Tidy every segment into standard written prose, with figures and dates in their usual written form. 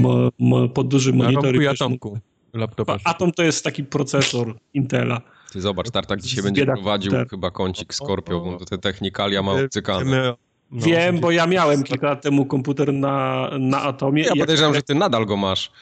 pod duży monitor. Atomku laptopa. Atom to jest taki procesor Intela. Ty zobacz, Tartak dzisiaj będzie prowadził chyba kącik Scorpio, bo te technikalia ma obcykane. Wiem, bo ja miałem kilka lat temu komputer na Atomie. Ja podejrzewam, że ty nadal go masz.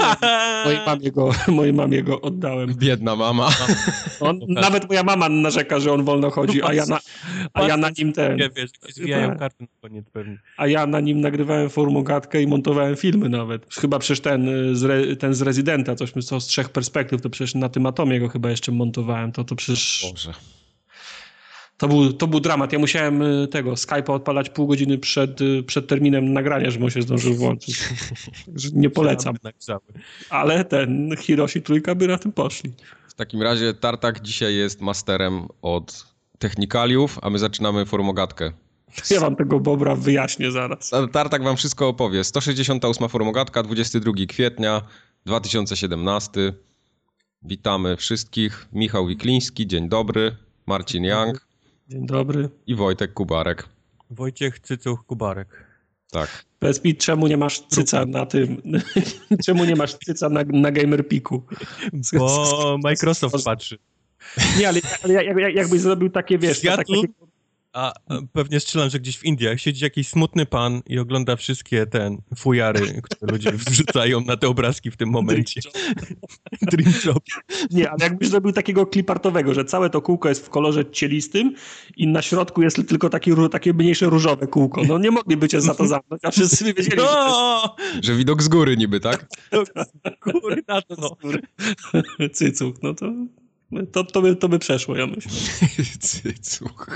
Mojej mamie go oddałem. Biedna mama. Nawet moja mama narzeka, że on wolno chodzi, a ja na nim zwijają karty na koniec pewnie. A ja na nim nagrywałem formogatkę i montowałem filmy nawet. Chyba przecież ten z Residenta, cośmy z 3 perspektyw, to przecież na tym Atomie go chyba jeszcze montowałem. To przecież... Boże. To był dramat. Ja musiałem Skype'a odpalać pół godziny przed terminem nagrania, żebym się zdążył włączyć. Nie polecam. Ale ten Hiroshi trójka by na tym poszli. W takim razie Tartak dzisiaj jest masterem od technikaliów, a my zaczynamy formogatkę. Ja wam tego bobra wyjaśnię zaraz. Tartak wam wszystko opowie. 168 formogatka, 22 kwietnia 2017. Witamy wszystkich. Michał Wikliński, dzień dobry. Marcin Young. Dzień dobry. I Wojtek Kubarek. Wojciech Cycuch Kubarek. Tak. Powiedz mi, czemu nie masz cyca na tym... czemu nie masz cyca na Gamerpiku? Bo Microsoft patrzy. Nie, ale jakbyś zrobił takie, wiesz... A pewnie strzelam, że gdzieś w Indiach siedzi jakiś smutny pan i ogląda wszystkie fujary, które ludzie wrzucają na te obrazki w tym momencie. Dream Job. Nie, ale jakbyś zrobił takiego klipartowego, że całe to kółko jest w kolorze cielistym i na środku jest tylko takie mniejsze różowe kółko. No nie mogliby cię za to zamknąć, a wszyscy by wiedzieli, że widok z góry niby, tak? Góry na to, no. Cycuch, no to by przeszło, ja myślę. Cycuch.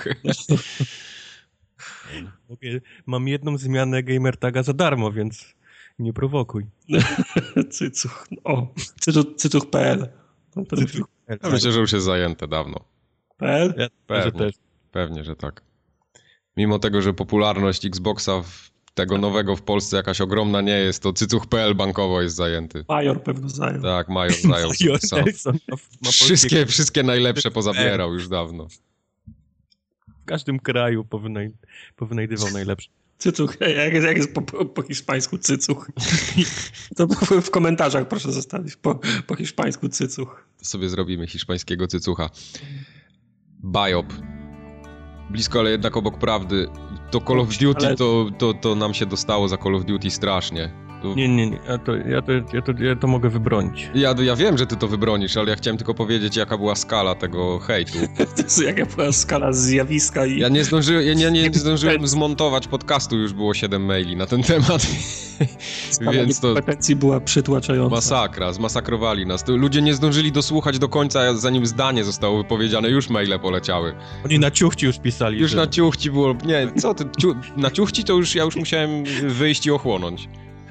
Mam jedną zmianę gamertaga za darmo, więc nie prowokuj. Cycuch. O, cycuch.pl. Ja myślę, że już jest zajęte dawno. PL? Pewnie, że tak. Mimo tego, że popularność Xboxa tego nowego w Polsce jakaś ogromna nie jest, to cycuch.pl bankowo jest zajęty. Major pewno zajął. Tak, Major zajął. Wszystkie najlepsze pozabierał już dawno. W każdym kraju powynajdywał najlepsze. Cycuch, jak jest po hiszpańsku cycuch. To w komentarzach proszę zostawić po hiszpańsku cycuch. To sobie zrobimy hiszpańskiego cycucha. Biop. Blisko, ale jednak obok prawdy. To Call of Duty, to nam się dostało za Call of Duty strasznie. Nie. Ja to mogę wybronić. Ja wiem, że ty to wybronisz, ale ja chciałem tylko powiedzieć, jaka była skala tego hejtu. Jaka była skala zjawiska i... Ja nie zdążyłem zmontować podcastu, już było 7 maili na ten temat. Więc to kompetencji była przytłaczająca. Masakra, zmasakrowali nas. Ludzie nie zdążyli dosłuchać do końca, zanim zdanie zostało wypowiedziane, już maile poleciały. Oni na ciuchci już pisali. Już na ciuchci było... Nie, co ty? Na ciuchci to ja już musiałem wyjść i ochłonąć.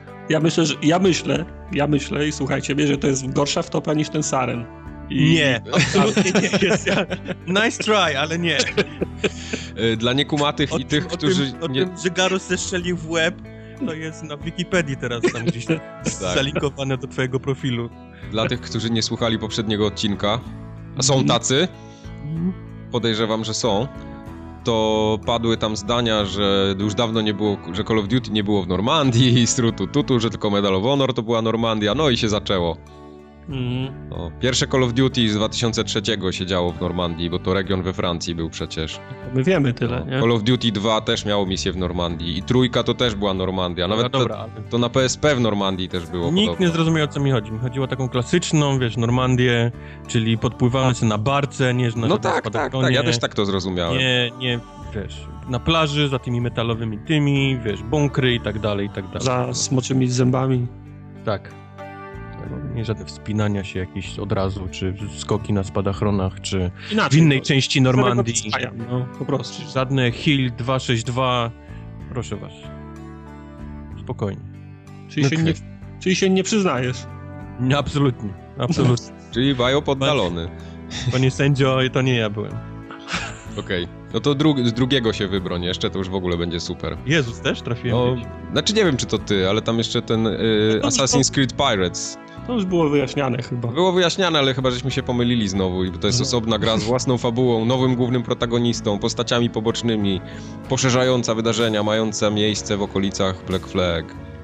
Ja myślę i słuchajcie mnie, że to jest gorsza wtopa niż ten Saren. Nie, absolutnie nie jest. Nice try, ale nie. Dla niekumatych i tych, którzy... Tym, że Garus zestrzelił w łeb, to jest na Wikipedii teraz tam gdzieś zalinkowane do twojego profilu. Dla tych, którzy nie słuchali poprzedniego odcinka, a są tacy, podejrzewam, że są, to padły tam zdania, że już dawno nie było, że Call of Duty nie było w Normandii i strutu tutu, że tylko Medal of Honor to była Normandia, no i się zaczęło. No, pierwsze Call of Duty z 2003 się działo w Normandii, bo to region we Francji był przecież. My wiemy tyle, nie? Call of Duty 2 też miało misję w Normandii i trójka to też była Normandia. Nawet to na PSP w Normandii też było. Nikt nie zrozumiał, o co mi chodzi. Mi chodziło o taką klasyczną, wiesz, Normandię, czyli podpływamy sobie na barce, nie na no tak, ja też tak to zrozumiałem. Nie, wiesz, na plaży, za tymi metalowymi wiesz, bunkry i tak dalej, i tak dalej. Za smoczymi zębami. Tak. Nie żadne wspinania się jakieś od razu, czy skoki na spadochronach, czy w innej części Normandii. No, po prostu. Żadne Hill 262. Proszę was. Spokojnie. Czyli się nie przyznajesz? Nie, absolutnie. Czyli Biop oddalony. Panie sędzio, to nie ja byłem. Okej. No to z drugiego się wybroń jeszcze, to już w ogóle będzie super. Jezus, też trafiłem. No, znaczy nie wiem, czy to ty, ale tam jeszcze ten Assassin's Creed Pirates. To już było wyjaśniane chyba. Było wyjaśniane, ale chyba żeśmy się pomylili znowu i to jest osobna gra z własną fabułą, nowym głównym protagonistą, postaciami pobocznymi, poszerzająca wydarzenia, mająca miejsce w okolicach Black Flag.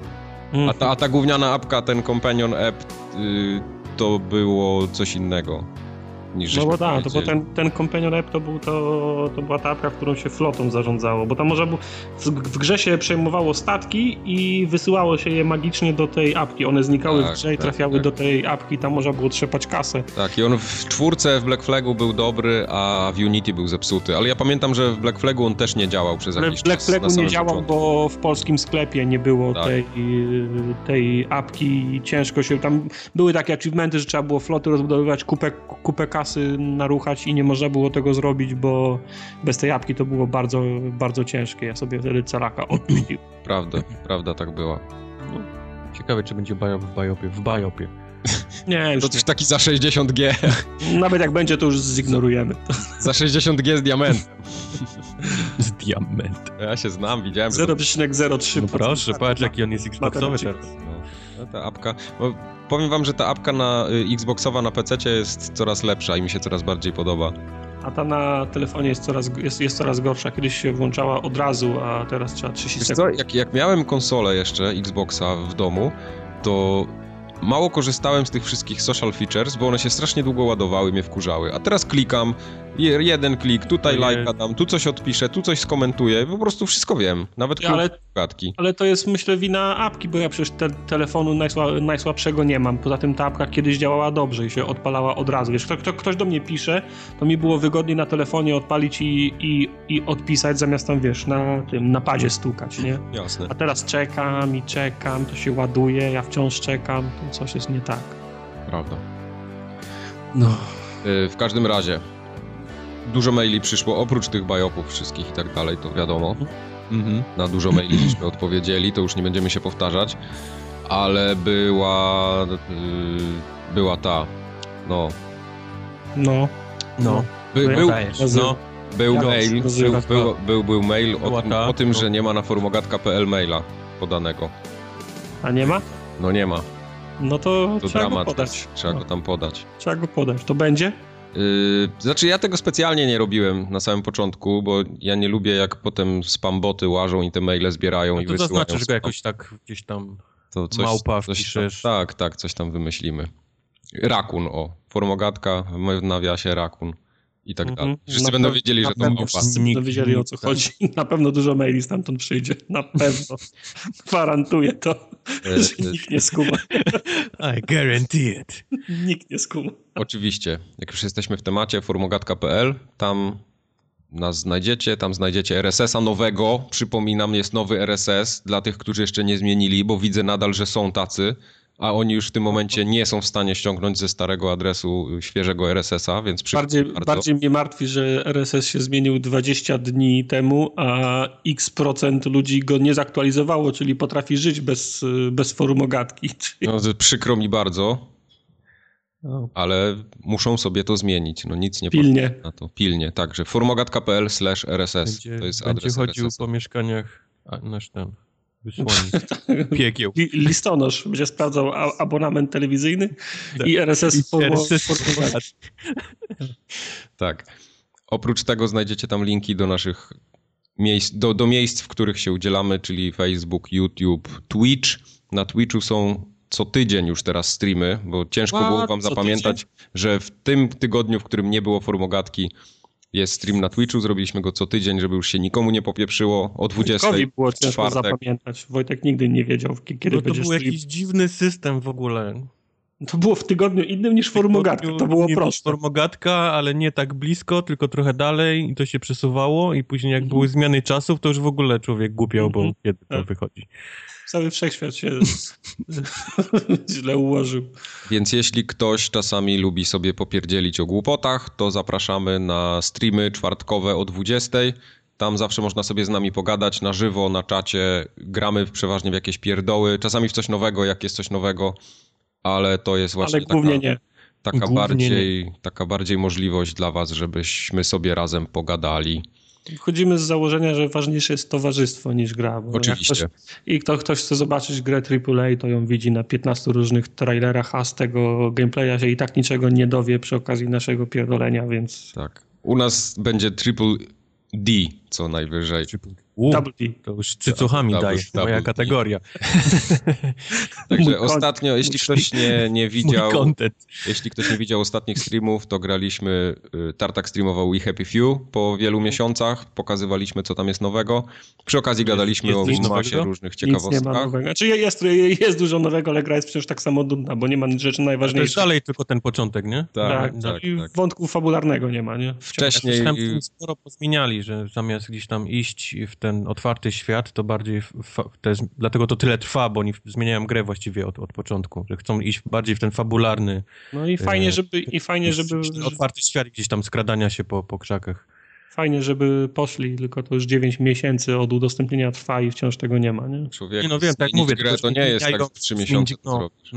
A ta gówniana apka, ten Companion App, to było coś innego. No bo tak, to bo ten Companion App to była ta apka, którą się flotą zarządzało, bo tam można było, w grze się przejmowało statki i wysyłało się je magicznie do tej apki. One znikały w grze i trafiały do tej apki, tam można było trzepać kasę. Tak, i on w 4 w Black Flagu był dobry, a w Unity był zepsuty. Ale ja pamiętam, że w Black Flagu on też nie działał przez jakiś czas. W Black Flagu nie działał, bo w polskim sklepie nie było tej apki i ciężko się tam... Były takie achievementy, że trzeba było floty rozbudowywać, kupę kasy naruchać i nie można było tego zrobić, bo bez tej apki to było bardzo, bardzo ciężkie. Ja sobie wtedy calaka odpuściłem. Prawda tak była. No. Ciekawe, czy będzie w Biopie. Nie, już to coś taki za 60G. Nawet jak będzie, to już zignorujemy. Za 60G z diamentem. Z diamentem. Ja się znam, widziałem. 0,03%. No proszę, patrz jaki on jest Xboxowy teraz. No, ta apka... Bo powiem wam, że ta apka Xboxowa na PC jest coraz lepsza i mi się coraz bardziej podoba. A ta na telefonie jest coraz gorsza. Kiedyś się włączała od razu, a teraz trzeba 30 sekund. Jak miałem konsolę jeszcze, Xboxa w domu, to mało korzystałem z tych wszystkich social features, bo one się strasznie długo ładowały, mnie wkurzały. A teraz klikam, jeden klik, tutaj lajka dam, tu coś odpiszę, tu coś skomentuję, po prostu wszystko wiem. Nawet gadki. Ale to jest, myślę, wina apki, bo ja przecież telefonu najsłabszego nie mam. Poza tym ta apka kiedyś działała dobrze i się odpalała od razu. Wiesz, ktoś do mnie pisze, to mi było wygodniej na telefonie odpalić i odpisać, zamiast tam, wiesz, na padzie stukać, nie? Jasne. A teraz czekam, to się ładuje, ja wciąż czekam, to coś jest nie tak. Prawda. No. W każdym razie dużo maili przyszło, oprócz tych biopów wszystkich i tak dalej, to wiadomo. Na dużo maili żeśmy odpowiedzieli, to już nie będziemy się powtarzać, ale była ta, Był mail o tym, że nie ma na forumogatka.pl maila podanego. A nie ma? No nie ma. No to trzeba dramat, go podać. Trzeba go tam podać. Trzeba go podać. To będzie? Znaczy ja tego specjalnie nie robiłem na samym początku, bo ja nie lubię jak potem spamboty łażą i te maile zbierają i wysyłają. To zaznaczysz go jakoś tak gdzieś tam małpa wpiszesz. Tak, coś tam wymyślimy. Rakun, forumogatka, w nawiasie rakun i tak dalej. Wszyscy będą wiedzieli, że to małpa. Wszyscy będą wiedzieli, o co chodzi. Na pewno dużo maili stamtąd przyjdzie. Na pewno. Gwarantuję to, że nikt nie skuma. I guarantee it. Nikt nie skuma. Oczywiście. Jak już jesteśmy w temacie, forumogatka.pl, tam nas znajdziecie, tam znajdziecie RSS-a nowego. Przypominam, jest nowy RSS dla tych, którzy jeszcze nie zmienili, bo widzę nadal, że są tacy, a oni już w tym momencie nie są w stanie ściągnąć ze starego adresu świeżego RSS-a, więc bardziej mnie martwi, że RSS się zmienił 20 dni temu, a X% ludzi go nie zaktualizowało, czyli potrafi żyć bez forumogatki. No, przykro mi bardzo, ale muszą sobie to zmienić. No nic nie Pilnie. Na to. Pilnie, także forumogatka.pl/RSS to jest adres. Będzie chodził po mieszkaniach wysłannik. Piekieł. Listonosz będzie sprawdzał abonament telewizyjny i RSS Tak. Oprócz tego znajdziecie tam linki do naszych miejsc, do miejsc, w których się udzielamy, czyli Facebook, YouTube, Twitch. Na Twitchu są co tydzień już teraz streamy, bo ciężko było wam zapamiętać, że w tym tygodniu, w którym nie było forumogatki, jest stream na Twitchu, zrobiliśmy go co tydzień, żeby już się nikomu nie popieprzyło o 20. Było ciężko zapamiętać. Wojtek nigdy nie wiedział, kiedy będzie to był jakiś dziwny system w ogóle. To było w tygodniu innym niż forumogatka, to było proste. Forumogatka, ale nie tak blisko, tylko trochę dalej i to się przesuwało i później jak były zmiany czasów, to już w ogóle człowiek głupiał, bo kiedy to wychodzi. Cały wszechświat się źle ułożył. Więc jeśli ktoś czasami lubi sobie popierdzielić o głupotach, to zapraszamy na streamy czwartkowe o 20. Tam zawsze można sobie z nami pogadać na żywo, na czacie. Gramy przeważnie w jakieś pierdoły, czasami w coś nowego, jak jest coś nowego, ale to jest właśnie taka bardziej możliwość dla was, żebyśmy sobie razem pogadali. Wchodzimy z założenia, że ważniejsze jest towarzystwo niż gra. Bo oczywiście. Ktoś chce zobaczyć grę AAA, to ją widzi na 15 różnych trailerach, a z tego gameplaya się i tak niczego nie dowie przy okazji naszego pierdolenia, więc... Tak. U nas będzie Triple D, co najwyżej. Double P. To już cycuchami daje, moja kategoria. Także ostatnio, jeśli ktoś nie widział ostatnich streamów, to graliśmy, Tartak streamował We Happy Few po wielu miesiącach, pokazywaliśmy, co tam jest nowego. Przy okazji gadaliśmy o masie różnych ciekawostkach. Nic nie ma nowego. Znaczy jest dużo nowego, ale gra jest wciąż tak samo nudna, bo nie ma rzeczy najważniejszych. To jest dalej tylko ten początek, nie? Tak. I wątku fabularnego nie ma, nie? Wcześniej... Tam sporo pozmieniali, że zamiast gdzieś tam iść w ten otwarty świat, to bardziej, dlatego to tyle trwa, bo oni zmieniają grę właściwie od początku, że chcą iść bardziej w ten fabularny... No i fajnie, żeby... Otwarty świat gdzieś tam skradania się po krzakach. Fajnie, żeby poszli, tylko to już 9 miesięcy od udostępnienia trwa i wciąż tego nie ma, nie? Człowiek, no wiem, tak mówię, grę to nie jest tak, że w 3 miesiące to zrobisz.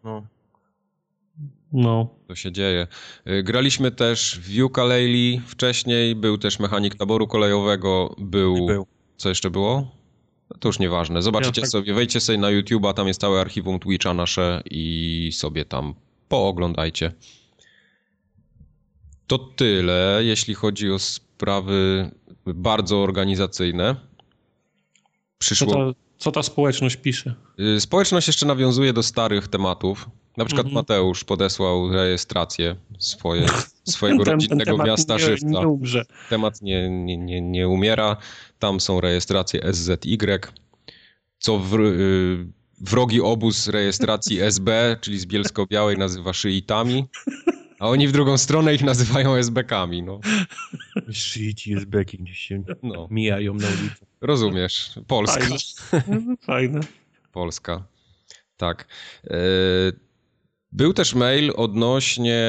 No. To się dzieje. Graliśmy też w Yooka-Laylee wcześniej, był też mechanik taboru kolejowego, był... Co jeszcze było? To już nieważne. Zobaczycie sobie, wejdźcie sobie na YouTube'a, tam jest całe archiwum Twitcha nasze i sobie tam pooglądajcie. To tyle, jeśli chodzi o sprawy bardzo organizacyjne. Co ta społeczność pisze? Społeczność jeszcze nawiązuje do starych tematów. Na przykład Mateusz podesłał rejestrację swojego rodzinnego miasta Żywca. Nie umrze. Temat nie umiera. Tam są rejestracje SZY, co wrogi obóz rejestracji SB, czyli z Bielsko-Białej, nazywa szyitami, a oni w drugą stronę ich nazywają SB-kami. No. Szyici, SB-ki gdzieś się mijają na ulicy. Rozumiesz. Polska. Fajne. Polska. Tak. Był też mail odnośnie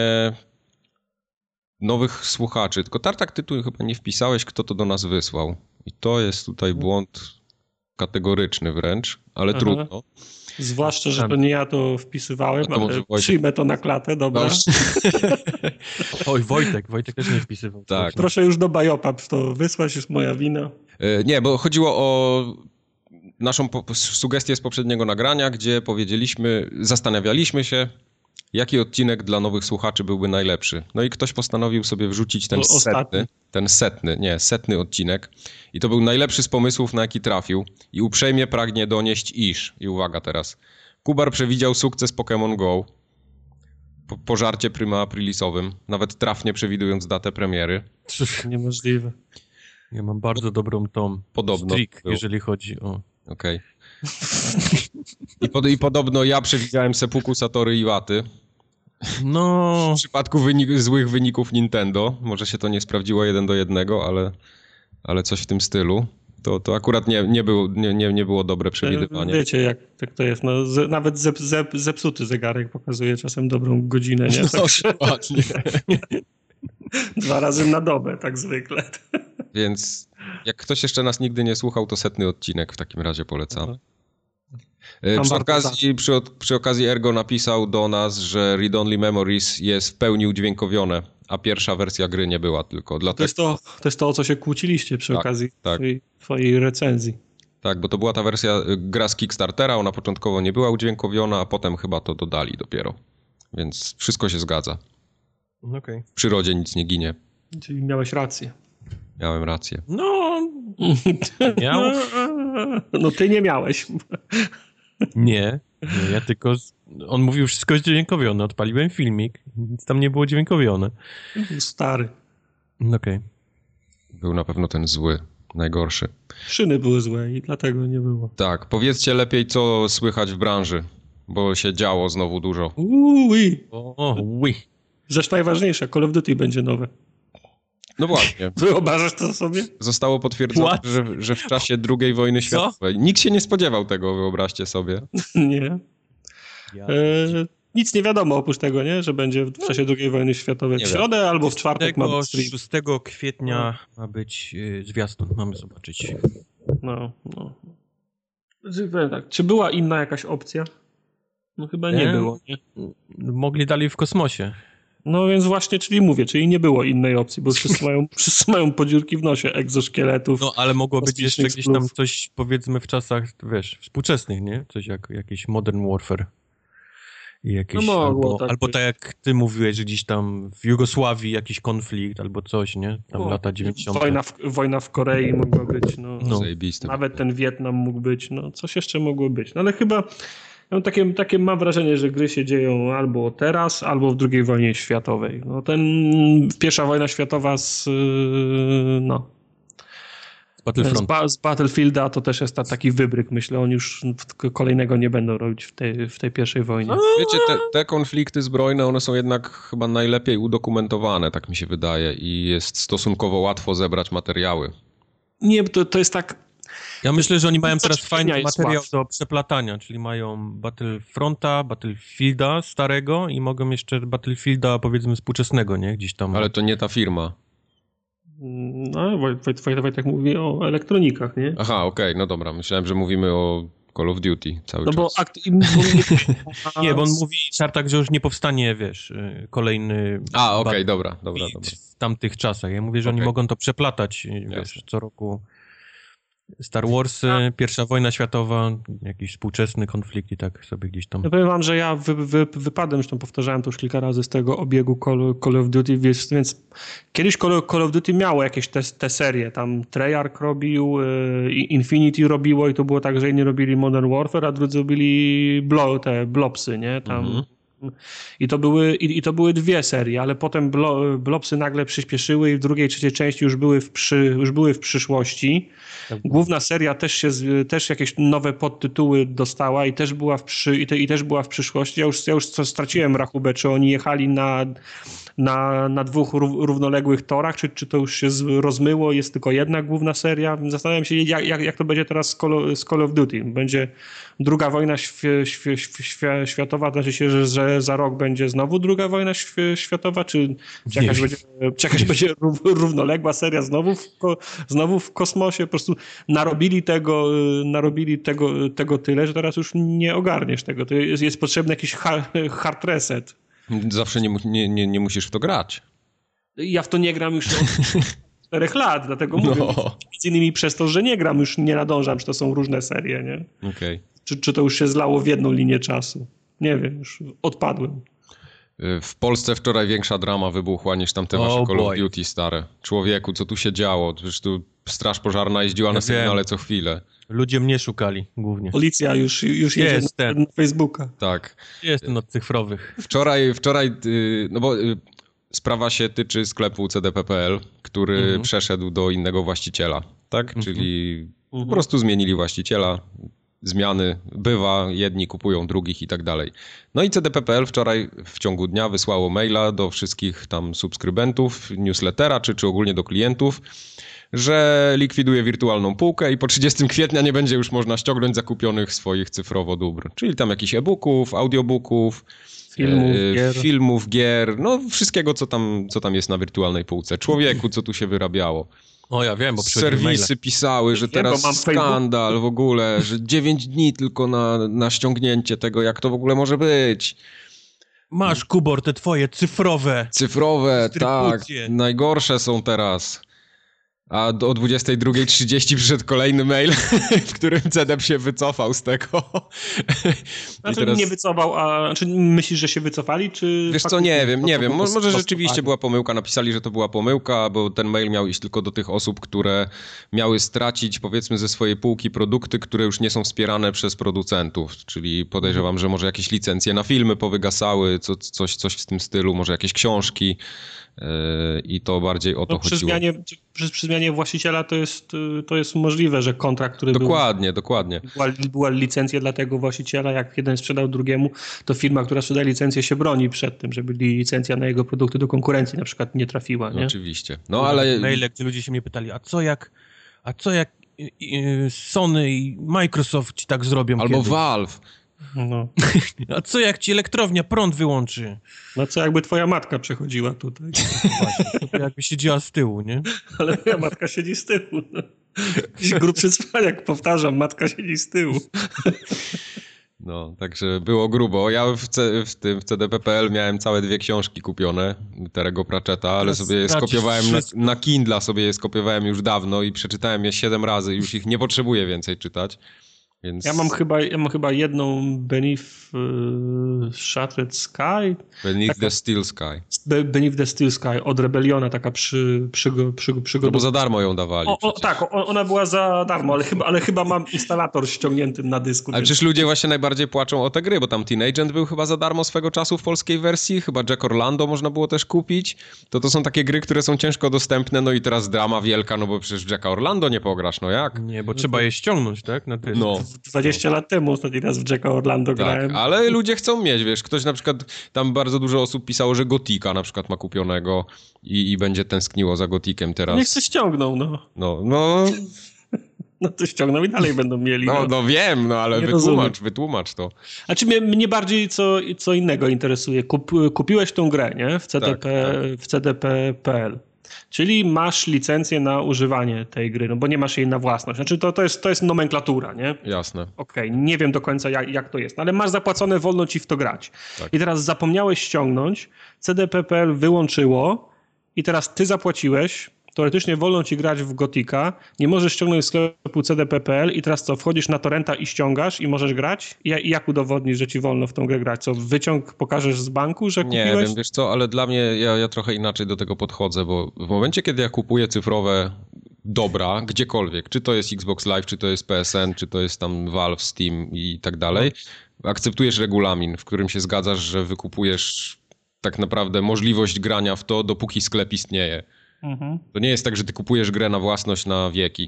nowych słuchaczy, tylko Tartak, ty tu chyba nie wpisałeś, kto to do nas wysłał. I to jest tutaj błąd kategoryczny wręcz, ale trudno. Zwłaszcza, że to nie ja to wpisywałem, ale przyjmę to na klatę, dobra. Oj, Wojtek też nie wpisywał. Tak. Proszę już do Biopap to wysłać, jest moja wina. Nie, bo chodziło o naszą sugestię z poprzedniego nagrania, gdzie zastanawialiśmy się, jaki odcinek dla nowych słuchaczy byłby najlepszy. No i ktoś postanowił sobie wrzucić setny odcinek. I to był najlepszy z pomysłów, na jaki trafił. I uprzejmie pragnie donieść, iż, i uwaga teraz, Kubar przewidział sukces Pokémon Go po żarcie prima aprilisowym, nawet trafnie przewidując datę premiery. Niemożliwe. Ja mam bardzo dobrą streak, jeżeli chodzi o... Okej. I podobno ja przewidziałem seppuku Satory Iwaty. No. W przypadku złych wyników Nintendo. Może się to nie sprawdziło 1:1, ale coś w tym stylu. To akurat nie było dobre przewidywanie. Wiecie, jak to jest. No, nawet zepsuty zegarek pokazuje czasem dobrą godzinę, nie? No, dokładnie. 2 razy na dobę, tak zwykle. Więc jak ktoś jeszcze nas nigdy nie słuchał, to 100. odcinek w takim razie polecam. Przy okazji Ergo napisał do nas, że Read Only Memories jest w pełni udźwiękowione, a pierwsza wersja gry nie była tylko. To jest to, o co się kłóciliście przy okazji twojej recenzji. Tak, bo to była ta gra z Kickstartera, ona początkowo nie była udźwiękowiona, a potem chyba to dodali dopiero. Więc wszystko się zgadza. Okay. W przyrodzie nic nie ginie. Czyli miałeś rację. Miałem rację. No, no ty nie miałeś. Nie, ja tylko... On mówił, wszystko jest dźwiękowione. Odpaliłem filmik, nic tam nie było dźwiękowione. Stary. Okej. Był na pewno ten zły, najgorszy. Szyny były złe i dlatego nie było. Tak, powiedzcie lepiej, co słychać w branży, bo się działo znowu dużo. Zresztą najważniejsze, Call of Duty będzie nowe. No właśnie. Wyobrażasz to sobie? Zostało potwierdzone, że w czasie II wojny światowej. Nikt się nie spodziewał tego, wyobraźcie sobie. Nie. Nic nie wiadomo oprócz tego, nie? Że będzie w czasie II wojny światowej w środę albo w czwartek ma być stream. 6 kwietnia ma być zwiastun, mamy zobaczyć. No. Tak. Czy była inna jakaś opcja? No chyba nie było. Nie? Mogli dalej w kosmosie. No więc właśnie, czyli nie było innej opcji, bo wszyscy mają podziurki w nosie, egzoszkieletów. No ale mogło być jeszcze gdzieś tam coś, powiedzmy w czasach, współczesnych, nie? Coś jak jakiś Modern Warfare. I jakieś, No mogło tak albo być. tak jak ty mówiłeś, że gdzieś tam w Jugosławii jakiś konflikt albo coś, nie? Tam lata 90. Wojna w Korei mogła być, no. Zajebiste. Nawet ten Wietnam mógł być, no coś jeszcze mogło być. No ale chyba takie mam wrażenie, że gry się dzieją albo teraz, albo w II wojnie światowej. No pierwsza wojna światowa z Battlefielda to też jest taki wybryk, myślę, oni już kolejnego nie będą robić w tej pierwszej wojnie. Wiecie, te konflikty zbrojne, one są jednak chyba najlepiej udokumentowane, tak mi się wydaje, i jest stosunkowo łatwo zebrać materiały. Nie, to jest tak... Ja myślę, że oni mają teraz Zaczynania fajny jest materiał łatwo. do przeplatania, czyli mają Battlefronta, Battlefielda starego i mogą jeszcze Battlefielda, powiedzmy, współczesnego, nie? Gdzieś tam. Ale to nie ta firma. No, Wojtek mówi o elektronikach, nie? Aha, okej, no dobra, myślałem, że mówimy o Call of Duty cały No czas. bo Nie, bo on mówi, Tartak, że już nie powstanie, wiesz, kolejny... Okej, dobra. W tamtych czasach. Ja mówię, że oni mogą to przeplatać, wiesz, co roku. Star Warsy, pierwsza wojna światowa, jakiś współczesny konflikt i tak sobie gdzieś tam... Ja powiem wam, że ja wypadłem, zresztą powtarzałem to już kilka razy z tego obiegu Call of Duty, więc kiedyś Call of Duty miało jakieś te serie, tam Treyarch robił, Infinity robiło i to było tak, że jedni robili Modern Warfare, a drudzy robili te Blobsy, nie? Tam... I to były dwie serie, ale potem Blobsy nagle przyspieszyły i w drugiej, trzeciej części już były w przyszłości. Główna seria też jakieś nowe podtytuły dostała i też była w przyszłości. Ja już straciłem rachubę, czy oni jechali na dwóch równoległych torach, czy to już się rozmyło, jest tylko jedna główna seria. Zastanawiam się, jak to będzie teraz z Call of Duty. Będzie druga wojna światowa, znaczy się, że za rok będzie znowu druga wojna światowa, czy jakaś będzie równoległa seria znowu w kosmosie. Po prostu narobili tego tyle, że teraz już nie ogarniesz tego. To jest potrzebny jakiś hard reset. Zawsze nie musisz w to grać. Ja w to nie gram już od 4 lat, dlatego mówię. Między innymi przez to, że nie gram, już nie nadążam, czy to są różne serie, nie? Okej. Czy to już się zlało w jedną linię czasu. Nie wiem, już odpadłem. W Polsce wczoraj większa drama wybuchła niż tamte wasze Call of Duty stare. Człowieku, co tu się działo? Przecież tu straż pożarna jeździła na sygnale co chwilę. Ludzie mnie szukali głównie. Policja już jedzie na Facebooka. Tak. Jestem od cyfrowych. Wczoraj, no bo sprawa się tyczy sklepu CDP.pl, który przeszedł do innego właściciela, tak? Czyli po prostu zmienili właściciela, zmiany bywa, jedni kupują drugich i tak dalej. No i CDP.pl wczoraj w ciągu dnia wysłało maila do wszystkich tam subskrybentów, newslettera czy ogólnie do klientów, że likwiduje wirtualną półkę i po 30 kwietnia nie będzie już można ściągnąć zakupionych swoich cyfrowo dóbr. Czyli tam jakichś e-booków, audiobooków, filmów, gier, no wszystkiego, co tam jest na wirtualnej półce. Człowieku, co tu się wyrabiało. O, ja wiem, bo serwisy maile pisały, że teraz skandal w ogóle, że 9 dni tylko na ściągnięcie tego, jak to w ogóle może być. Masz, Kubor, te twoje cyfrowe. Cyfrowe, tak. Najgorsze są teraz. A o 22:30 przyszedł kolejny mail, w którym CDP się wycofał z tego. Znaczy teraz... nie wycofał, a czy myślisz, że się wycofali, czy... Wiesz co, nie wiem. Może rzeczywiście była pomyłka, napisali, że to była pomyłka, bo ten mail miał iść tylko do tych osób, które miały stracić, powiedzmy, ze swojej półki produkty, które już nie są wspierane przez producentów, czyli podejrzewam, że może jakieś licencje na filmy powygasały, coś w tym stylu, może jakieś książki. I to bardziej o to chodziło. Przy zmianie właściciela to jest możliwe, że kontrakt, który dokładnie. Była licencja dla tego właściciela, jak jeden sprzedał drugiemu, to firma, która sprzedaje licencję, się broni przed tym, żeby licencja na jego produkty do konkurencji na przykład nie trafiła. Nie? Oczywiście. No ale... Maile, gdzie ludzie się mnie pytali, a co jak Sony i Microsoft ci tak zrobią albo kiedyś? Valve. No. A co jak ci elektrownia prąd wyłączy? No co jakby twoja matka przechodziła tutaj? Właśnie, to jakby siedziała z tyłu, nie? Ale moja matka siedzi z tyłu. No. Jakiś grubszy cwaniak, powtarzam, matka siedzi z tyłu. No, także było grubo. Ja w CDP.pl miałem całe 2 książki kupione Terry'ego Pratchetta, ale sobie je skopiowałem na Kindla, sobie je skopiowałem już dawno i przeczytałem je 7 razy, już ich nie potrzebuję więcej czytać. Więc... Ja mam chyba jedną Beneath Shattered Sky. Beneath the Steel Sky. Beneath the Steel Sky od Rebelliona, taka przygodowa. No bo za darmo ją dawali. Tak, ona była za darmo, ale chyba mam instalator ściągnięty na dysku. Ale przecież ludzie właśnie najbardziej płaczą o te gry, bo tam Teen Agent był chyba za darmo swego czasu w polskiej wersji, chyba Jack Orlando można było też kupić. To są takie gry, które są ciężko dostępne, no i teraz drama wielka, no bo przecież w Jacka Orlando nie pograsz, no jak? Nie, bo trzeba je ściągnąć, tak? Na dysk. No. 20 lat temu ostatni raz w Jacka Orlando grałem. Tak, ale ludzie chcą mieć, wiesz, ktoś na przykład, tam bardzo dużo osób pisało, że Gotika na przykład ma kupionego i będzie tęskniło za Gotikiem teraz. Niech się ściągną, no. No to ściągną i dalej będą mieli. No wiem, no ale wytłumacz to. Znaczy mnie bardziej co innego interesuje. Kupiłeś tą grę, nie? W CDP.pl. Czyli masz licencję na używanie tej gry, no bo nie masz jej na własność. Znaczy to jest nomenklatura, nie? Jasne. Okej, nie wiem do końca jak to jest, ale masz zapłacone, wolno ci w to grać. Tak. I teraz zapomniałeś ściągnąć, CDP.pl wyłączyło i teraz ty zapłaciłeś, teoretycznie wolno ci grać w Gotika, nie możesz ściągnąć z sklepu CDP.pl i teraz co, wchodzisz na torrenta i ściągasz i możesz grać? I jak udowodnisz, że ci wolno w tą grę grać? Co, wyciąg pokażesz z banku, że kupiłeś? Nie wiem, wiesz co, ale dla mnie, ja trochę inaczej do tego podchodzę, bo w momencie, kiedy ja kupuję cyfrowe dobra, gdziekolwiek, czy to jest Xbox Live, czy to jest PSN, czy to jest tam Valve, Steam i tak dalej, akceptujesz regulamin, w którym się zgadzasz, że wykupujesz tak naprawdę możliwość grania w to, dopóki sklep istnieje. To nie jest tak, że ty kupujesz grę na własność na wieki.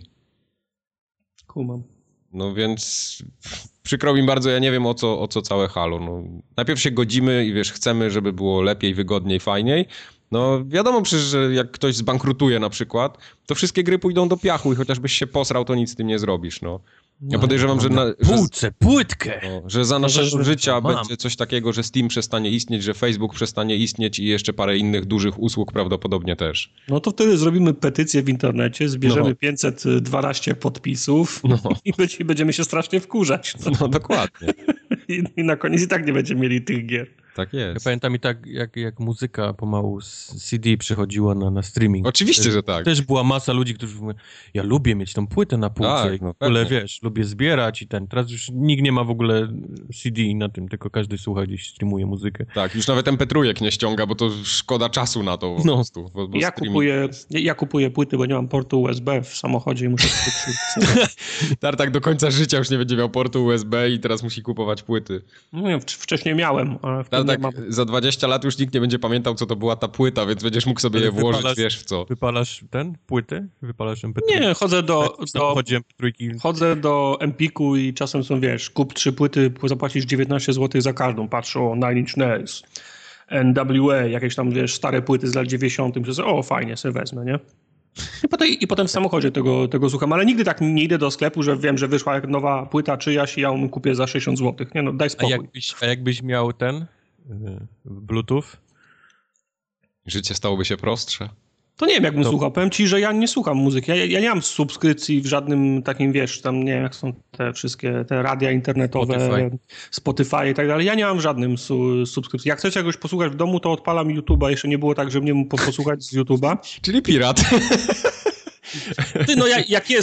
Kumam. No więc przykro mi bardzo, ja nie wiem o co całe halo. No, najpierw się godzimy i wiesz, chcemy, żeby było lepiej, wygodniej, fajniej. No wiadomo przecież, że jak ktoś zbankrutuje na przykład, to wszystkie gry pójdą do piachu i chociażbyś się posrał, to nic z tym nie zrobisz, no. Ja podejrzewam, że... Płytkę! Że za naszego życia będzie coś takiego, że Steam przestanie istnieć, że Facebook przestanie istnieć i jeszcze parę innych dużych usług prawdopodobnie też. No to wtedy zrobimy petycję w internecie, zbierzemy 512 podpisów i będziemy się strasznie wkurzać. No dokładnie. I na koniec i tak nie będziemy mieli tych gier. Tak jest. Ja pamiętam i tak, jak muzyka pomału z CD przechodziła na streaming. Oczywiście, że tak. Też była masa ludzi, którzy mówią, ja lubię mieć tą płytę na półce. Tak, w ogóle wiesz, lubię zbierać i teraz już nikt nie ma w ogóle CD na tym, tylko każdy słucha gdzieś, streamuje muzykę. Tak, już nawet MP3 nie ściąga, bo to szkoda czasu na to po prostu. Bo ja kupuję płyty, bo nie mam portu USB w samochodzie i muszę Tartak do końca życia już nie będzie miał portu USB i teraz musi kupować płyty. No nie, wcześniej miałem, ale Tartak za 20 lat już nikt nie będzie pamiętał, co to była ta płyta, więc będziesz mógł sobie je włożyć, wiesz w co. Wypalasz płytę? Wypalasz MP3? Nie, chodzę do Empiku i czasem są, wiesz, kup 3 płyty, zapłacisz 19 zł za każdą. Patrzę, o, Nine Inch Nails, NWA, jakieś tam, wiesz, stare płyty z lat 90. O, fajnie, sobie wezmę, nie? I potem w samochodzie tego słucham, ale nigdy tak nie idę do sklepu, że wiem, że wyszła nowa płyta czyjaś i ja ją kupię za 60 zł. Nie no, daj spokój. A jakbyś miał Bluetooth? Życie stałoby się prostsze. To nie wiem, jak bym słuchał. Powiem ci, że ja nie słucham muzyki. Ja nie mam subskrypcji w żadnym takim, wiesz, tam nie wiem, jak są te wszystkie te radia internetowe, Spotify i tak dalej. Ja nie mam w żadnym subskrypcji. Jak chcesz czegoś posłuchać w domu, to odpalam YouTube'a. Jeszcze nie było tak, żeby mnie posłuchać z YouTube'a. Czyli pirat. Ty, no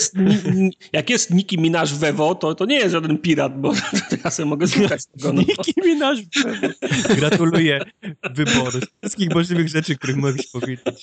jak jest Nicki Minaj w Evo, to nie jest żaden pirat, bo ja sobie mogę słuchać tego. No. Nicki Minaj w Evo. Gratuluję wyboru wszystkich możliwych rzeczy, których mogłeś powiedzieć.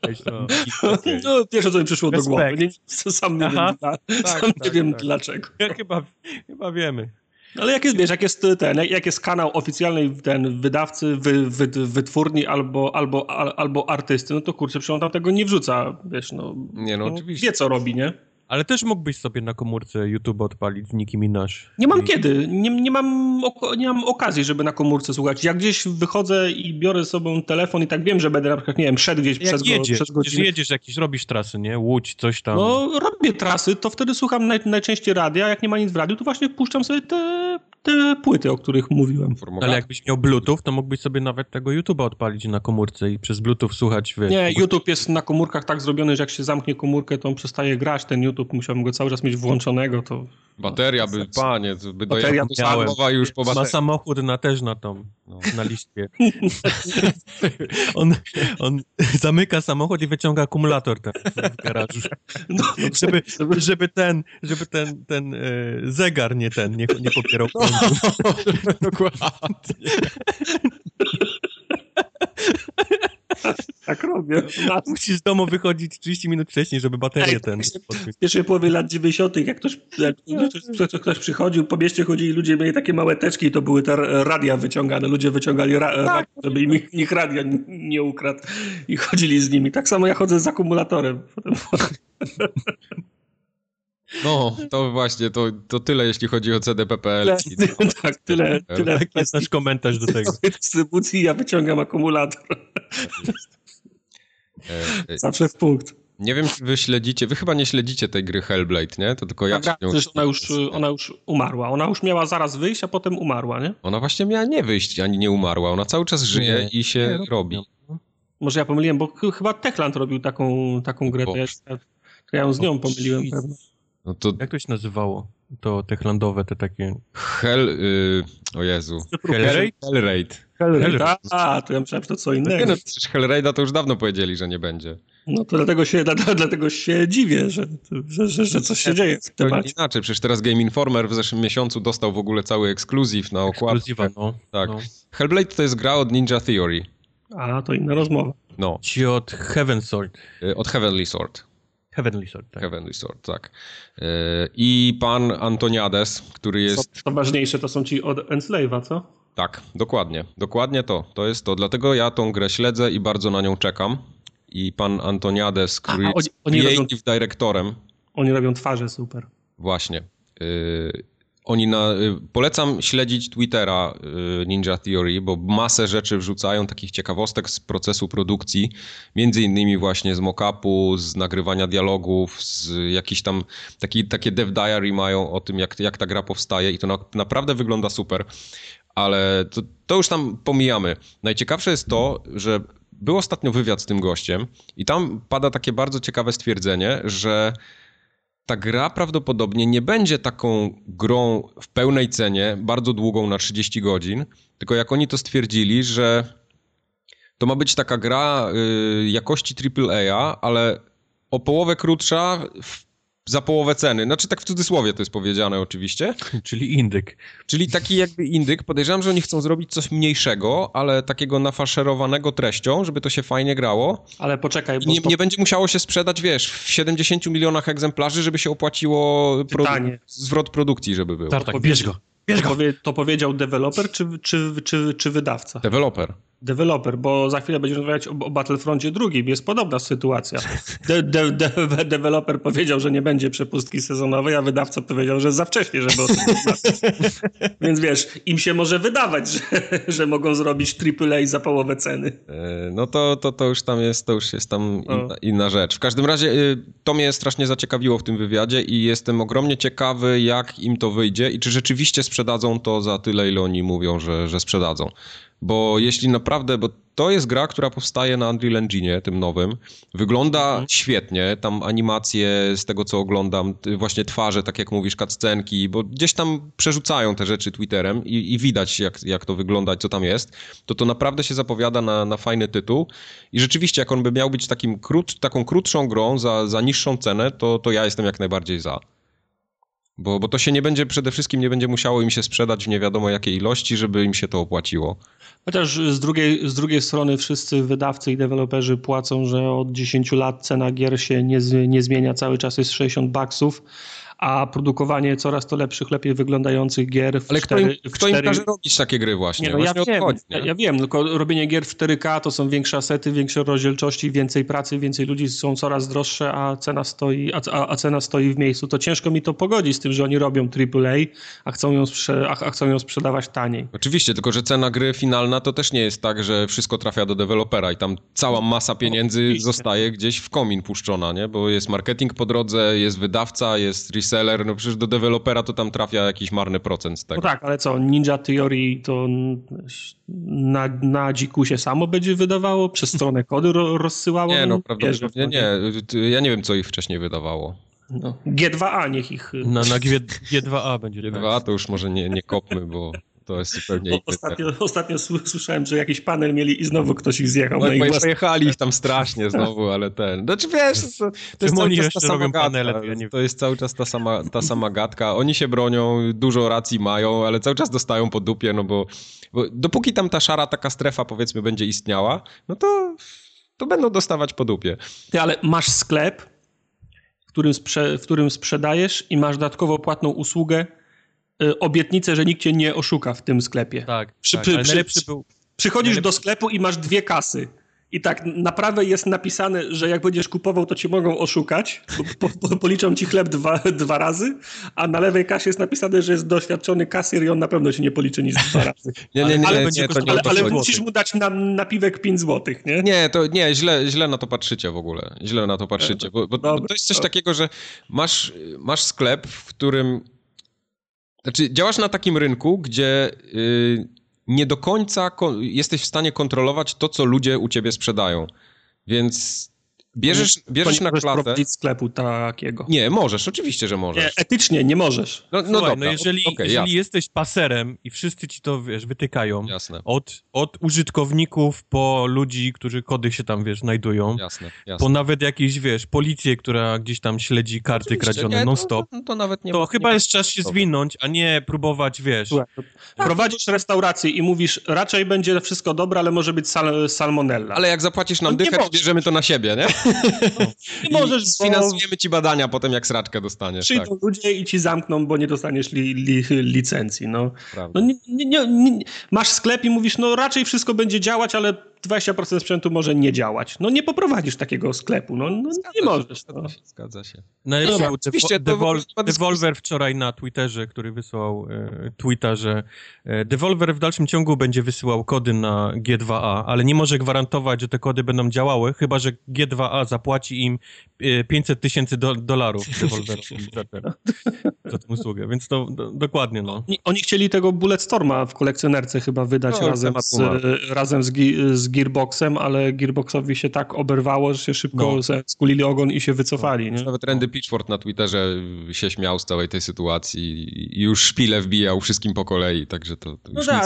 No, pierwsze, co mi przyszło do głowy. Sam nie wiem dlaczego. Chyba wiemy. Ale jak jest kanał oficjalnej wydawcy, wytwórni albo artysty, no to kurczę, przecież on tam tego nie wrzuca, wiesz, no. Nie, no oczywiście. Wie, co robi, nie? Ale też mógłbyś sobie na komórce YouTube odpalić z Nicki Minaj. Nie mam kiedy. Nie mam okazji, żeby na komórce słuchać. Jak gdzieś wychodzę i biorę ze sobą telefon i tak wiem, że będę na przykład, nie wiem, szedł gdzieś przez godzinę. Jedziesz jakieś, robisz trasy, nie? Łódź, coś tam. No, robię trasy, to wtedy słucham najczęściej radia. Jak nie ma nic w radiu, to właśnie puszczam sobie te płyty, o których mówiłem. Ale jakbyś miał Bluetooth, to mógłbyś sobie nawet tego YouTube'a odpalić na komórce i przez Bluetooth słuchać. Nie, YouTube jest na komórkach tak zrobiony, że jak się zamknie komórkę, to on przestaje grać. Ten YouTube musiałbym go cały czas mieć włączonego. To... Bateria by, panie, by dojechała już po baterii. Ma samochód też na liście. on zamyka samochód i wyciąga akumulator tam w garażu. Żeby ten zegar nie popierał prądu. Dokładnie. Tak robię. Musisz z domu wychodzić 30 minut wcześniej, żeby baterię W pierwszej połowie lat 90., jak ktoś przychodził, po mieście chodzili ludzie, mieli takie małe teczki i to były te radia wyciągane. Ludzie wyciągali radia, żeby im nikt radia nie ukradł i chodzili z nimi. Tak samo ja chodzę z akumulatorem. No, to właśnie, to tyle, jeśli chodzi o CDPPL. Tak, tyle. Tak jest nasz komentarz do tego. W dystrybucji ja wyciągam akumulator. Zawsze w punkt. Nie wiem, czy wy chyba nie śledzicie tej gry Hellblade, nie? To tylko ja... Przecież ona już umarła. Ona już miała zaraz wyjść, a potem umarła, nie? Ona właśnie miała nie wyjść, ani nie umarła. Ona cały czas żyje i się robi. Może ja pomyliłem, bo chyba Techland robił taką grę, to ja ją z nią pomyliłem pewno. No to... Jak to się nazywało? To techlandowe, te takie... O Jezu. Hellraid. To ja myślałem, że to co innego. No przecież Hellraida to już dawno powiedzieli, że nie będzie. No to dlatego się dziwię, że coś się dzieje w temacie. Inaczej, przecież teraz Game Informer w zeszłym miesiącu dostał w ogóle cały ekskluzyw na okładkę. Tak. No. Hellblade to jest gra od Ninja Theory. A, to inna rozmowa. No. Ci od Heaven Sword. Od Heavenly Sword. Heavenly Sword, tak. Heavenly Sword, tak. I pan Antoniades, który jest... Co ważniejsze, to są ci od Enslave'a, co? Tak, dokładnie. Dokładnie to jest to. Dlatego ja tą grę śledzę i bardzo na nią czekam. I pan Antoniades, który jest creative dyrektorem. Oni robią twarze super. Właśnie. Polecam śledzić Twittera Ninja Theory, bo masę rzeczy wrzucają, takich ciekawostek z procesu produkcji, między innymi właśnie z mock-upu, z nagrywania dialogów, z jakiś tam, takie dev diary mają o tym, jak ta gra powstaje i to naprawdę wygląda super, ale to już tam pomijamy. Najciekawsze jest to, że był ostatnio wywiad z tym gościem i tam pada takie bardzo ciekawe stwierdzenie, że ta gra prawdopodobnie nie będzie taką grą w pełnej cenie, bardzo długą na 30 godzin, tylko jak oni to stwierdzili, że to ma być taka gra jakości AAA, ale o połowę krótsza za połowę ceny. Znaczy tak w cudzysłowie to jest powiedziane oczywiście. Czyli indyk. Czyli taki jakby indyk. Podejrzewam, że oni chcą zrobić coś mniejszego, ale takiego nafaszerowanego treścią, żeby to się fajnie grało. Ale poczekaj, bo nie będzie musiało się sprzedać, wiesz, w 70 milionach egzemplarzy, żeby się opłaciło zwrot produkcji, żeby był. Tak, bierz go. To powiedział deweloper czy wydawca? Deweloper, bo za chwilę będziemy rozmawiać o Battlefroncie drugim. Jest podobna sytuacja. Deweloper powiedział, że nie będzie przepustki sezonowej, a wydawca powiedział, że za wcześnie, żeby o tym rozmawiać. Więc wiesz, im się może wydawać, że mogą zrobić AAA za połowę ceny. No to już jest tam inna rzecz. W każdym razie to mnie strasznie zaciekawiło w tym wywiadzie i jestem ogromnie ciekawy, jak im to wyjdzie i czy rzeczywiście sprzedadzą to za tyle, ile oni mówią, że sprzedadzą. Bo jeśli naprawdę, bo to jest gra, która powstaje na Unreal Engine, tym nowym, wygląda świetnie, tam animacje z tego, co oglądam, właśnie twarze, tak jak mówisz, cutscenki, bo gdzieś tam przerzucają te rzeczy Twitterem i widać, jak to wygląda i co tam jest, to naprawdę się zapowiada na fajny tytuł i rzeczywiście, jak on by miał być taką krótszą grą za niższą cenę, to ja jestem jak najbardziej za. Bo to się przede wszystkim nie będzie musiało im się sprzedać w nie wiadomo jakiej ilości, żeby im się to opłaciło. Chociaż z drugiej strony wszyscy wydawcy i deweloperzy płacą, że od 10 lat cena gier się nie zmienia, cały czas jest $60, a produkowanie coraz to lepszych, lepiej wyglądających gier w Ale kto im każe robić takie gry właśnie? Ja wiem, tylko robienie gier w 4K to są większe asety, większe rozdzielczości, więcej pracy, więcej ludzi, są coraz droższe, a cena stoi w miejscu. To ciężko mi to pogodzić z tym, że oni robią AAA, a chcą ją sprzedawać taniej. Oczywiście, tylko że cena gry finalna to też nie jest tak, że wszystko trafia do dewelopera i tam cała masa pieniędzy zostaje gdzieś w komin puszczona, nie? Bo jest marketing po drodze, jest wydawca, jest reseller, no przecież do dewelopera to tam trafia jakiś marny procent z tego. No tak, ale co, Ninja Theory to na dzikusie samo będzie wydawało? Przez stronę kody rozsyłało? Nie, no prawdopodobnie nie. Ja nie wiem, co ich wcześniej wydawało. No. G2A niech ich... Na G2A będzie. G2A to już może nie kopmy, bo to jest zupełnie inny. Ostatnio słyszałem, że jakiś panel mieli i znowu ktoś ich zjechał. No i pojechali ich tam strasznie znowu, ale Znaczy wiesz, to jest cały czas ta sama gadka. To jest cały czas ta sama gadka. Oni się bronią, dużo racji mają, ale cały czas dostają po dupie, no bo dopóki tam ta szara taka strefa, powiedzmy, będzie istniała, no to będą dostawać po dupie. Ty, ale masz sklep, w którym sprzedajesz i masz dodatkowo płatną usługę, obietnicę, że nikt cię nie oszuka w tym sklepie. Tak, ale najlepszy był... Przychodzisz do sklepu i masz 2 kasy. I tak na prawej jest napisane, że jak będziesz kupował, to cię mogą oszukać, bo policzą ci chleb dwa razy, a na lewej kasie jest napisane, że jest doświadczony kasjer i on na pewno ci nie policzy nic 2 razy. Ale musisz mu dać na napiwek 5 zł, nie? Nie, źle na to patrzycie w ogóle. Źle na to patrzycie, bo to jest coś takiego, że masz sklep, w którym... Znaczy, działasz na takim rynku, gdzie nie do końca jesteś w stanie kontrolować to, co ludzie u ciebie sprzedają. Więc bierzesz na klatę... prowadzić sklepu takiego. Nie, możesz, oczywiście, że możesz. Nie, etycznie nie możesz. No dobra, jeżeli jesteś paserem i wszyscy ci to, wytykają, jasne. Od użytkowników po ludzi, którzy kody się tam, znajdują, jasne. po nawet jakieś, policję, która gdzieś tam śledzi karty oczywiście, kradzione non-stop, to nawet nie to chyba jest czas się zwinąć, a nie próbować, Prowadzisz restaurację i mówisz, raczej będzie wszystko dobre, ale może być salmonella. Ale jak zapłacisz nam dychę, to bierzemy to na siebie, nie? Nie możesz, sfinansujemy ci badania potem, jak sraczkę dostaniesz. Przyjdą ludzie i ci zamkną, bo nie dostaniesz licencji. Masz sklep i mówisz, raczej wszystko będzie działać, ale 20% sprzętu może nie działać. Nie poprowadzisz takiego sklepu. Nie możesz. Zgadza się. Oczywiście Devolver wczoraj na Twitterze, który wysłał tweeta, że Devolver w dalszym ciągu będzie wysyłał kody na G2A, ale nie może gwarantować, że te kody będą działały, chyba że G2A zapłaci im $500,000 Devolverowi za tę usługę, więc to dokładnie, Oni chcieli tego Bulletstorma w kolekcjonerce chyba wydać razem z Gearboxem, ale Gearboxowi się tak oberwało, że się szybko skulili ogon i się wycofali. Nie? Nawet Randy Pitchford na Twitterze się śmiał z całej tej sytuacji i już szpile wbijał wszystkim po kolei, także to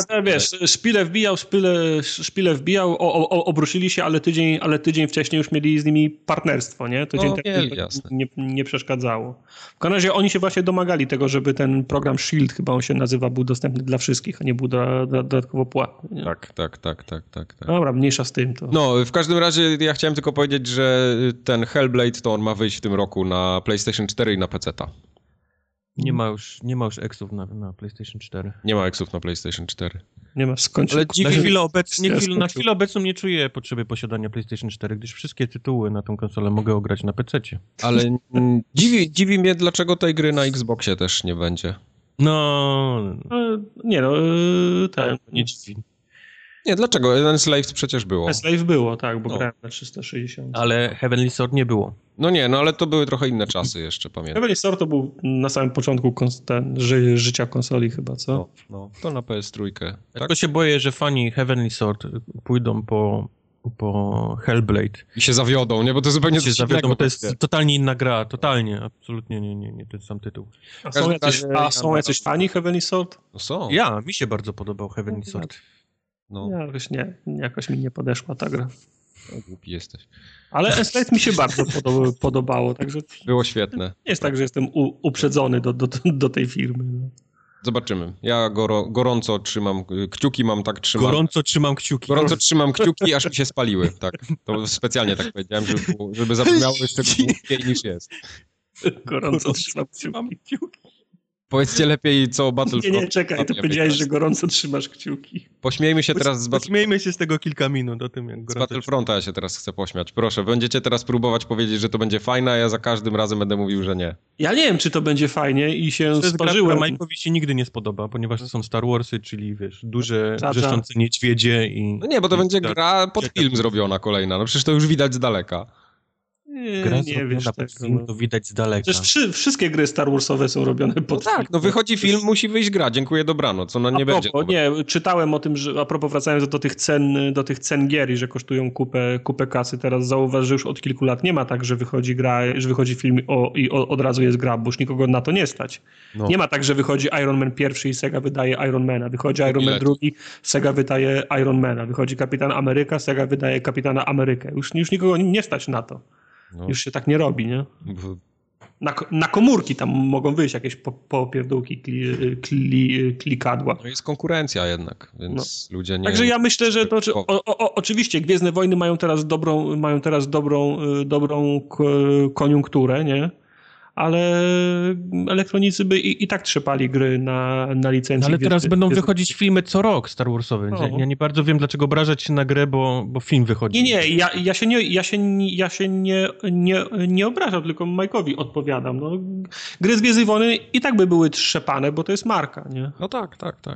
szpile wbijał, obrusili się, ale tydzień wcześniej już mieli z nimi partnerstwo, nie? Nie przeszkadzało. W każdym razie oni się właśnie domagali tego, żeby ten program Shield, chyba on się nazywa, był dostępny dla wszystkich, a nie był dodatkowo płatny. Nie? Tak. Dobra, mniejsza z tym. W każdym razie ja chciałem tylko powiedzieć, że ten Hellblade to on ma wyjść w tym roku na PlayStation 4 i na PC-ta. Nie ma już eksów na PlayStation 4. Nie ma eksów na PlayStation 4. Nie ma skąd. Ale na chwilę obecną nie czuję potrzeby posiadania PlayStation 4, gdyż wszystkie tytuły na tą konsolę mogę ograć na PC-cie. Ale dziwi mnie, dlaczego tej gry na Xboxie też nie będzie. Nie dziwi. Nie, dlaczego? Enslaved przecież było. Enslaved było, tak, bo grałem na 360. Ale Heavenly Sword nie było. Ale to były trochę inne czasy jeszcze, pamiętam. Heavenly Sword to był na samym początku życia konsoli chyba, co? To na PS3. Tak? Tylko się boję, że fani Heavenly Sword pójdą po Hellblade. I się zawiodą, nie? Bo to zupełnie coś innego. Bo to jest totalnie inna gra, totalnie, absolutnie nie ten sam tytuł. A są jacyś fani Heavenly Sword? Są. Mi się bardzo podobał Heavenly Sword. Jakoś mi nie podeszła ta gra. Głupi jesteś. Ale Enslaved mi się bardzo podobało, także... Było świetne. Nie jest tak, że jestem uprzedzony do tej firmy. Zobaczymy. Ja gorąco trzymam kciuki, Gorąco trzymam kciuki. Gorąco trzymam kciuki, aż mi się spaliły. Tak. To specjalnie tak powiedziałem, żeby zabrzmiało jeszcze głupiej niż jest. Gorąco trzymam kciuki. Powiedzcie lepiej, co Battlefront... Nie, czekaj, to powiedziałeś, że gorąco trzymasz kciuki. Pośmiejmy się teraz Pośmiejmy się z tego kilka minut o tym, jak gorąco... Z Battlefronta ja się teraz chcę pośmiać. Proszę, będziecie teraz próbować powiedzieć, że to będzie fajne, a ja za każdym razem będę mówił, że nie. Ja nie wiem, czy to będzie fajnie i się sparzyłem. Mike'owi się nigdy nie spodoba, ponieważ to są Star Warsy, czyli duże, wrzeszczące niedźwiedzie i... No nie, bo to będzie gra pod film zrobiona kolejna. Przecież to już widać z daleka. Gra nie wiesz pod tego, film, to widać z daleka. Przecież wszystkie gry Star Warsowe są robione pod tak, no wychodzi film, musi wyjść gra. Dziękuję, dobranoc. Ona nie będzie. Nie, czytałem o tym, że a propos wracając do tych cen gier i że kosztują kupę kasy, teraz zauważ, że już od kilku lat nie ma tak, że wychodzi gra, że wychodzi film i od razu jest gra, bo już nikogo na to nie stać. No. Nie ma tak, że wychodzi Iron Man pierwszy i Sega wydaje Ironmana, wychodzi Iron Man drugi, Sega wydaje Ironmana, wychodzi Kapitan Ameryka, Sega wydaje Kapitana Amerykę. Już nikogo nie stać na to. No. Już się tak nie robi, nie? Na komórki tam mogą wyjść jakieś popierdółki, klikadła. No jest konkurencja jednak, więc ludzie nie... Także ja myślę, że to oczywiście Gwiezdne Wojny mają teraz dobrą koniunkturę, nie? Ale elektronicy by i tak trzepali gry na licencji. Ale teraz będą wychodzić filmy co rok Star Warsowe. No. Ja nie bardzo wiem, dlaczego obrażać się na grę, bo film wychodzi. Nie, ja się nie obrażam, tylko Mike'owi odpowiadam. No, gry z Gwiezdnych Wojny i tak by były trzepane, bo to jest marka, nie? No tak.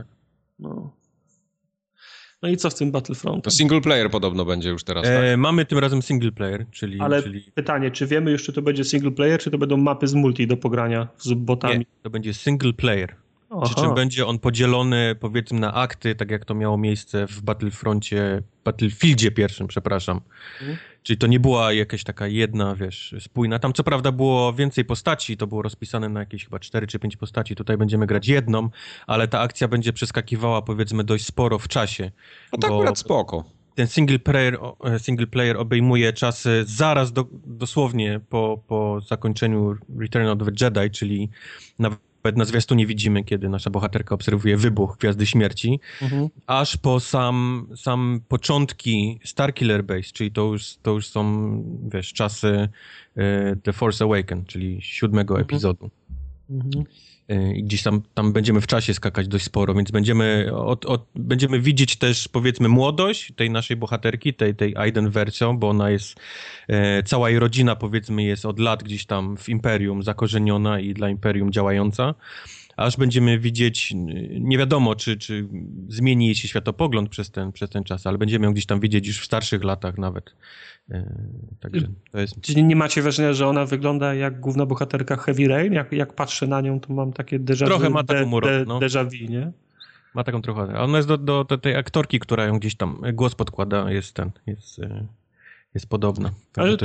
No i co z tym Battlefrontem? To single player podobno będzie już teraz, tak? Mamy tym razem single player, czyli... Ale pytanie, czy wiemy już, czy to będzie single player, czy to będą mapy z multi do pogrania z botami? Nie, to będzie single player. Przy czym będzie on podzielony, powiedzmy, na akty, tak jak to miało miejsce w Battlefieldzie pierwszym, przepraszam. Czyli to nie była jakaś taka jedna, spójna. Tam co prawda było więcej postaci, to było rozpisane na jakieś chyba 4 czy 5 postaci. Tutaj będziemy grać jedną, ale ta akcja będzie przeskakiwała, powiedzmy, dość sporo w czasie. No tak akurat spoko. Ten single player obejmuje czasy zaraz dosłownie po zakończeniu Return of the Jedi, czyli nawet na zwiastunie widzimy, kiedy nasza bohaterka obserwuje wybuch Gwiazdy Śmierci, aż po sam początki Starkiller Base, czyli to już są, czasy The Force Awakens, czyli 7. epizodu. I gdzieś tam będziemy w czasie skakać dość sporo, więc będziemy widzieć też, powiedzmy, młodość tej naszej bohaterki, tej Aiden Versio, bo ona jest, cała jej rodzina, powiedzmy, jest od lat gdzieś tam w Imperium zakorzeniona i dla Imperium działająca, aż będziemy widzieć, nie wiadomo, czy zmieni jej się światopogląd przez ten czas, ale będziemy ją gdzieś tam widzieć już w starszych latach nawet. Także to jest... Czy nie macie wrażenia, że ona wygląda jak główna bohaterka Heavy Rain? Jak patrzę na nią, to mam takie trochę ma taką déjà vu, nie? Ma taką trochę. Ona jest do tej aktorki, która ją gdzieś tam głos podkłada, jest podobna. Ale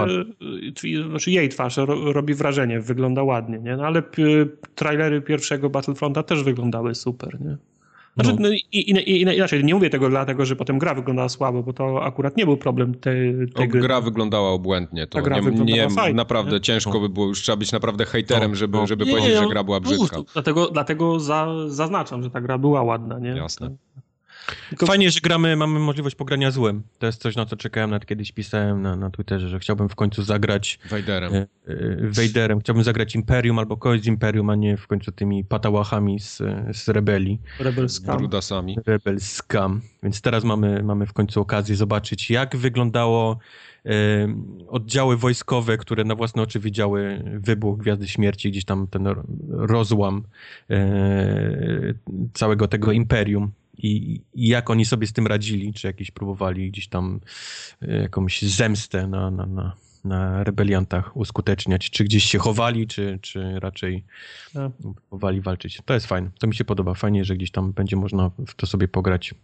jej twarz robi wrażenie, wygląda ładnie, nie? No ale trailery pierwszego Battlefronta też wyglądały super, nie? Znaczy, inaczej, nie mówię tego dlatego, że potem gra wyglądała słabo, bo to akurat nie był problem tej gry. Gra wyglądała obłędnie. To naprawdę ciężko by było, już trzeba być naprawdę hejterem, żeby powiedzieć, że gra była brzydka. Dlatego zaznaczam, że ta gra była ładna, nie? Jasne. Fajnie, że mamy możliwość pogrania złem. To jest coś, na co czekałem, nawet kiedyś pisałem na Twitterze, że chciałbym w końcu zagrać Vaderem. Chciałbym zagrać Imperium albo kogoś z Imperium, a nie w końcu tymi patałachami z Rebelii. Rebel Scum. Brudasami. Rebel Scum. Więc teraz mamy w końcu okazję zobaczyć, jak wyglądało oddziały wojskowe, które na własne oczy widziały wybuch Gwiazdy Śmierci, gdzieś tam ten rozłam całego tego Imperium. I jak oni sobie z tym radzili, czy jakieś próbowali gdzieś tam jakąś zemstę na rebeliantach uskuteczniać, czy gdzieś się chowali, czy raczej próbowali walczyć. To jest fajne, to mi się podoba. Fajnie, że gdzieś tam będzie można w to sobie pograć.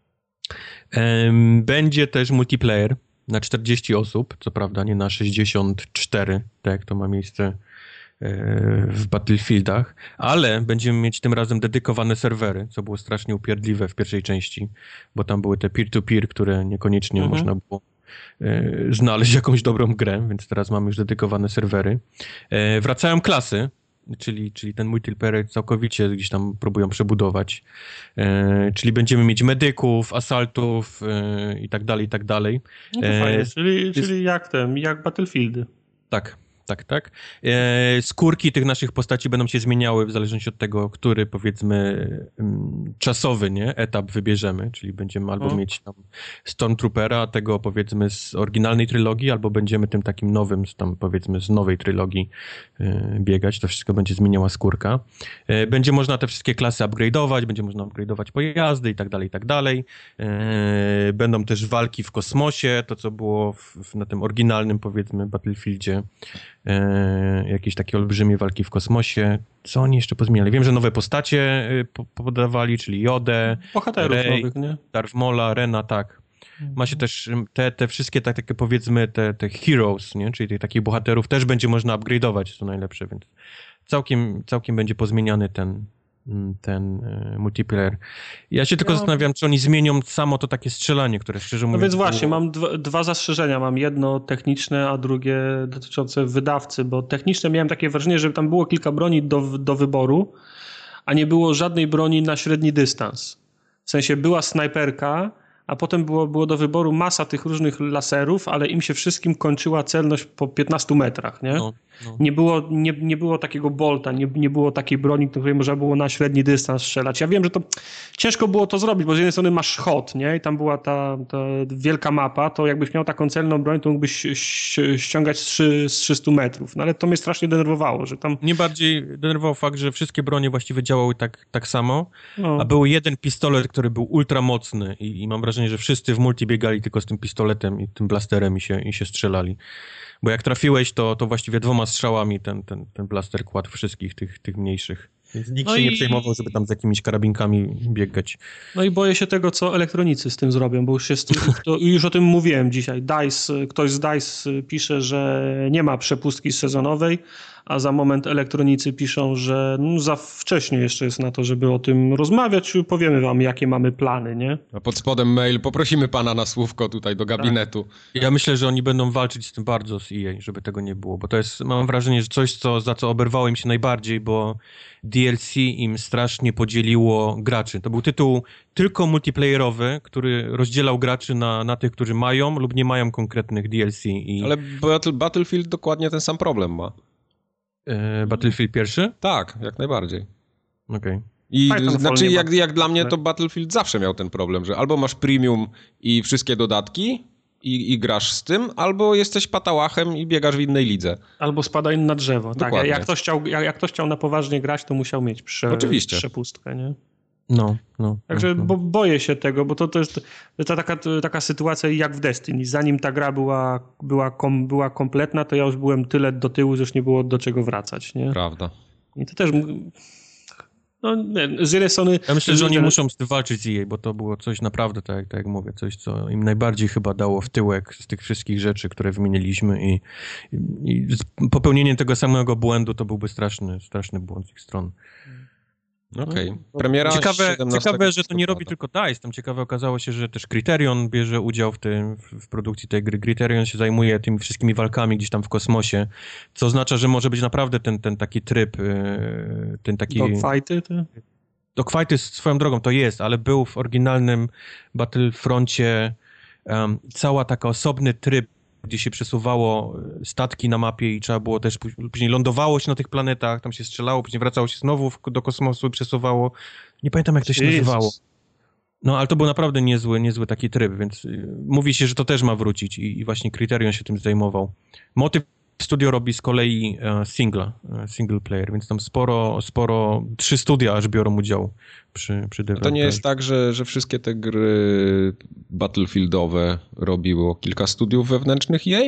Będzie też multiplayer na 40 osób, co prawda nie na 64, tak jak to ma miejsce w Battlefieldach, ale będziemy mieć tym razem dedykowane serwery, co było strasznie upierdliwe w pierwszej części, bo tam były te peer-to-peer, które niekoniecznie można było znaleźć jakąś dobrą grę, więc teraz mamy już dedykowane serwery. Wracają klasy, czyli ten multiplayer całkowicie gdzieś tam próbują przebudować. Czyli będziemy mieć medyków, asaltów i tak dalej, i tak dalej. No to fajnie, czyli jak Battlefieldy. Tak. Tak. Skórki tych naszych postaci będą się zmieniały w zależności od tego, który, powiedzmy, czasowy, nie, etap wybierzemy, czyli będziemy albo mieć tam Stormtroopera, tego, powiedzmy, z oryginalnej trylogii, albo będziemy tym takim nowym, tam, powiedzmy, z nowej trylogii biegać. To wszystko będzie zmieniała skórka. Będzie można te wszystkie klasy upgrade'ować, będzie można upgrade'ować pojazdy i tak dalej. Będą też walki w kosmosie, to co było na tym oryginalnym, powiedzmy, Battlefieldzie. Jakieś takie olbrzymie walki w kosmosie. Co oni jeszcze pozmieniali? Wiem, że nowe postacie podawali, czyli Jodę, bohaterów Rey, nowych, nie? Darth Maula, Rena, tak. Ma się też te wszystkie takie, powiedzmy, te heroes, nie? Czyli tych takich bohaterów też będzie można upgrade'ować, co najlepsze, więc całkiem będzie pozmieniany ten multiplayer. Ja się tylko zastanawiam, czy oni zmienią samo to takie strzelanie, które szczerze mówiąc... No więc właśnie, mam dwa zastrzeżenia. Mam jedno techniczne, a drugie dotyczące wydawcy, bo techniczne miałem takie wrażenie, że tam było kilka broni do wyboru, a nie było żadnej broni na średni dystans. W sensie była snajperka, a potem było do wyboru masa tych różnych laserów, ale im się wszystkim kończyła celność po 15 metrach, nie? No. Nie było takiego bolta, nie było takiej broni, której można było na średni dystans strzelać. Ja wiem, że to ciężko było to zrobić, bo z jednej strony masz HOT, nie? I tam była ta wielka mapa, to jakbyś miał taką celną broń, to mógłbyś ściągać z 300 metrów. No ale to mnie strasznie denerwowało, że tam... Mnie bardziej denerwował fakt, że wszystkie bronie właściwie działały tak samo, a był jeden pistolet, który był ultra mocny i mam wrażenie, że wszyscy w multi biegali tylko z tym pistoletem i tym blasterem i się strzelali. Bo jak trafiłeś, to właściwie 2 strzałami ten blaster kładł wszystkich tych mniejszych. Więc nikt się nie przejmował, żeby tam z jakimiś karabinkami biegać. No i boję się tego, co elektronicy z tym zrobią, bo już o tym mówiłem dzisiaj. Ktoś z DICE pisze, że nie ma przepustki sezonowej, a za moment elektronicy piszą, że za wcześnie jeszcze jest na to, żeby o tym rozmawiać. Powiemy wam, jakie mamy plany, nie? A pod spodem mail, poprosimy pana na słówko tutaj do gabinetu. Tak. Ja myślę, że oni będą walczyć z tym bardzo z EA, żeby tego nie było, bo to jest, mam wrażenie, że coś, za co oberwało im się najbardziej, bo DLC im strasznie podzieliło graczy. To był tytuł tylko multiplayerowy, który rozdzielał graczy na tych, którzy mają lub nie mają konkretnych DLC. Ale Battlefield dokładnie ten sam problem ma. Battlefield 1? Tak, jak najbardziej. Okej. I znaczy jak dla mnie to Battlefield zawsze miał ten problem, że albo masz premium i wszystkie dodatki i grasz z tym, albo jesteś patałachem i biegasz w innej lidze. Albo spadaj na drzewo. Dokładnie. Tak, jak ktoś chciał na poważnie grać, to musiał mieć przepustkę, nie? No. Także boję się tego, bo to jest taka sytuacja jak w Destiny. Zanim ta gra była kompletna, to ja już byłem tyle do tyłu, że już nie było do czego wracać, nie? Prawda. I to też... No, z jednej strony... Ja myślę, że oni muszą walczyć z EA, bo to było coś naprawdę, tak jak mówię, coś, co im najbardziej chyba dało w tyłek z tych wszystkich rzeczy, które wymieniliśmy i popełnienie tego samego błędu to byłby straszny błąd z ich strony. Okej. Premiera ciekawe, że to nie robi tylko DICE. Tam ciekawe okazało się, że też Criterion bierze udział w produkcji tej gry. Criterion się zajmuje tymi wszystkimi walkami gdzieś tam w kosmosie, co oznacza, że może być naprawdę ten taki tryb, ten taki... Dogfighty? Dogfighty swoją drogą to jest, ale był w oryginalnym Battlefroncie cała taka osobny tryb, gdzie się przesuwało statki na mapie i trzeba było też, później lądowało się na tych planetach, tam się strzelało, później wracało się znowu do kosmosu i przesuwało. Nie pamiętam, jak to się nazywało. No, ale to był naprawdę niezły taki tryb, więc mówi się, że to też ma wrócić i właśnie Criterion się tym zajmował. Motyw studio robi z kolei single player, więc tam sporo 3 studia aż biorą udział przy To nie jest tak, że wszystkie te gry battlefieldowe robiło kilka studiów wewnętrznych EA?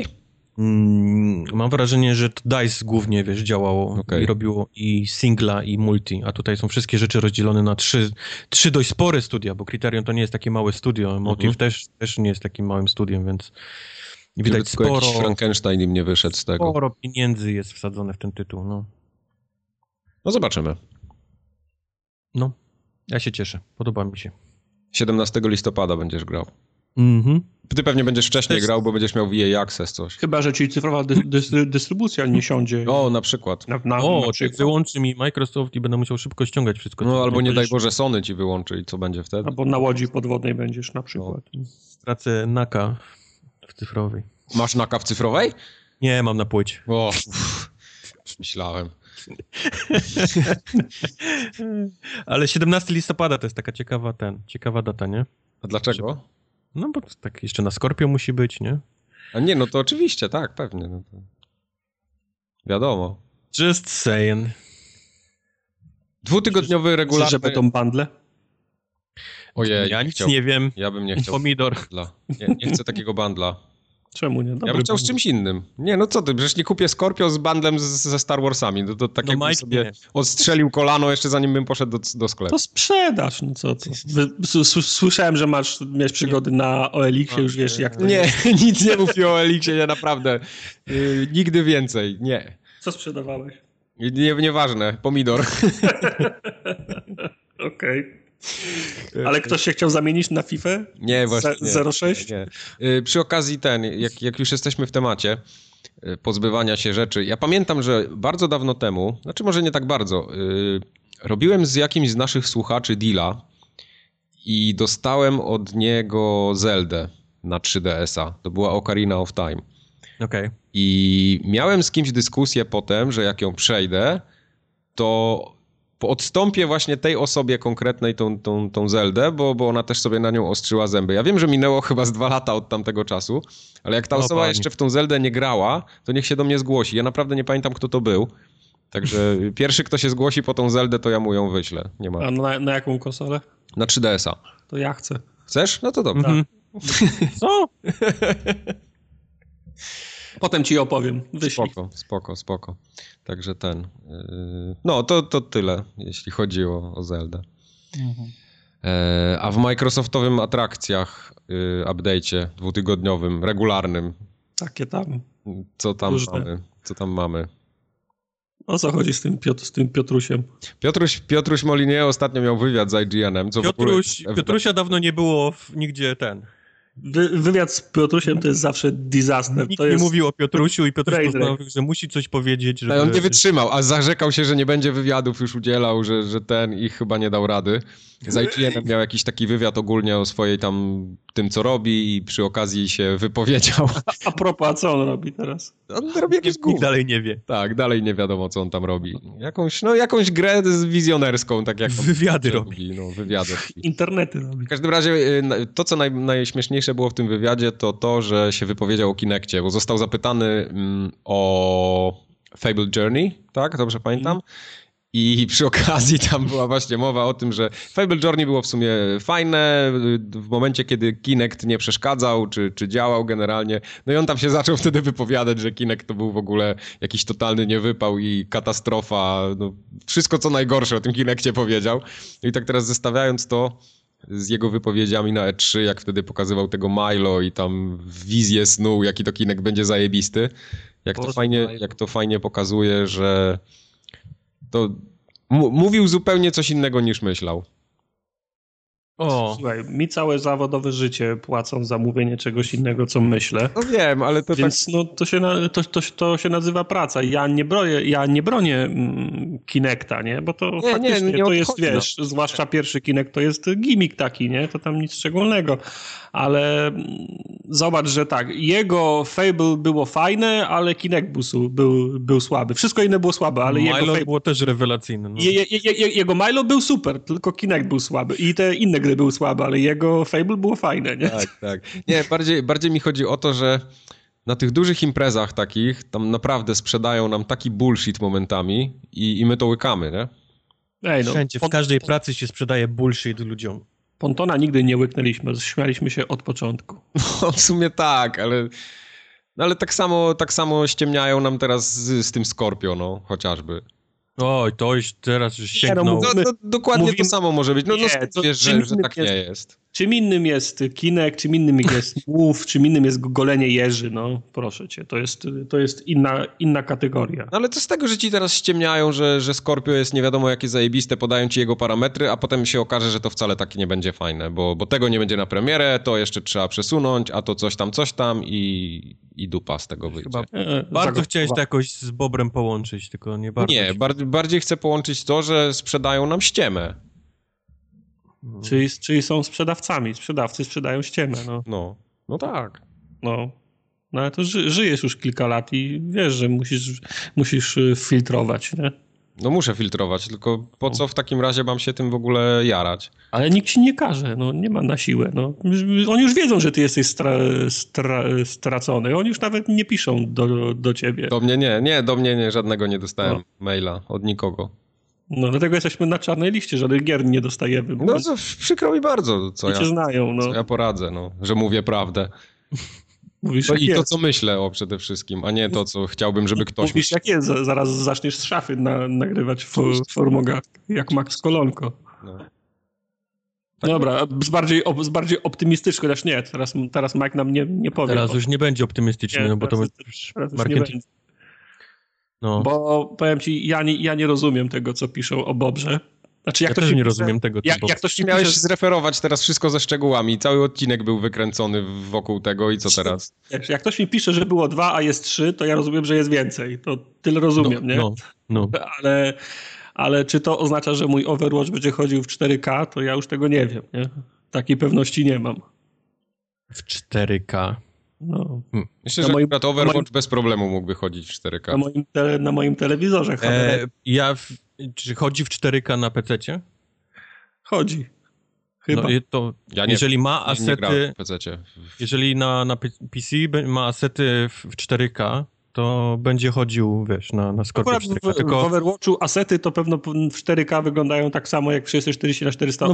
Mam wrażenie, że to DICE głównie, działało i robiło i singla, i multi, a tutaj są wszystkie rzeczy rozdzielone na 3 dość spore studia, bo Criterion to nie jest takie małe studio, Motive też nie jest takim małym studiem, więc widać sporo... Jakiś Frankenstein im nie wyszedł z tego. Sporo pieniędzy jest wsadzone w ten tytuł, no. No zobaczymy. No, ja się cieszę, podoba mi się. 17 listopada będziesz grał. Mhm. Ty pewnie będziesz wcześniej grał, bo będziesz miał w EA Access coś. Chyba, że ci cyfrowa dystrybucja nie siądzie. O, na przykład. Na przykład. Wyłączy mi Microsoft i będę musiał szybko ściągać wszystko. No albo nie daj Boże Sony ci wyłączy i co będzie wtedy? Albo na łodzi podwodnej będziesz na przykład. Stracę NAKa w cyfrowej. Masz NAKa w cyfrowej? Nie, mam na płycie. O, myślałem. Ale 17 listopada to jest taka ciekawa data, nie? A dlaczego? No bo tak jeszcze na Scorpio musi być, nie? A nie, no to oczywiście, tak, pewnie. No to... Wiadomo. Just saying. 2-tygodniowy regularny... Że będą bundle? Ojej, ja nic nie wiem. Ja bym nie chciał. Pomidor. Bundla. Nie chcę takiego bundla. Czemu nie? Dobry Ja bym chciał z bundle. czymś innym. Nie, no co ty, przecież nie kupię Scorpio z bundlem ze Star Warsami. To tak jakbym Mike sobie nie. odstrzelił kolano jeszcze zanim bym poszedł do sklepu. To sprzedaż, no co to. Słyszałem, że miałeś przygody na OLX-ie, już wiesz jak to Nie, jest. nic nie mów o Elixie, nie, naprawdę. Nigdy więcej, nie. Co sprzedawałeś? Nieważne, pomidor. Okej. Ale ktoś się chciał zamienić na FIFA? Nie, właśnie. 06? Nie. Przy okazji jak już jesteśmy w temacie pozbywania się rzeczy, ja pamiętam, że bardzo dawno temu, znaczy może nie tak bardzo, robiłem z jakimś z naszych słuchaczy deala i dostałem od niego Zeldę na 3DS-a. To była Ocarina of Time. Okej. I miałem z kimś dyskusję potem, że jak ją przejdę, to odstąpię właśnie tej osobie konkretnej tą Zeldę, bo ona też sobie na nią ostrzyła zęby. Ja wiem, że minęło chyba z 2 lata od tamtego czasu, ale jak ta osoba pani. jeszcze w tą Zeldę nie grała, to niech się do mnie zgłosi. Ja naprawdę nie pamiętam, kto to był. Także pierwszy, kto się zgłosi po tą Zeldę, to ja mu ją wyślę. Nie ma. A na jaką konsolę? Na 3DS-a. To ja chcę. Chcesz? No to dobrze. Mhm. Co? Potem ci opowiem. Wyślij. Spoko. Także no, to tyle, jeśli chodzi o Zeldę. A w Microsoftowym atrakcjach, update'cie 2-tygodniowym, regularnym, Takie tam. co tam Różne. mamy? Co tam mamy? O co chodzi z tym Piotrusiem? Piotruś Molinie ostatnio miał wywiad z IGN-em. Co Piotrusia dawno nie było nigdzie Wywiad z Piotrusiem to jest zawsze disaster. Nikt to jest nie mówił o Piotrusiu i Piotruś trainwreck. postanowił, że musi coś powiedzieć, żeby... On nie wytrzymał, a zarzekał się, że nie będzie wywiadów już udzielał, że ich chyba nie dał rady. Z IGN-em miał jakiś taki wywiad ogólnie o swojej tym, co robi i przy okazji się wypowiedział. A propos, a co on robi teraz? On robi jakieś Nikt dalej nie wie. Tak, dalej nie wiadomo, co on tam robi. Jakąś grę wizjonerską, tak jak on Wywiady robi. No, wywiady. Internety robi. W każdym razie to, co najśmieszniejsze było w tym wywiadzie, to, że się wypowiedział o Kinectie, bo został zapytany o Fable Journey, tak? Dobrze pamiętam? I przy okazji tam była właśnie mowa o tym, że Fable Journey było w sumie fajne w momencie, kiedy Kinect nie przeszkadzał, czy działał generalnie. No i on tam się zaczął wtedy wypowiadać, że Kinect to był w ogóle jakiś totalny niewypał i katastrofa. No, wszystko, co najgorsze o tym Kinectie powiedział. I tak teraz zestawiając to z jego wypowiedziami na E3, jak wtedy pokazywał tego Milo i tam wizję snu, jaki to Kinect będzie zajebisty. Jak to fajnie pokazuje, że to mówił zupełnie coś innego niż myślał. Słuchaj, mi całe zawodowe życie płacą za mówienie czegoś innego, co myślę. No wiem, ale to Więc tak... no, to się nazywa praca. Ja nie bronię Kinecta, nie? Bo to faktycznie to jest, wiesz, zwłaszcza pierwszy Kinect to jest gimmick taki, nie? To tam nic szczególnego. Ale zobacz, że tak, jego Fable było fajne, ale Kinect był słaby. Wszystko inne było słabe, ale Milo jego Fable... było też rewelacyjne. No. Jego Milo był super, tylko Kinect był słaby. I te inne gry były słabe, ale jego Fable było fajne, nie? Tak. Nie, bardziej mi chodzi o to, że na tych dużych imprezach takich, tam naprawdę sprzedają nam taki bullshit momentami i my to łykamy, nie? Wszędzie, w każdej pracy się sprzedaje bullshit ludziom. Pontona nigdy nie łyknęliśmy, śmialiśmy się od początku. No, w sumie tak, ale tak samo ściemniają nam teraz z tym Scorpio, no, chociażby. Oj, to już teraz sięgnął. Dokładnie to samo może być. Wiesz, że tak nie jest. Czym innym jest Kinect, czym innym jest Move, czym innym jest golenie jeży, no proszę cię, to jest inna kategoria. No ale to z tego, że ci teraz ściemniają, że Scorpio jest nie wiadomo jakie zajebiste, podają ci jego parametry, a potem się okaże, że to wcale takie nie będzie fajne, bo tego nie będzie na premierę, to jeszcze trzeba przesunąć, a to coś tam i dupa z tego wyjdzie. Bardzo chciałeś to jakoś z Bobrem połączyć, tylko nie bardzo. Nie, bardziej chcę połączyć to, że sprzedają nam ściemę. Czyli są sprzedawcami, sprzedawcy sprzedają ściemę, no. No tak. No No ale to żyjesz już kilka lat i wiesz, że musisz filtrować, nie? No muszę filtrować, tylko po co w takim razie mam się tym w ogóle jarać? Ale nikt ci nie każe, no nie ma na siłę. No. Oni już wiedzą, że ty jesteś stracony. Oni już nawet nie piszą do ciebie. Do mnie nie, żadnego nie dostałem maila od nikogo. No dlatego jesteśmy na czarnej liście, żadnych gier nie dostajemy. No to przykro mi bardzo, co ja poradzę, no, że mówię prawdę. Mówisz, I to, co myślę przede wszystkim, a nie to, co chciałbym, żeby ktoś... Mówisz jak jest, zaraz zaczniesz z szafy nagrywać formoga jak Max Kolonko. No. Dobra, z bardziej optymistycznego, chociaż nie, teraz Mike nam nie powie. Teraz już nie będzie optymistyczny, no bo to marketing. No. Bo powiem ci, ja nie rozumiem tego, co piszą o Bobrze. Znaczy, ja też nie rozumiem tego. Jak ktoś miałeś zreferować teraz wszystko ze szczegółami, cały odcinek był wykręcony wokół tego i co teraz? Jak ktoś mi pisze, że było 2, a jest 3, to ja rozumiem, że jest więcej. To tyle rozumiem, nie? No. Ale czy to oznacza, że mój Overwatch będzie chodził w 4K, to ja już tego nie wiem, nie? Takiej pewności nie mam. W 4K? No. Myślę, że akurat Overwatch bez problemu mógłby chodzić w 4K. Na moim telewizorze. Czy chodzi w 4K na PC-cie? Chodzi. Chyba. No, jeżeli ma asety... Jeżeli na PC ma asety w 4K, to będzie chodził, wiesz, na Scorpio 4K. Tylko... W Overwatchu asety to pewno w 4K wyglądają tak samo jak 340x480.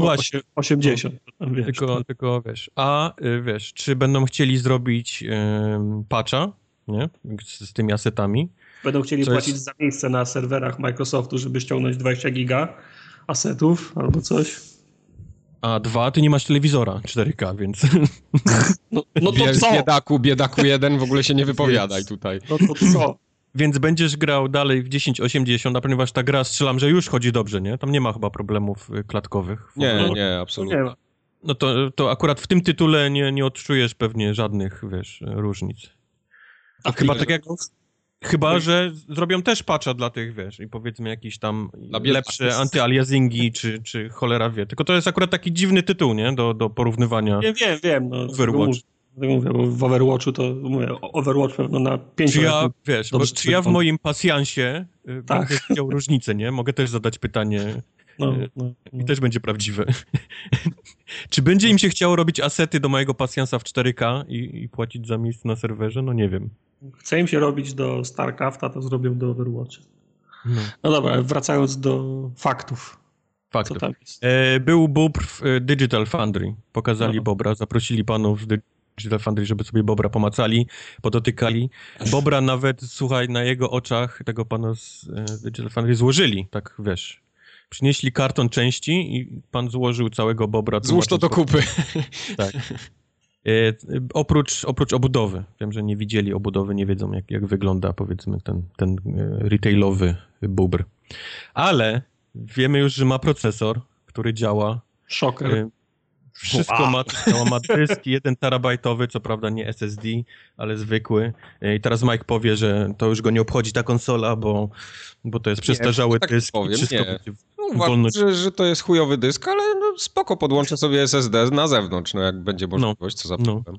No tylko wiesz. A wiesz, czy będą chcieli zrobić patcha, nie? Z tymi asetami? Będą chcieli płacić za miejsce na serwerach Microsoftu, żeby ściągnąć 20 giga asetów albo coś. A 2, ty nie masz telewizora 4K, więc... No to co? Biedaku 1, w ogóle się nie wypowiadaj tutaj. No to co? Więc będziesz grał dalej w 1080, a ponieważ ta gra, strzelam, że już chodzi dobrze, nie? Tam nie ma chyba problemów klatkowych. Nie, absolutnie. Nie ma. No to akurat w tym tytule nie odczujesz pewnie żadnych, wiesz, różnic. A chyba tak jak... Chyba, że zrobią też patcha dla tych, wiesz, i powiedzmy jakieś tam lepsze antyaliasingi, czy cholera wie. Tylko to jest akurat taki dziwny tytuł, nie? Do porównywania. Wiem. No, Overwatch. Mówię, bo w Overwatchu to mówię, Overwatch pewno na 5 lat. Czy ja w moim pasjansie będę widział różnicę, nie? Mogę też zadać pytanie. I też będzie prawdziwe. Czy będzie im się chciało robić asety do mojego pasjansa w 4K i płacić za miejsce na serwerze? No nie wiem. Chce im się robić do StarCrafta, to zrobią do Overwatcha. No dobra, wracając do faktów. Co tam jest? Był Bóbr w Digital Foundry. Pokazali Bobra, zaprosili panów z Digital Foundry, żeby sobie Bobra pomacali, podotykali. Bobra nawet, słuchaj, na jego oczach tego pana z Digital Foundry złożyli, tak wiesz. Przynieśli karton części i pan złożył całego Bobra. Złóż to do kupy. Tak. Oprócz obudowy. Wiem, że nie widzieli obudowy, nie wiedzą jak wygląda, powiedzmy, ten retailowy bóbr. Ale wiemy już, że ma procesor, który działa. Szoker. Wszystko ma dysk 1 terabajtowy, co prawda nie SSD, ale zwykły. I teraz Mike powie, że to już go nie obchodzi ta konsola, bo to jest przestarzały dysk. Powiem, uważam, że to jest chujowy dysk, ale no spoko, podłączę sobie SSD na zewnątrz, jak będzie możliwość, co za problem.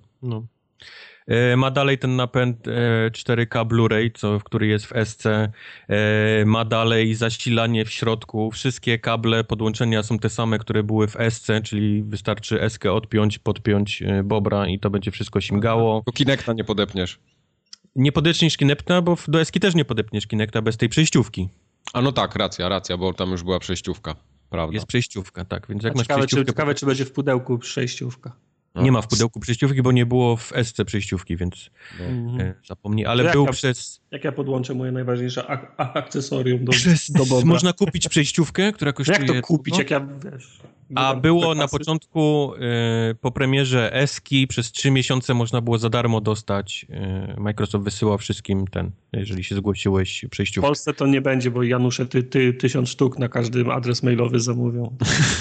Ma dalej ten napęd 4K Blu-ray, który jest w SC. Ma dalej zasilanie w środku. Wszystkie kable podłączenia są te same, które były w SC, czyli wystarczy SK odpiąć, podpiąć Bobra i to będzie wszystko śmigało. Bo Kinecta nie podepniesz. Nie podepniesz Kinecta, bo do SK też nie podepniesz Kinecta bez tej przejściówki. A no tak, racja, bo tam już była przejściówka, prawda? Jest przejściówka, tak. Więc jak masz przejściówkę... Ciekawe, czy będzie w pudełku przejściówka. Nie ma w pudełku przejściówki, bo nie było w SC przejściówki, więc zapomnij, ale był przez... Jak ja podłączę moje najważniejsze akcesorium do Bobra? Można kupić przejściówkę, która kosztuje... Jak to kupić, jak ja, wiesz... A było na początku, po premierze Eski, przez 3 miesiące można było za darmo dostać. Microsoft wysyłał wszystkim jeżeli się zgłosiłeś, przejściówkę. W Polsce to nie będzie, bo Janusze 1000 sztuk na każdym adres mailowy zamówią.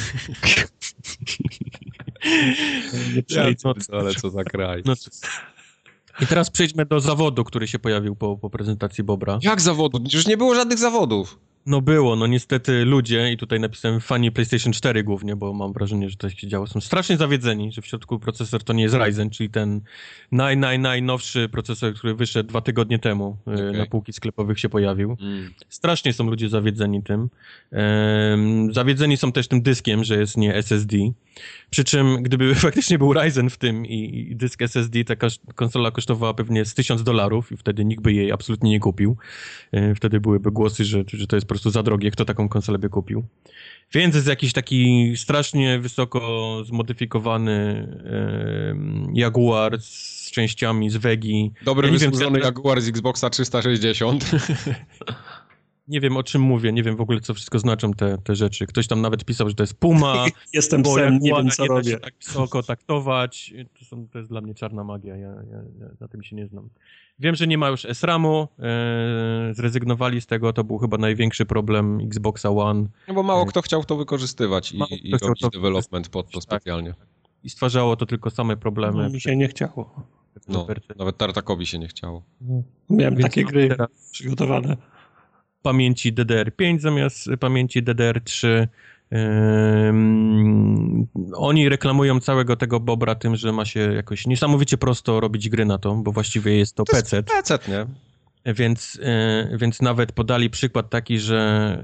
Ale co za kraj. I teraz przejdźmy do zawodu, który się pojawił po prezentacji Bobra. Jak zawodu? Już nie było żadnych zawodów. No było, no niestety ludzie, i tutaj napisałem fani PlayStation 4 głównie, bo mam wrażenie, że to się działo, są strasznie zawiedzeni, że w środku procesor to nie jest Ryzen, czyli ten najnowszy procesor, który wyszedł 2 tygodnie temu, na półki sklepowych się pojawił. Strasznie są ludzie zawiedzeni tym. Zawiedzeni są też tym dyskiem, że jest nie SSD. Przy czym, gdyby faktycznie był Ryzen w tym i dysk SSD, ta konsola kosztowała pewnie z $1000 i wtedy nikt by jej absolutnie nie kupił. Wtedy byłyby głosy, że to jest po prostu za drogie, kto taką konsolę by kupił. Więc jest jakiś taki strasznie wysoko zmodyfikowany Jaguar z częściami z Wegi. Dobry wysłużony Jaguar z Xboxa 360. Nie wiem, o czym mówię, nie wiem w ogóle, co wszystko znaczą te rzeczy. Ktoś tam nawet pisał, że to jest Puma. Jestem psem, nie wiem, co robię. Nie da się tak wysoko taktować. To jest dla mnie czarna magia, ja na tym się nie znam. Wiem, że nie ma już SRAM-u, zrezygnowali z tego, to był chyba największy problem Xboxa One. No bo mało kto chciał to wykorzystywać i robić development pod to specjalnie. I stwarzało to tylko same problemy. No, mi się nie chciało. No, nawet Tartakowi się nie chciało. Miałem takie gry przygotowane. Pamięci DDR5 zamiast pamięci DDR3. Oni reklamują całego tego bobra tym, że ma się jakoś niesamowicie prosto robić gry na to, bo właściwie jest to PC. PC, nie? Więc nawet podali przykład taki, że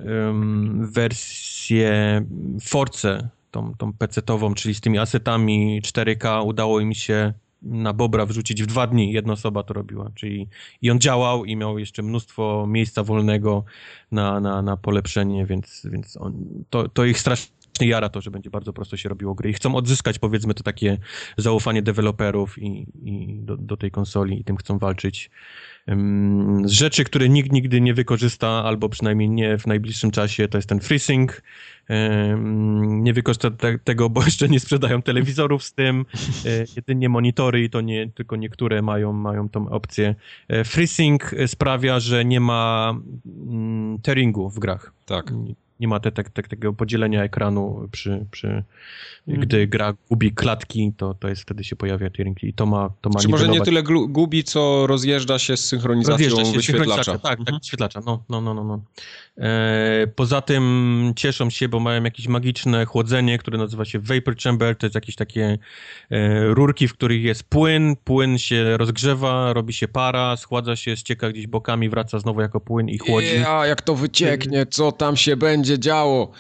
wersję Force, tą PC-tową, czyli z tymi asetami 4K, udało im się na bobra wrzucić w 2 dni. Jedna osoba to robiła, czyli i on działał i miał jeszcze mnóstwo miejsca wolnego na polepszenie, więc to ich strasznie jara to, że będzie bardzo prosto się robiło gry i chcą odzyskać, powiedzmy, to takie zaufanie deweloperów i do tej konsoli i tym chcą walczyć. Z rzeczy, które nikt nigdy nie wykorzysta, albo przynajmniej nie w najbliższym czasie, to jest ten FreeSync. Nie wykorzysta tego, bo jeszcze nie sprzedają telewizorów z tym. Jedynie monitory i to nie tylko niektóre mają tą opcję. FreeSync sprawia, że nie ma tearingu w grach. Tak. Nie ma tego podzielenia ekranu gdy gra gubi klatki, to jest wtedy się pojawia tearing i to ma czy może nie tyle gubi, co rozjeżdża się z synchronizacją wyświetlacza. Tak, wyświetlacza, no. Poza tym cieszą się, bo mają jakieś magiczne chłodzenie, które nazywa się Vapor Chamber, to jest jakieś takie rurki, w których jest płyn się rozgrzewa, robi się para, schładza się, ścieka gdzieś bokami, wraca znowu jako płyn i chłodzi. Jak to wycieknie, co tam się będzie działo?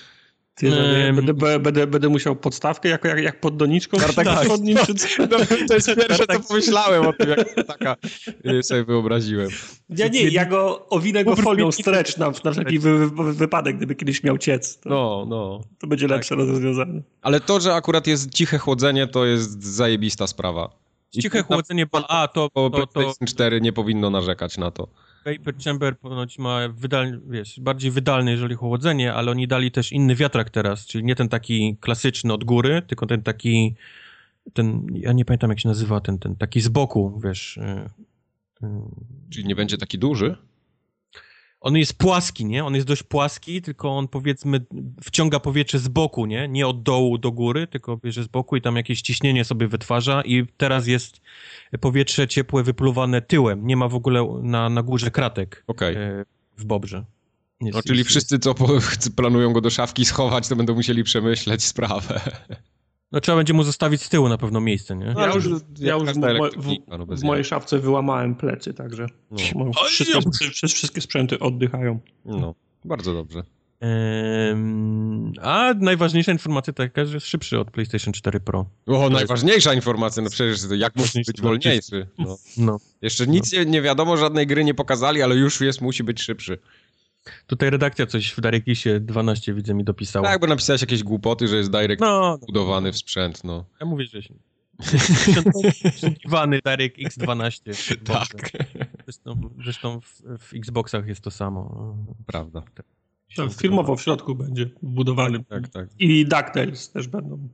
Będę musiał podstawkę jak pod doniczką? Tak. To jest pierwsze, co pomyślałem o tym, jak taka sobie wyobraziłem. Ja go owinę go folią stretch na wszelki wypadek, gdyby kiedyś miał ciec. To będzie lepsze rozwiązanie. Ale to, że akurat jest ciche chłodzenie, to jest zajebista sprawa. Ciche chłodzenie, PlayStation 4 nie powinno narzekać na to. Vapor Chamber ponoć ma bardziej wydalne, jeżeli chłodzenie, ale oni dali też inny wiatrak teraz, czyli nie ten taki klasyczny od góry, tylko ten taki, ja nie pamiętam jak się nazywa, ten taki z boku, wiesz. Czyli nie będzie taki duży? On jest płaski, nie? On jest dość płaski, tylko on, powiedzmy, wciąga powietrze z boku, nie? Nie od dołu do góry, tylko bierze z boku i tam jakieś ciśnienie sobie wytwarza i teraz jest powietrze ciepłe wypluwane tyłem. Nie ma w ogóle na górze kratek w bobrze. Czyli wszyscy, co planują go do szafki schować, to będą musieli przemyśleć sprawę. No trzeba będzie mu zostawić z tyłu na pewno miejsce, nie? Ja już w mojej szafce wyłamałem plecy, także wszystkie sprzęty oddychają. No, bardzo dobrze. A najważniejsza informacja taka, że jest szybszy od PlayStation 4 Pro. Najważniejsza informacja, no przecież jak może być wolniejszy. No. Jeszcze nic nie wiadomo, żadnej gry nie pokazali, ale już musi być szybszy. Tutaj redakcja coś w DirectXie 12 widzę mi dopisała. Tak, bo napisałeś jakieś głupoty, że jest Direct budowany w sprzęt, no. Ja mówię, że się... Przeszukiwany DirectX 12. Tak. Zresztą w Xboxach jest to samo. Prawda. To filmowo w środku będzie budowany. Tak. I DuckTales też będą.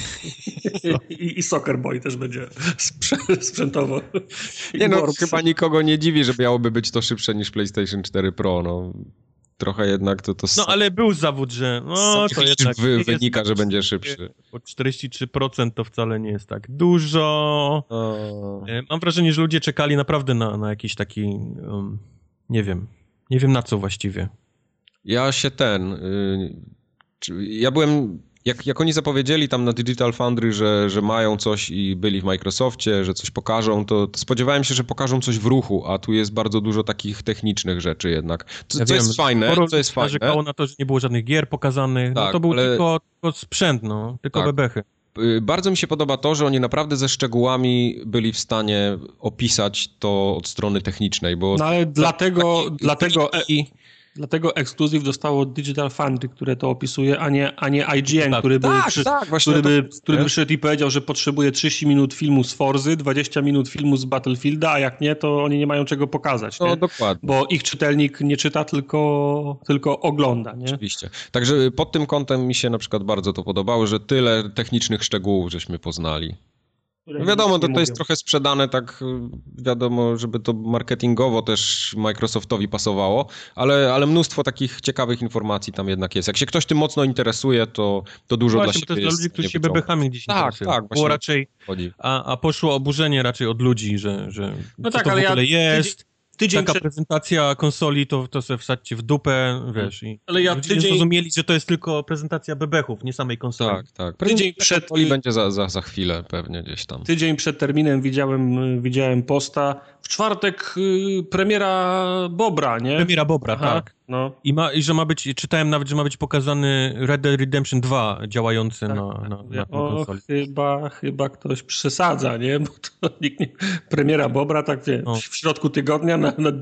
I Soccer Boy też będzie sprzętowo. Chyba nikogo nie dziwi, że miałoby być to szybsze niż PlayStation 4 Pro, no. Trochę jednak to... ale był zawód, że... to jednak wynika, że będzie szybszy. Bo 43% to wcale nie jest tak dużo. Mam wrażenie, że ludzie czekali naprawdę na jakiś taki... nie wiem na co właściwie. Ja byłem... Jak oni zapowiedzieli tam na Digital Foundry, że mają coś i byli w Microsoftie, że coś pokażą, to spodziewałem się, że pokażą coś w ruchu, a tu jest bardzo dużo takich technicznych rzeczy jednak. Co jest fajne, co jest fajne. Narzekało na to, że nie było żadnych gier pokazanych, tak, no to był tylko sprzęt, tylko bebechy. Bardzo mi się podoba to, że oni naprawdę ze szczegółami byli w stanie opisać to od strony technicznej, bo... No ale Dlatego Exclusive dostało Digital Foundry, które to opisuje, a nie IGN, który by wyszedł i powiedział, że potrzebuje 30 minut filmu z Forzy, 20 minut filmu z Battlefielda, a jak nie, to oni nie mają czego pokazać. No nie? dokładnie. Bo ich czytelnik nie czyta, tylko ogląda. Nie? Oczywiście. Także pod tym kątem mi się na przykład bardzo to podobało, że tyle technicznych szczegółów żeśmy poznali. No wiadomo, to jest trochę sprzedane tak, wiadomo, żeby to marketingowo też Microsoftowi pasowało, ale mnóstwo takich ciekawych informacji tam jednak jest. Jak się ktoś tym mocno interesuje, to dużo dla siebie to jest dla ludzi, którzy się bebechami gdzieś interesują. Tak, było raczej, a poszło oburzenie raczej od ludzi, że no co tak, to ale w ogóle jest. Taka przed... prezentacja konsoli, to sobie wsadźcie w dupę, wiesz. Ale ja ludzie nie zrozumieli, że to jest tylko prezentacja bebechów, nie samej konsoli. Tak. Tydzień przed konsoli będzie za chwilę pewnie gdzieś tam. Tydzień przed terminem widziałem posta. W czwartek premiera Bobra, nie? Premiera Bobra, tak. No. I że ma być, czytałem nawet, że ma być pokazany Red Dead Redemption 2 działający na konsoli. Chyba ktoś przesadza, nie? Bo to nikt nie... Premiera Bobra, tak wie, w środku tygodnia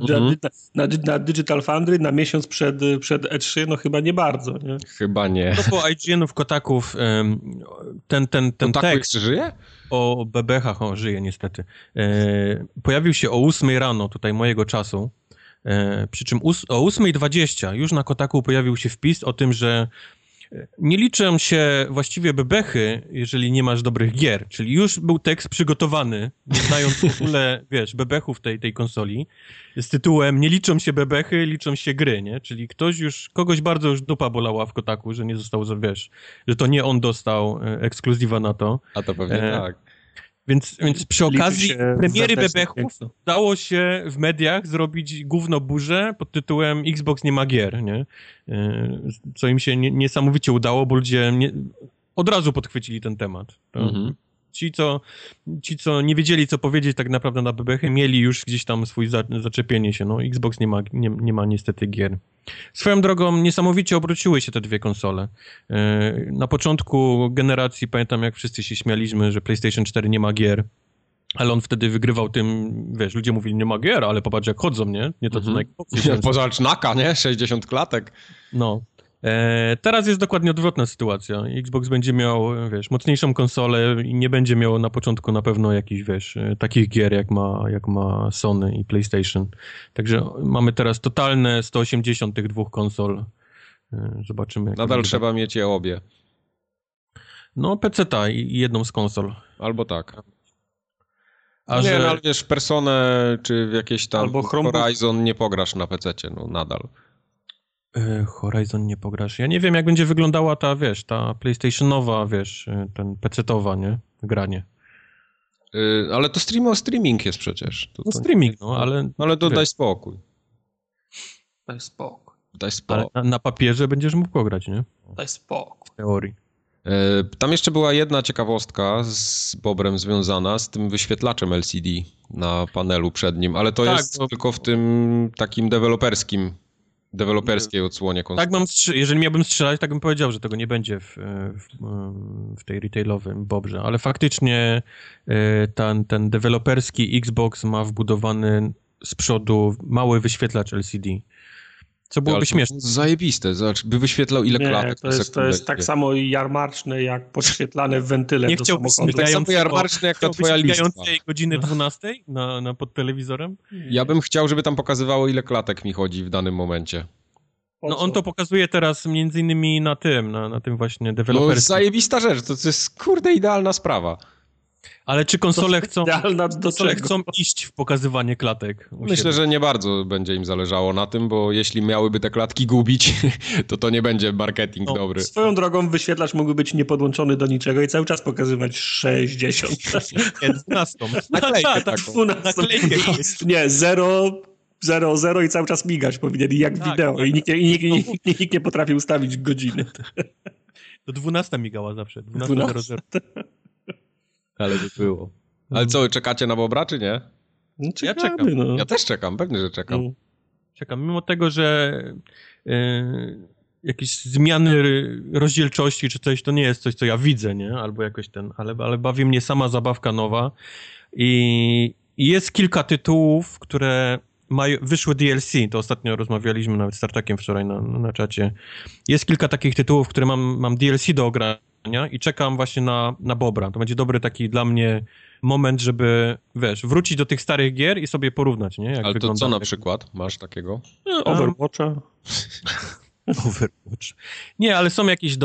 na Digital Foundry, na miesiąc przed E3, no chyba nie bardzo, nie? Chyba nie. No po IGN-ów, Kotaków, ten tekst żyje? o bebechach, żyje niestety, pojawił się o 8 rano tutaj mojego czasu, przy czym o 8:20 już na Kotaku pojawił się wpis o tym, że nie liczą się właściwie bebechy, jeżeli nie masz dobrych gier, czyli już był tekst przygotowany, nie znając w ogóle, wiesz, bebechów tej konsoli, z tytułem nie liczą się bebechy, liczą się gry, nie? Czyli kogoś bardzo już dupa bolała w Kotaku, że nie został, wiesz, że to nie on dostał ekskluzywa na to. A to pewnie tak. Więc przy okazji premiery bebechów dało się w mediach zrobić gówno burzę pod tytułem Xbox nie ma gier, nie? Co im się niesamowicie udało, bo ludzie od razu podchwycili ten temat. Ci, co nie wiedzieli, co powiedzieć tak naprawdę na bebechy, mieli już gdzieś tam swój zaczepienie się. No, Xbox nie ma niestety gier. Swoją drogą niesamowicie obróciły się te dwie konsole. Na początku generacji pamiętam, jak wszyscy się śmialiśmy, że PlayStation 4 nie ma gier, ale on wtedy wygrywał tym, wiesz, ludzie mówili, nie ma gier, ale popatrz jak chodzą, nie? Nie to co na Xboxie. Poza Naka, nie? 60 klatek. No. Teraz jest dokładnie odwrotna sytuacja. Xbox będzie miał, wiesz, mocniejszą konsolę i nie będzie miał na początku na pewno jakichś, wiesz, takich gier jak ma Sony i PlayStation. Także mamy teraz totalne 180 tych dwóch konsol. Zobaczymy. Nadal trzeba mieć je obie. No, PC-ta i jedną z konsol. Albo tak. Ale wiesz, w Personę czy w jakieś tam Horizon nie pograsz na PC-cie, no nadal. Horizon nie pograsz. Ja nie wiem, jak będzie wyglądała ta, wiesz, ta PlayStationowa, wiesz, ten PC-towa, nie? Granie. Ale to streaming jest przecież. To streaming, no, ale... Ale to daj spokój. Daj spokój. Ale na papierze będziesz mógł pograć, nie? Daj spokój. W teorii. Tam jeszcze była jedna ciekawostka z Bobrem związana z tym wyświetlaczem LCD na panelu przed nim, ale to jest tylko w tym takim deweloperskiej odsłonie konsoli. Tak jeżeli miałbym strzelać, tak bym powiedział, że tego nie będzie w tej retailowym Bobrze, ale faktycznie ten deweloperski Xbox ma wbudowany z przodu mały wyświetlacz LCD. Co byłoby śmieszne. Zajebiste, by wyświetlał ile klatek. To jest tak samo jarmarczne, jak podświetlane w wentyle nie do samochodu. Tak samo jarmarczne, jak ta twoja lista. Godziny 12 pod telewizorem? Ja bym chciał, żeby tam pokazywało, ile klatek mi chodzi w danym momencie. No on to pokazuje teraz między innymi na tym właśnie deweloperskim. No zajebista rzecz, to jest kurde idealna sprawa. Ale czy konsole chcą iść w pokazywanie klatek? Myślę, że nie bardzo będzie im zależało na tym, bo jeśli miałyby te klatki gubić, to nie będzie marketing dobry. Swoją drogą wyświetlacz mógłby być niepodłączony do niczego i cały czas pokazywać 60. Nie, 12. Naklejkę taką. 12. Nie, 0, 0 i cały czas migać powinien, jak w wideo. I nikt nie potrafi ustawić godziny. Do 12 migała zawsze. 12:00. Ale by było. Ale co, czekacie na Bobra, czy nie? No, czekamy, ja czekam. No. Ja też czekam, pewnie, że czekam. Czekam, mimo tego, że jakieś zmiany rozdzielczości czy coś, to nie jest coś, co ja widzę, nie? Albo jakoś ale bawi mnie sama zabawka nowa i jest kilka tytułów, które wyszły DLC, to ostatnio rozmawialiśmy nawet z Tartakiem wczoraj na czacie. Jest kilka takich tytułów, które mam DLC do ogrania i czekam właśnie na Bobra. To będzie dobry taki dla mnie moment, żeby, wrócić do tych starych gier i sobie porównać, nie? Jak ale wygląda. to co na przykład masz takiego? Overwatcha. Overwatch. Nie, ale są jakieś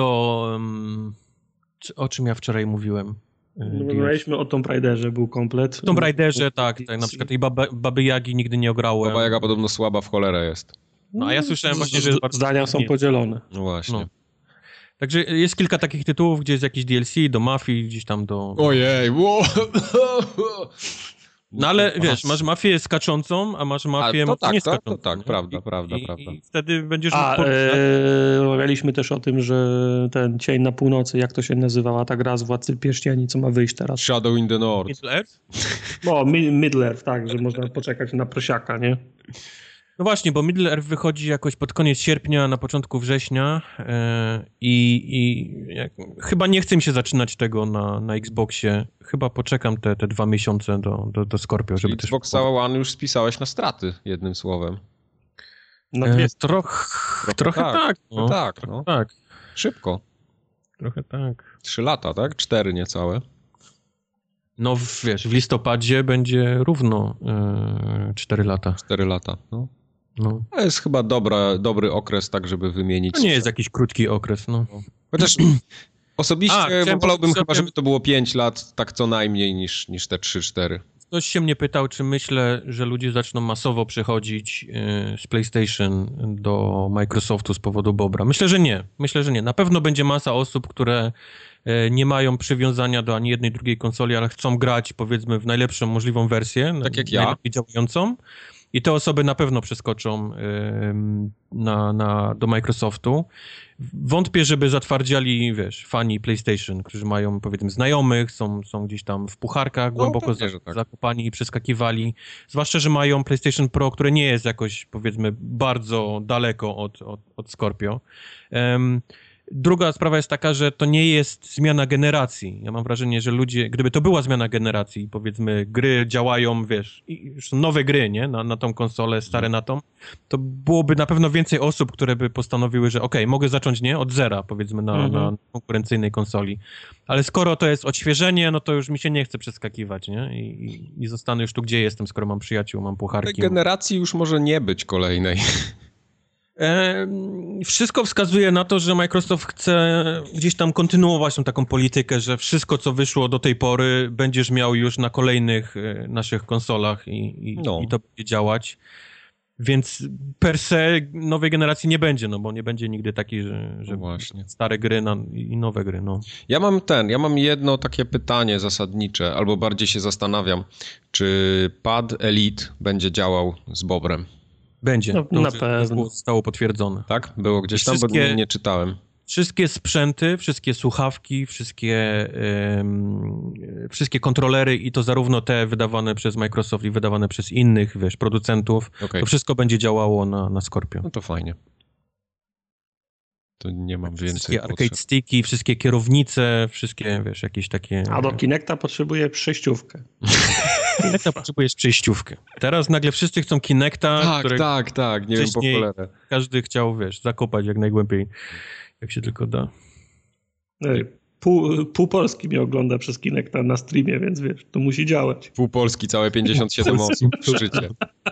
o czym ja wczoraj mówiłem? Mówiliśmy o Tomb Raiderze, był komplet. W Tomb Raiderze, tak, na przykład tej Baby Jagi nigdy nie ograłem. Baba Jaga podobno słaba w cholerę jest. No, a ja słyszałem właśnie, że... Zdania są podzielone. No właśnie. No. Także jest kilka takich tytułów, gdzie jest jakiś DLC do Mafii, gdzieś tam do... Ojej, No ale wiesz, masz mafię skaczącą, a masz mafię nie skaczącą. To tak, prawda. I wtedy będziesz... Rozmawialiśmy też o tym, że ten Cień na północy, jak to się nazywała ta gra z Władcy Pierścieni, co ma wyjść teraz? Shadow in the North. Middle Earth? No, Middle Earth, tak, że można poczekać na prosiaka, nie? No właśnie, bo Middle Earth wychodzi jakoś pod koniec sierpnia, na początku września chyba nie chcę mi się zaczynać tego na Xboxie. Chyba poczekam te 2 miesiące do Scorpio, żeby też... Xbox One już spisałeś na straty, jednym słowem. Trochę tak. No. Tak. Szybko. Trochę tak. 3 lata, tak? 4 niecałe. No w listopadzie będzie równo 4 lata. 4 lata, no. To jest chyba dobry okres, tak żeby wymienić. To nie jest jakiś krótki okres, no. Chociaż osobiście wolałbym chyba, żeby to było 5 lat, tak co najmniej niż te 3-4. Ktoś się mnie pytał, czy myślę, że ludzie zaczną masowo przechodzić z PlayStation do Microsoftu z powodu Bobra. Myślę, że nie. Na pewno będzie masa osób, które nie mają przywiązania do ani jednej, drugiej konsoli, ale chcą grać, powiedzmy, w najlepszą możliwą wersję. Tak jak ja. Najlepiej działającą. I te osoby na pewno przeskoczą do Microsoftu. Wątpię, żeby zatwardziali, fani PlayStation, którzy mają, powiedzmy, znajomych, są gdzieś tam w pucharkach głęboko zakopani i przeskakiwali. Zwłaszcza, że mają PlayStation Pro, które nie jest jakoś, powiedzmy, bardzo daleko od Scorpio. Druga sprawa jest taka, że to nie jest zmiana generacji. Ja mam wrażenie, że ludzie, gdyby to była zmiana generacji, powiedzmy, gry działają, już są nowe gry, nie? Na tą konsolę, stare na tą, to byłoby na pewno więcej osób, które by postanowiły, że mogę zacząć, nie? Od zera, powiedzmy, na konkurencyjnej konsoli. Ale skoro to jest odświeżenie, no to już mi się nie chce przeskakiwać, nie? I zostanę już tu, gdzie jestem, skoro mam przyjaciół, mam pucharki. Tej generacji już może nie być kolejnej. Wszystko wskazuje na to, że Microsoft chce gdzieś tam kontynuować tą taką politykę, że wszystko, co wyszło do tej pory, będziesz miał już na kolejnych naszych konsolach i to będzie działać. Więc per se nowej generacji nie będzie, no bo nie będzie nigdy taki, że stare gry i nowe gry, no. Ja mam jedno takie pytanie zasadnicze, albo bardziej się zastanawiam, czy pad Elite będzie działał z Bobrem? Będzie. No, na pewno. Zostało potwierdzone. Tak? Było gdzieś tam, bo nie czytałem. Wszystkie sprzęty, wszystkie słuchawki, wszystkie kontrolery i to zarówno te wydawane przez Microsoft i wydawane przez innych, producentów, to wszystko będzie działało na Scorpio. No to fajnie. To nie mam więcej Wszystkie arcade sticki, wszystkie kierownice, wszystkie, jakieś takie... A do Kinecta potrzebuje przejściówkę. Kinecta potrzebujesz przejściówkę. Teraz nagle wszyscy chcą Kinecta, Tak, nie wiem po cholerę. Każdy chciał, zakopać jak najgłębiej, jak się tylko da. Pół Polski mnie ogląda przez Kinecta na streamie, więc to musi działać. Pół Polski, całe 57 osób w szczycie.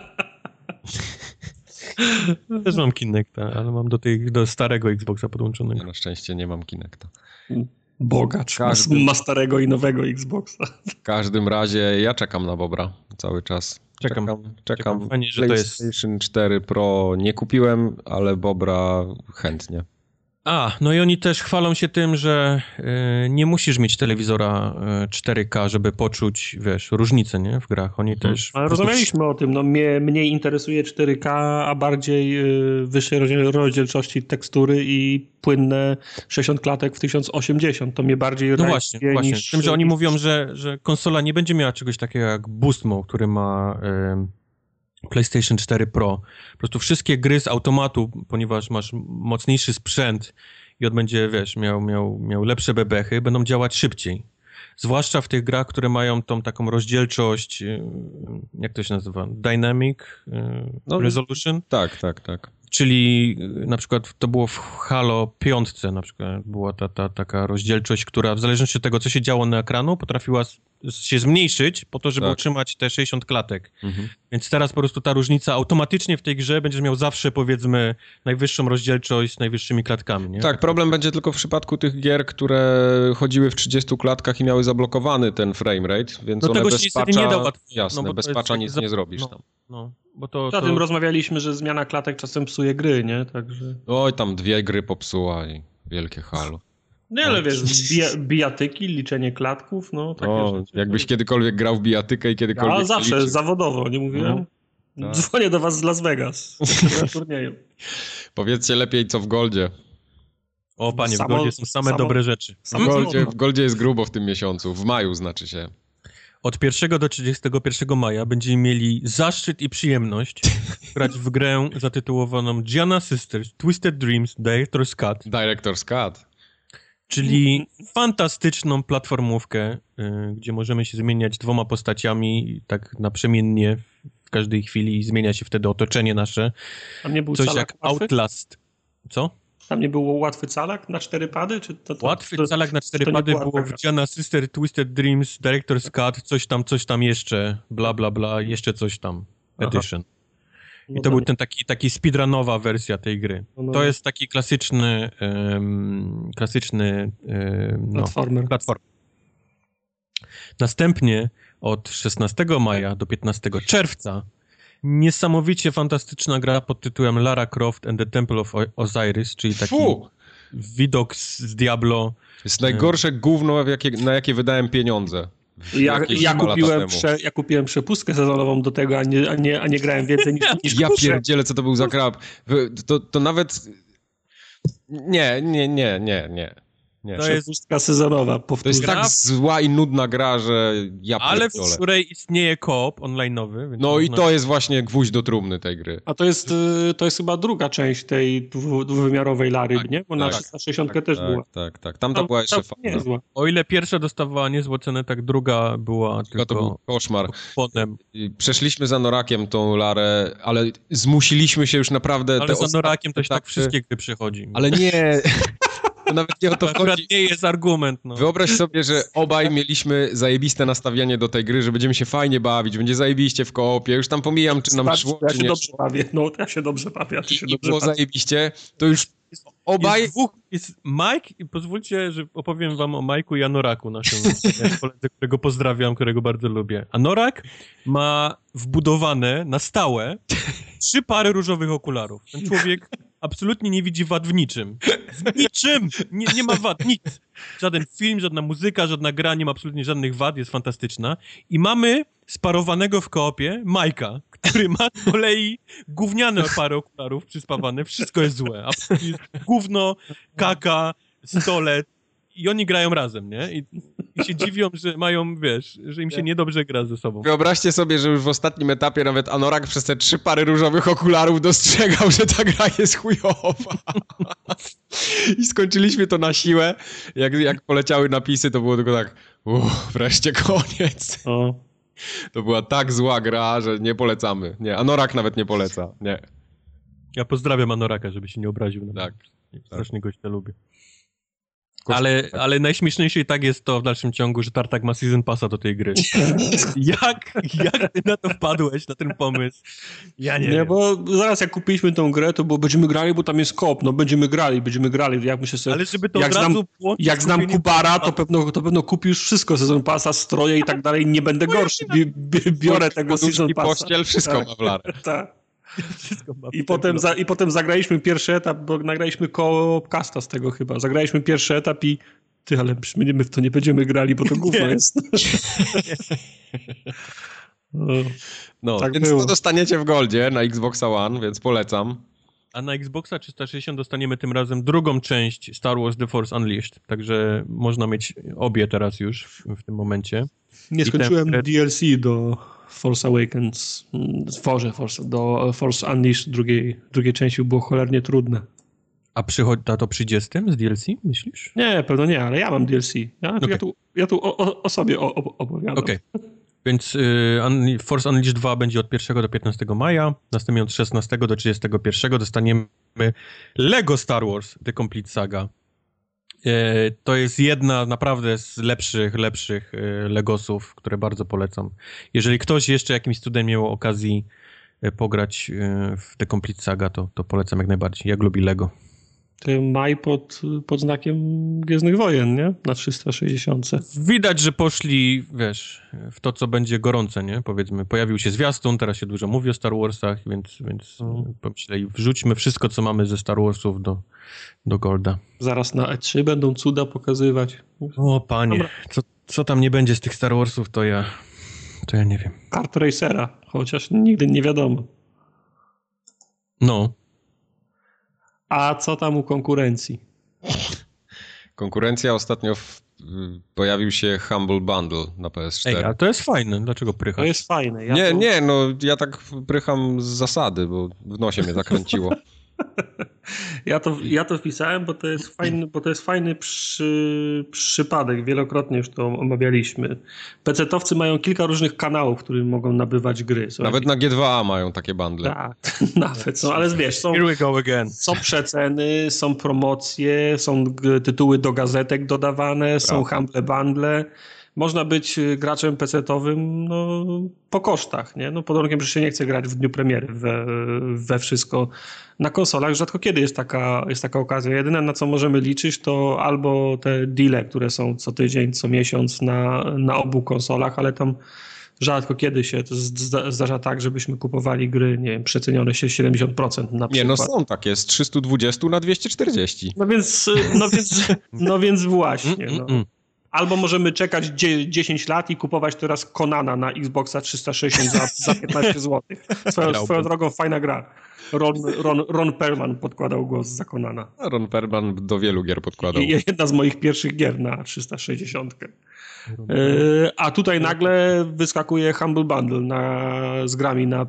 Też mam Kinecta, ale mam do starego Xboxa podłączonego. Ja na szczęście nie mam Kinecta. Bogacz. Ma starego i nowego Xboxa. W każdym razie ja czekam na Bobra cały czas. Czekam. Fajnie, że PlayStation 4 Pro nie kupiłem, ale Bobra chętnie. No i oni też chwalą się tym, że nie musisz mieć telewizora 4K, żeby poczuć, wiesz, różnicę, nie? W grach. Oni też... Ale rozmawialiśmy o tym, no mnie mniej interesuje 4K, a bardziej wyższej rozdzielczości tekstury i płynne 60 klatek w 1080. To mnie bardziej właśnie. niż... Z tym, że oni mówią, że konsola nie będzie miała czegoś takiego jak Boost Mode, który ma... PlayStation 4 Pro. Po prostu wszystkie gry z automatu, ponieważ masz mocniejszy sprzęt i on będzie, wiesz, miał lepsze bebechy, będą działać szybciej. Zwłaszcza w tych grach, które mają tą taką rozdzielczość, jak to się nazywa? Dynamic Resolution? Tak. Czyli na przykład to było w Halo 5, na przykład była ta taka rozdzielczość, która w zależności od tego, co się działo na ekranu, potrafiła się zmniejszyć po to, żeby utrzymać te 60 klatek. Więc teraz po prostu ta różnica automatycznie w tej grze będziesz miał zawsze, powiedzmy, najwyższą rozdzielczość z najwyższymi klatkami, nie? Tak, problem będzie tylko w przypadku tych gier, które chodziły w 30 klatkach i miały zablokowany ten framerate, więc one tego bez się niestety patcha, nie da łatwo. jasne, bez patcha nic nie zrobisz tam. Bo to tym rozmawialiśmy, że zmiana klatek czasem psuje gry, nie? Także... Oj, tam 2 gry popsuła i wielkie halo. No ale wiesz, bijatyki, liczenie klatków, no takie rzeczy. Jakbyś kiedykolwiek grał w bijatykę i kiedykolwiek... Ja zawsze, zawodowo, nie mówiłem? Dzwonię do was z Las Vegas na turnieju. Powiedzcie lepiej, co w Goldzie. O panie, w Goldzie są same dobre rzeczy. W Goldzie jest grubo w tym miesiącu, w maju znaczy się. Od 1 do 31 maja będziemy mieli zaszczyt i przyjemność grać w grę zatytułowaną Giana Sisters Twisted Dreams Director's Cut. Czyli fantastyczną platformówkę, gdzie możemy się zmieniać 2 postaciami tak naprzemiennie w każdej chwili i zmienia się wtedy otoczenie nasze. Tam nie był coś calak jak łatwy? Outlast. Co? Tam nie było łatwy calak na 4 pady? Czy łatwy calak na 4 pady było w Giana Sister Twisted Dreams Director's Cut, coś tam jeszcze, bla bla bla, jeszcze coś tam, edition. I to był ten taki speedrunowa wersja tej gry. To jest taki klasyczny platformer. Następnie od 16 maja do 15 czerwca niesamowicie fantastyczna gra pod tytułem Lara Croft and the Temple of Osiris, czyli taki widok z Diablo. To jest najgorsze gówno, na jakie wydałem pieniądze. Ja kupiłem przepustkę sezonową do tego, a nie grałem więcej niż ja pierdzielę, co to był za krab. To nawet... Nie. To jest pustka sezonowa. To jest tak zła i nudna gra, że ale w której istnieje koop online'owy. No i to jest właśnie gwóźdź do trumny tej gry. A to jest chyba druga część tej dwuwymiarowej Lary, nie? Bo na 360 też była. Tak. Tamta była jeszcze fajna. O ile pierwsza dostawała niezłą cenę, tak druga była tylko... To był koszmar. Potem. Przeszliśmy za Norakiem tą Larę, ale zmusiliśmy się już naprawdę... Ale za Norakiem to się tak wszystkie gry przychodzi. Ale nie... To nawet nie o to chodzi. Nie jest argument. Wyobraź sobie, że obaj mieliśmy zajebiste nastawienie do tej gry, że będziemy się fajnie bawić, będzie zajebiście w koopie. Już tam pomijam, czy nam szło, czy nie szło. Ja się dobrze bawię. I było zajebiście. To już obaj... Jest Mike i pozwólcie, że opowiem wam o Majku i Anoraku, naszym koledze, którego pozdrawiam, którego bardzo lubię. Anorak ma wbudowane na stałe 3 pary różowych okularów. Ten człowiek absolutnie nie widzi wad w niczym. W niczym! Nie ma wad, nic. Żaden film, żadna muzyka, żadna gra, nie ma absolutnie żadnych wad, jest fantastyczna. I mamy sparowanego w koopie Majka, który ma z kolei gówniane pary okularów przyspawane. Wszystko jest złe. Absolutnie jest gówno, kaka, stolet. I oni grają razem, nie? I się dziwią, że mają, wiesz, że im się niedobrze gra ze sobą. Wyobraźcie sobie, że już w ostatnim etapie nawet Anorak przez te 3 pary różowych okularów dostrzegał, że ta gra jest chujowa. I skończyliśmy to na siłę. Jak poleciały napisy, to było tylko tak, wreszcie koniec. To była tak zła gra, że nie polecamy. Nie, Anorak nawet nie poleca. Nie. Ja pozdrawiam Anoraka, żeby się nie obraził. Tak. Strasznie gościa lubię. Ale najśmieszniejsze i tak jest to w dalszym ciągu, że Tartak ma Season Passa do tej gry. Jak ty na to wpadłeś, na ten pomysł? Ja nie wiem. Bo zaraz jak kupiliśmy tą grę, to będziemy grali, bo tam jest koop, będziemy grali. Jak myślę sobie, ale żeby to od razu jak znam Kubara, to pewno kupi już wszystko, Season Passa, stroje i tak dalej, nie będę gorszy. Biorę tego Season Passa. Pościel, wszystko ma w Larę. Tak. I potem zagraliśmy pierwszy etap, bo nagraliśmy co-casta z tego chyba. Zagraliśmy pierwszy etap i ale my w to nie będziemy grali, bo to gówno jest. No, tak więc było. To dostaniecie w Goldzie na Xboxa One, więc polecam. A na Xboxa 360 dostaniemy tym razem drugą część Star Wars The Force Unleashed, także można mieć obie teraz już w tym momencie. Nie skończyłem DLC do Force Awakens, do Force Unleashed drugiej części było cholernie trudne. A to przyjdzie z tym, z DLC, myślisz? Nie, pewno nie, ale ja mam DLC. Ja tu o sobie opowiadam. Okej. Więc Force Unleashed 2 będzie od 1 do 15 maja, następnie od 16 do 31 dostaniemy Lego Star Wars The Complete Saga. To jest jedna naprawdę z lepszych Legosów, które bardzo polecam. Jeżeli ktoś jeszcze jakimś cudem miał okazji pograć w The Complete Saga, to polecam jak najbardziej. Jak lubi Lego. Maj pod znakiem Gwiezdnych Wojen, nie? Na 360. Widać, że poszli, wiesz, w to, co będzie gorące, nie? Powiedzmy, pojawił się zwiastun, teraz się dużo mówi o Star Warsach, więc pomyśleli, wrzućmy wszystko, co mamy ze Star Warsów do Golda. Zaraz na E3 będą cuda pokazywać. O panie, co tam nie będzie z tych Star Warsów, to ja nie wiem. Kart Racera, chociaż nigdy nie wiadomo. No. A co tam u konkurencji? Konkurencja ostatnio pojawił się Humble Bundle na PS4. Ej, a to jest fajne. Dlaczego prychasz? To jest fajne. Ja tak prycham z zasady, bo w nosie mnie zakręciło. Ja to wpisałem, bo to jest fajny przypadek. Wielokrotnie już to omawialiśmy. PC-towcy mają kilka różnych kanałów, w których mogą nabywać gry. Nawet na G2A mają takie bundle. Tak, nawet. Ale wiesz, Here we go again. Są przeceny, są promocje, są tytuły do gazetek dodawane, są humble bundle. Można być graczem PC-towym po kosztach, nie? Pod warunkiem, że się nie chce grać w dniu premiery we wszystko. Na konsolach rzadko kiedy jest taka okazja. Jedyne, na co możemy liczyć, to albo te deale, które są co tydzień, co miesiąc na obu konsolach, ale tam rzadko kiedy się to zdarza tak, żebyśmy kupowali gry, nie wiem, przecenione się 70% na przykład. Nie, są takie, z 320 na 240. No więc właśnie, Albo możemy czekać 10 lat i kupować teraz Conana na Xboxa 360 za 15 zł. Swoją drogą fajna gra. Ron Perlman podkładał głos za Conana. Ron Perlman do wielu gier podkładał. Jedna z moich pierwszych gier na 360. A tutaj nagle wyskakuje Humble Bundle z grami na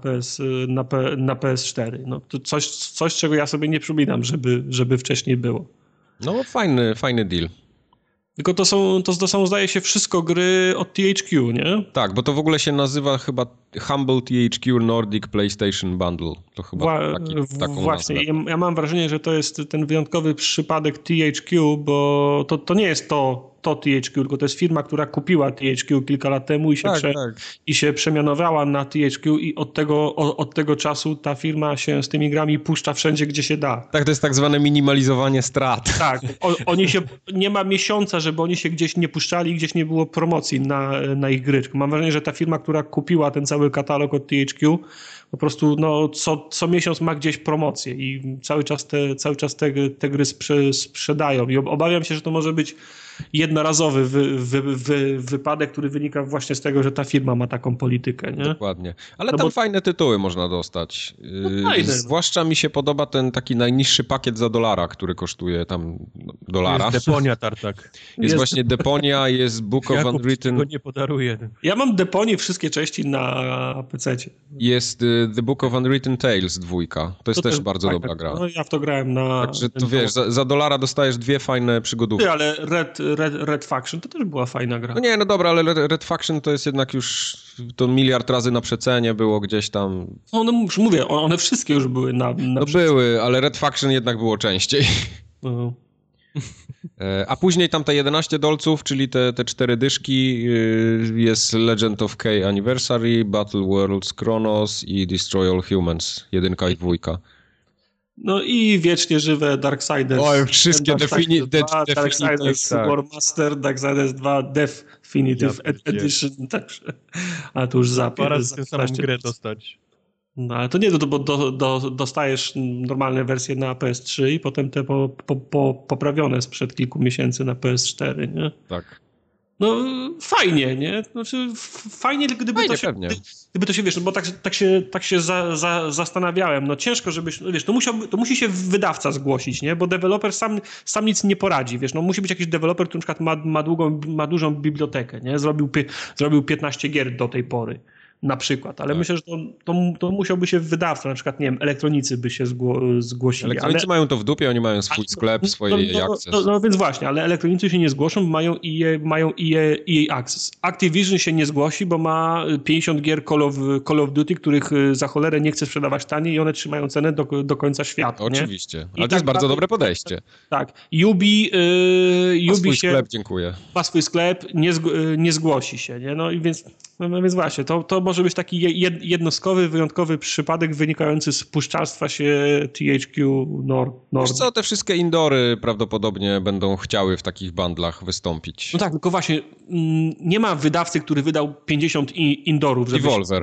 PS4. To coś, czego ja sobie nie przypominam, żeby wcześniej było. No fajny deal. Tylko to są, zdaje się, wszystko gry od THQ, nie? Tak, bo to w ogóle się nazywa chyba Humble THQ Nordic PlayStation Bundle. To chyba taką właśnie, nazwę. Ja mam wrażenie, że to jest ten wyjątkowy przypadek THQ, bo to nie jest to THQ, tylko to jest firma, która kupiła THQ kilka lat temu i się przemianowała na THQ i od tego czasu ta firma się z tymi grami puszcza wszędzie, gdzie się da. Tak, to jest tak zwane minimalizowanie strat. Tak, nie ma miesiąca, żeby oni się gdzieś nie puszczali, gdzieś nie było promocji na ich gry. Mam wrażenie, że ta firma, która kupiła ten cały katalog od THQ, po prostu co miesiąc ma gdzieś promocję i cały czas te gry sprzedają. I obawiam się, że to może być jednorazowy wypadek, który wynika właśnie z tego, że ta firma ma taką politykę, nie? Dokładnie. Ale tam fajne tytuły można dostać. Zwłaszcza mi się podoba ten taki najniższy pakiet za $1, który kosztuje tam $1. Jest Deponia, Tartak. Jest właśnie Deponia, jest Book of Unwritten... Ja nie podaruję. Ja mam Deponii wszystkie części na PC-cie. Jest The Book of Unwritten Tales 2. To jest też bardzo dobra gra. No ja w to grałem na... Także to wiesz, za $1 dostajesz dwie fajne przygodówki. Ale Red Faction to też była fajna gra. No nie, no dobra, ale Red Faction to jest jednak już to miliard razy na przecenie było gdzieś tam. No już mówię, one wszystkie już były na no były, ale Red Faction jednak było częściej. No. A później tam te 11 dolców, czyli te 4 dyszki, jest Legend of K Anniversary, Battle Worlds Chronos i Destroy All Humans, 1 i 2. No i wiecznie żywe Darksiders. Oj, wszystkie Darksiders tak. War Master, Darksiders 2 Definitive Edition. Także, a to już zaraz tę samą grę dostać. No ale to nie, bo dostajesz normalne wersje na PS3 i potem te poprawione sprzed kilku miesięcy na PS4, nie? Tak. No fajnie, nie? Znaczy fajnie, gdyby to się, wiesz, no bo tak się zastanawiałem, no ciężko, żebyś, no wiesz, to musi się wydawca zgłosić, nie? Bo deweloper sam nic nie poradzi, wiesz, no musi być jakiś deweloper, który na przykład ma dużą bibliotekę, nie? Zrobił 15 gier do tej pory. Na przykład, ale tak. Myślę, że to musiałby się wydawca, na przykład, nie wiem, elektronicy by się zgłosili. Elektronicy mają to w dupie, oni mają swój sklep, swoje Access. No więc właśnie, ale elektronicy się nie zgłoszą, mają EA Access. Activision się nie zgłosi, bo ma 50 gier Call of Duty, których za cholerę nie chce sprzedawać taniej i one trzymają cenę do końca świata. Oczywiście, ale to jest bardzo dobre podejście. Tak. Ubi ma swój sklep, dziękuję. Ma swój sklep, nie zgłosi się, nie? No i więc właśnie, to może być taki jednostkowy, wyjątkowy przypadek wynikający z puszczalstwa się THQ Nordic. Wiesz co, te wszystkie indory prawdopodobnie będą chciały w takich bundlach wystąpić. No tak, tylko właśnie nie ma wydawcy, który wydał 50 indorów. Devolver.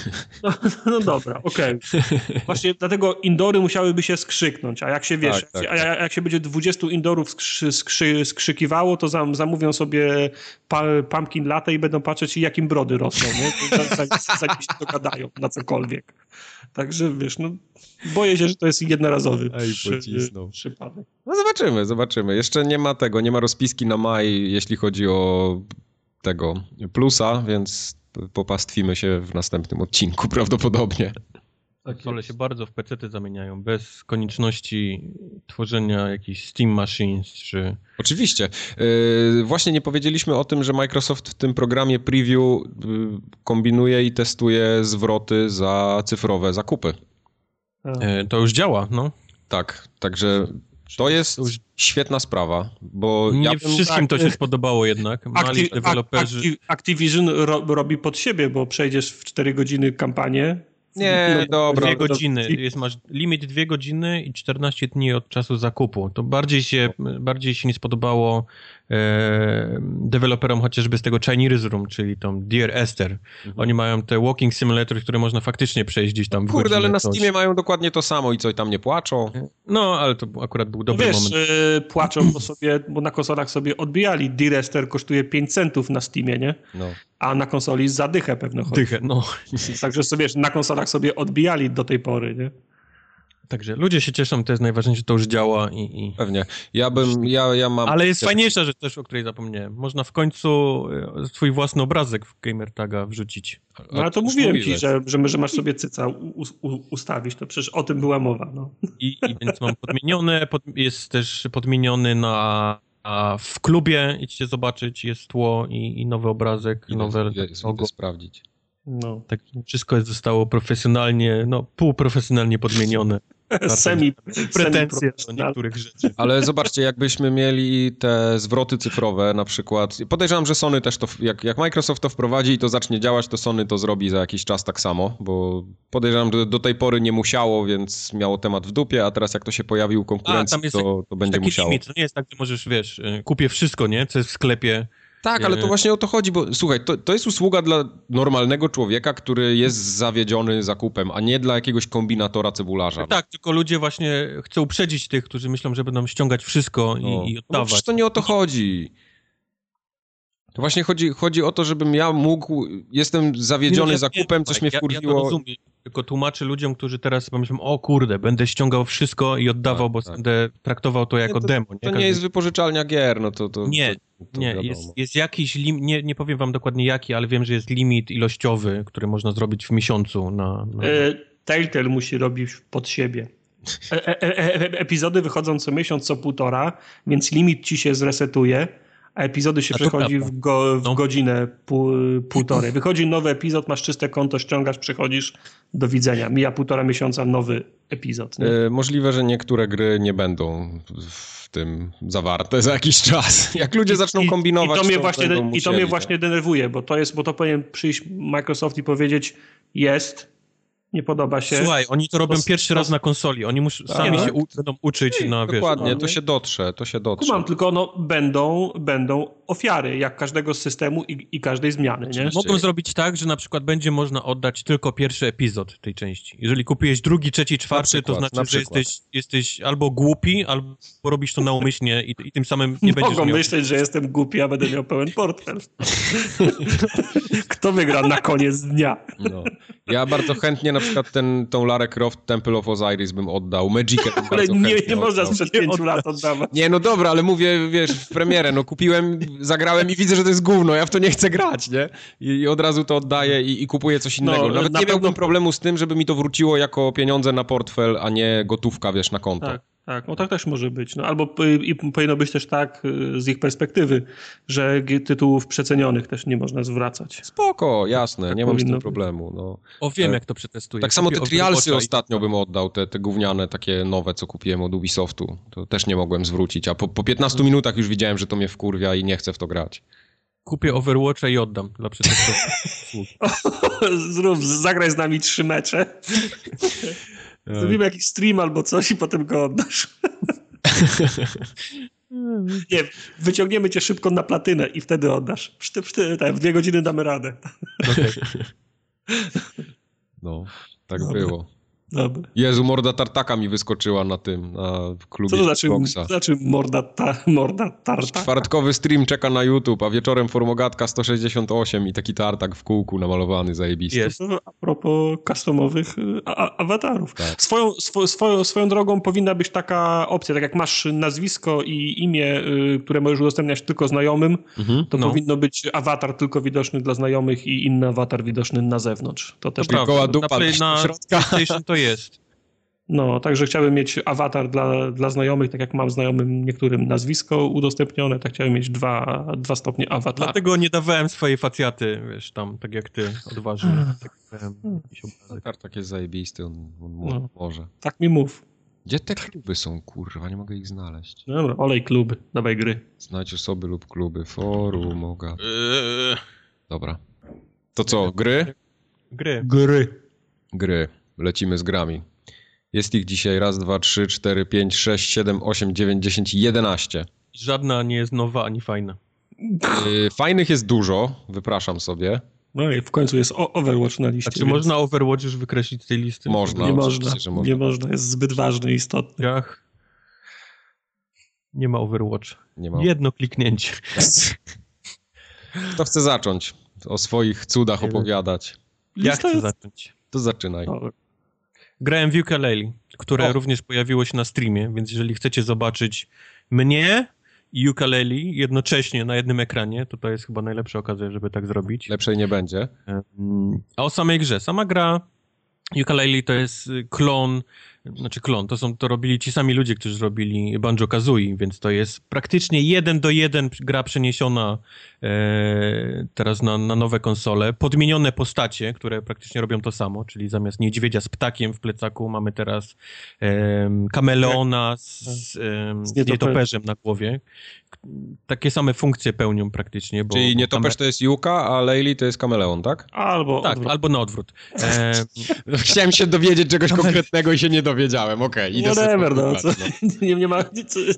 No dobra, okej. Właśnie dlatego indory musiałyby się skrzyknąć, a jak się wiesz, jak się będzie 20 indorów skrzykiwało, to zamówią sobie pumpkin latte i będą patrzeć, jakim brody rosną, nie? Zanim się dogadają na cokolwiek. Także wiesz, no boję się, że to jest jednorazowy przypadek. No zobaczymy. Jeszcze nie ma rozpiski na maj, jeśli chodzi o tego plusa, więc popastwimy się w następnym odcinku prawdopodobnie. Konsole się bardzo w PC-ty zamieniają, bez konieczności tworzenia jakichś Steam Machines, czy... Oczywiście. Właśnie nie powiedzieliśmy o tym, że Microsoft w tym programie preview kombinuje i testuje zwroty za cyfrowe zakupy. To już działa, no. Tak, także to jest świetna sprawa, bo nie wszystkim to się spodobało jednak. Mali deweloperzy... Activision robi pod siebie, bo przejdziesz w 4 godziny kampanię. Nie, dobra. 2 godziny. Masz limit 2 godziny i 14 dni od czasu zakupu. To bardziej się nie spodobało deweloperom chociażby z tego Chinese Room, czyli tą Dear Esther. Oni mają te walking simulator, które można faktycznie przejść gdzieś tam w godzinę. Kurde, ale na Steamie mają dokładnie to samo i co, i tam nie płaczą? No, ale to akurat był dobry moment. Płaczą bo na konsolach sobie odbijali. Dear Esther kosztuje 5 centów na Steamie, nie? No. A na konsoli za dychę pewno chodzi. No. Także sobie na konsolach sobie odbijali do tej pory, nie? Także ludzie się cieszą, to jest najważniejsze, że to już działa i... Pewnie. Ja mam... Ale jest fajniejsza rzecz też, o której zapomniałem. Można w końcu swój własny obrazek w Gamertaga wrzucić. No ale to mówiłem ci, że masz sobie cyca ustawić, to przecież o tym była mowa, no. I więc mam podmienione, jest też podmieniony a w klubie, idźcie zobaczyć, jest tło i nowy obrazek, nowe logo. Sprawdzić. No. Tak, wszystko zostało profesjonalnie, półprofesjonalnie podmienione. Pretensje do niektórych rzeczy. Ale zobaczcie, jakbyśmy mieli te zwroty cyfrowe na przykład, podejrzewam, że Sony też to, jak Microsoft to wprowadzi i to zacznie działać, to Sony to zrobi za jakiś czas tak samo, bo podejrzewam, że do tej pory nie musiało, więc miało temat w dupie, a teraz jak to się pojawi u konkurencji, to będzie musiało. Limit. To nie jest tak, że możesz, wiesz, kupię wszystko, nie, co jest w sklepie. Tak, ale to właśnie o to chodzi, bo słuchaj, to jest usługa dla normalnego człowieka, który jest zawiedziony zakupem, a nie dla jakiegoś kombinatora cebularza. Tak, tylko ludzie właśnie chcą uprzedzić tych, którzy myślą, że będą ściągać wszystko i oddawać. No przecież to nie o to chodzi. To właśnie chodzi o to, żebym ja mógł, jestem zawiedziony zakupem, coś mnie wkurwiło. Ja to rozumiem, tylko tłumaczę ludziom, którzy teraz pomyślą, o kurde, będę ściągał wszystko i oddawał, bo będę traktował to jako demo. To nie jest wypożyczalnia gier, no to nie, jest jakiś limit, nie powiem wam dokładnie jaki, ale wiem, że jest limit ilościowy, który można zrobić w miesiącu. Telltale musi robić pod siebie. Epizody wychodzą co miesiąc, co półtora, więc limit ci się zresetuje, a epizody się przechodzi w godzinę, półtorej. Wychodzi nowy epizod, masz czyste konto, ściągasz, przechodzisz, do widzenia. Mija 1,5 miesiąca, nowy epizod. Nie? Możliwe, że niektóre gry nie będą w tym zawarte za jakiś czas. Jak ludzie zaczną kombinować, to mnie właśnie denerwuje, bo to powinien przyjść Microsoft i powiedzieć, nie podoba się. Słuchaj, oni to robią pierwszy raz na konsoli. Oni sami się będą uczyć na, dokładnie, to się dotrze. Kumam, tylko będą ofiary, jak każdego z systemu i każdej zmiany, nie? Mogą zrobić tak, że na przykład będzie można oddać tylko pierwszy epizod tej części. Jeżeli kupujesz drugi, trzeci, czwarty, to znaczy, że jesteś albo głupi, albo robisz to naumyślnie i tym samym nie będziesz Mogą miał... myśleć, że jestem głupi, a będę miał pełen portfel. Kto wygra na koniec dnia? No. Ja bardzo chętnie na przykład tą Lara Croft Temple of Osiris bym oddał. Magicę bym Ale bardzo nie można sprzed 5 lat oddawać. Nie, no dobra, ale mówię, wiesz, w premierę, no kupiłem, zagrałem i widzę, że to jest gówno, ja w to nie chcę grać, nie? I od razu to oddaję i kupuję coś innego. No, Nawet nie miałbym problemu z tym, żeby mi to wróciło jako pieniądze na portfel, a nie gotówka, wiesz, na konto. Tak, no tak też może być. No, albo powinno być też tak z ich perspektywy, że tytułów przecenionych też nie można zwracać. Spoko, jasne, Tak nie mam z tym powinno problemu. No. Wiem, jak to przetestuję. Tak samo te trialsy ostatnio bym oddał, te gówniane, takie nowe, co kupiłem od Ubisoftu. To też nie mogłem zwrócić, a po 15 minutach już widziałem, że to mnie wkurwia i nie chcę w to grać. Kupię Overwatcha i oddam dla przetestowania. Zagraj z nami 3 mecze. Zrobimy jakiś stream albo coś i potem go oddasz. Nie, wyciągniemy cię szybko na platynę i wtedy oddasz. W 2 godziny damy radę. Okay. No, tak było. Dobra. Jezu, morda tartaka mi wyskoczyła na klubie. Co to znaczy, Xboxa. morda tartak? Czwartkowy stream czeka na YouTube, a wieczorem Formogatka 168 i taki tartak w kółku namalowany, zajebisty. Jest. A propos customowych awatarów. Tak. Swoją drogą powinna być taka opcja, tak jak masz nazwisko i imię, które możesz udostępniać tylko znajomym, to powinno być awatar tylko widoczny dla znajomych i inny awatar widoczny na zewnątrz. To też Koła dupa na PlayStation to jest. No, także chciałbym mieć awatar dla znajomych, tak jak mam znajomym niektórym nazwisko udostępnione, tak chciałem mieć 2 stopnie awatara. Dlatego nie dawałem swojej facjaty, wiesz, tam, tak jak ty, odważnie. Tartak jest zajebisty, on może. Tak mi mów. Gdzie te kluby są, kurwa? Nie mogę ich znaleźć. Dobra, olej kluby, dawaj gry. Znajdź osoby lub kluby, Formoga. Dobra. To co, gry? Gry. Lecimy z grami. Jest ich dzisiaj 1, 2, 3, 4, 5, 6, 7, 8, 9, 10, 11. Żadna nie jest nowa ani fajna. Fajnych jest dużo, wypraszam sobie. No i w końcu jest Overwatch na liście. A czy można Overwatch już wykreślić z tej listy? Można. Nie można, nie można, jest zbyt ważny i istotny. Nie ma Overwatch. Nie ma. Jedno kliknięcie. Kto chce zacząć o swoich cudach opowiadać? Ja chcę zacząć. To zaczynaj. Grałem w Yooka-Laylee, które również pojawiło się na streamie, więc jeżeli chcecie zobaczyć mnie i Yooka-Laylee jednocześnie na jednym ekranie, to jest chyba najlepsza okazja, żeby tak zrobić. Lepszej nie będzie. A o samej grze. Sama gra Yooka-Laylee to jest klon, to robili ci sami ludzie, którzy robili Banjo-Kazooie, więc to jest praktycznie 1:1 gra przeniesiona teraz na nowe konsole. Podmienione postacie, które praktycznie robią to samo, czyli zamiast niedźwiedzia z ptakiem w plecaku mamy teraz kameleona z nietoperzem na głowie. Takie same funkcje pełnią praktycznie. Czyli nietoperz to jest Yuka, a Laylee to jest kameleon, tak? Albo na odwrót. Chciałem się dowiedzieć czegoś konkretnego i się nie dowiedziałem. Okej, idę sobie nie ma,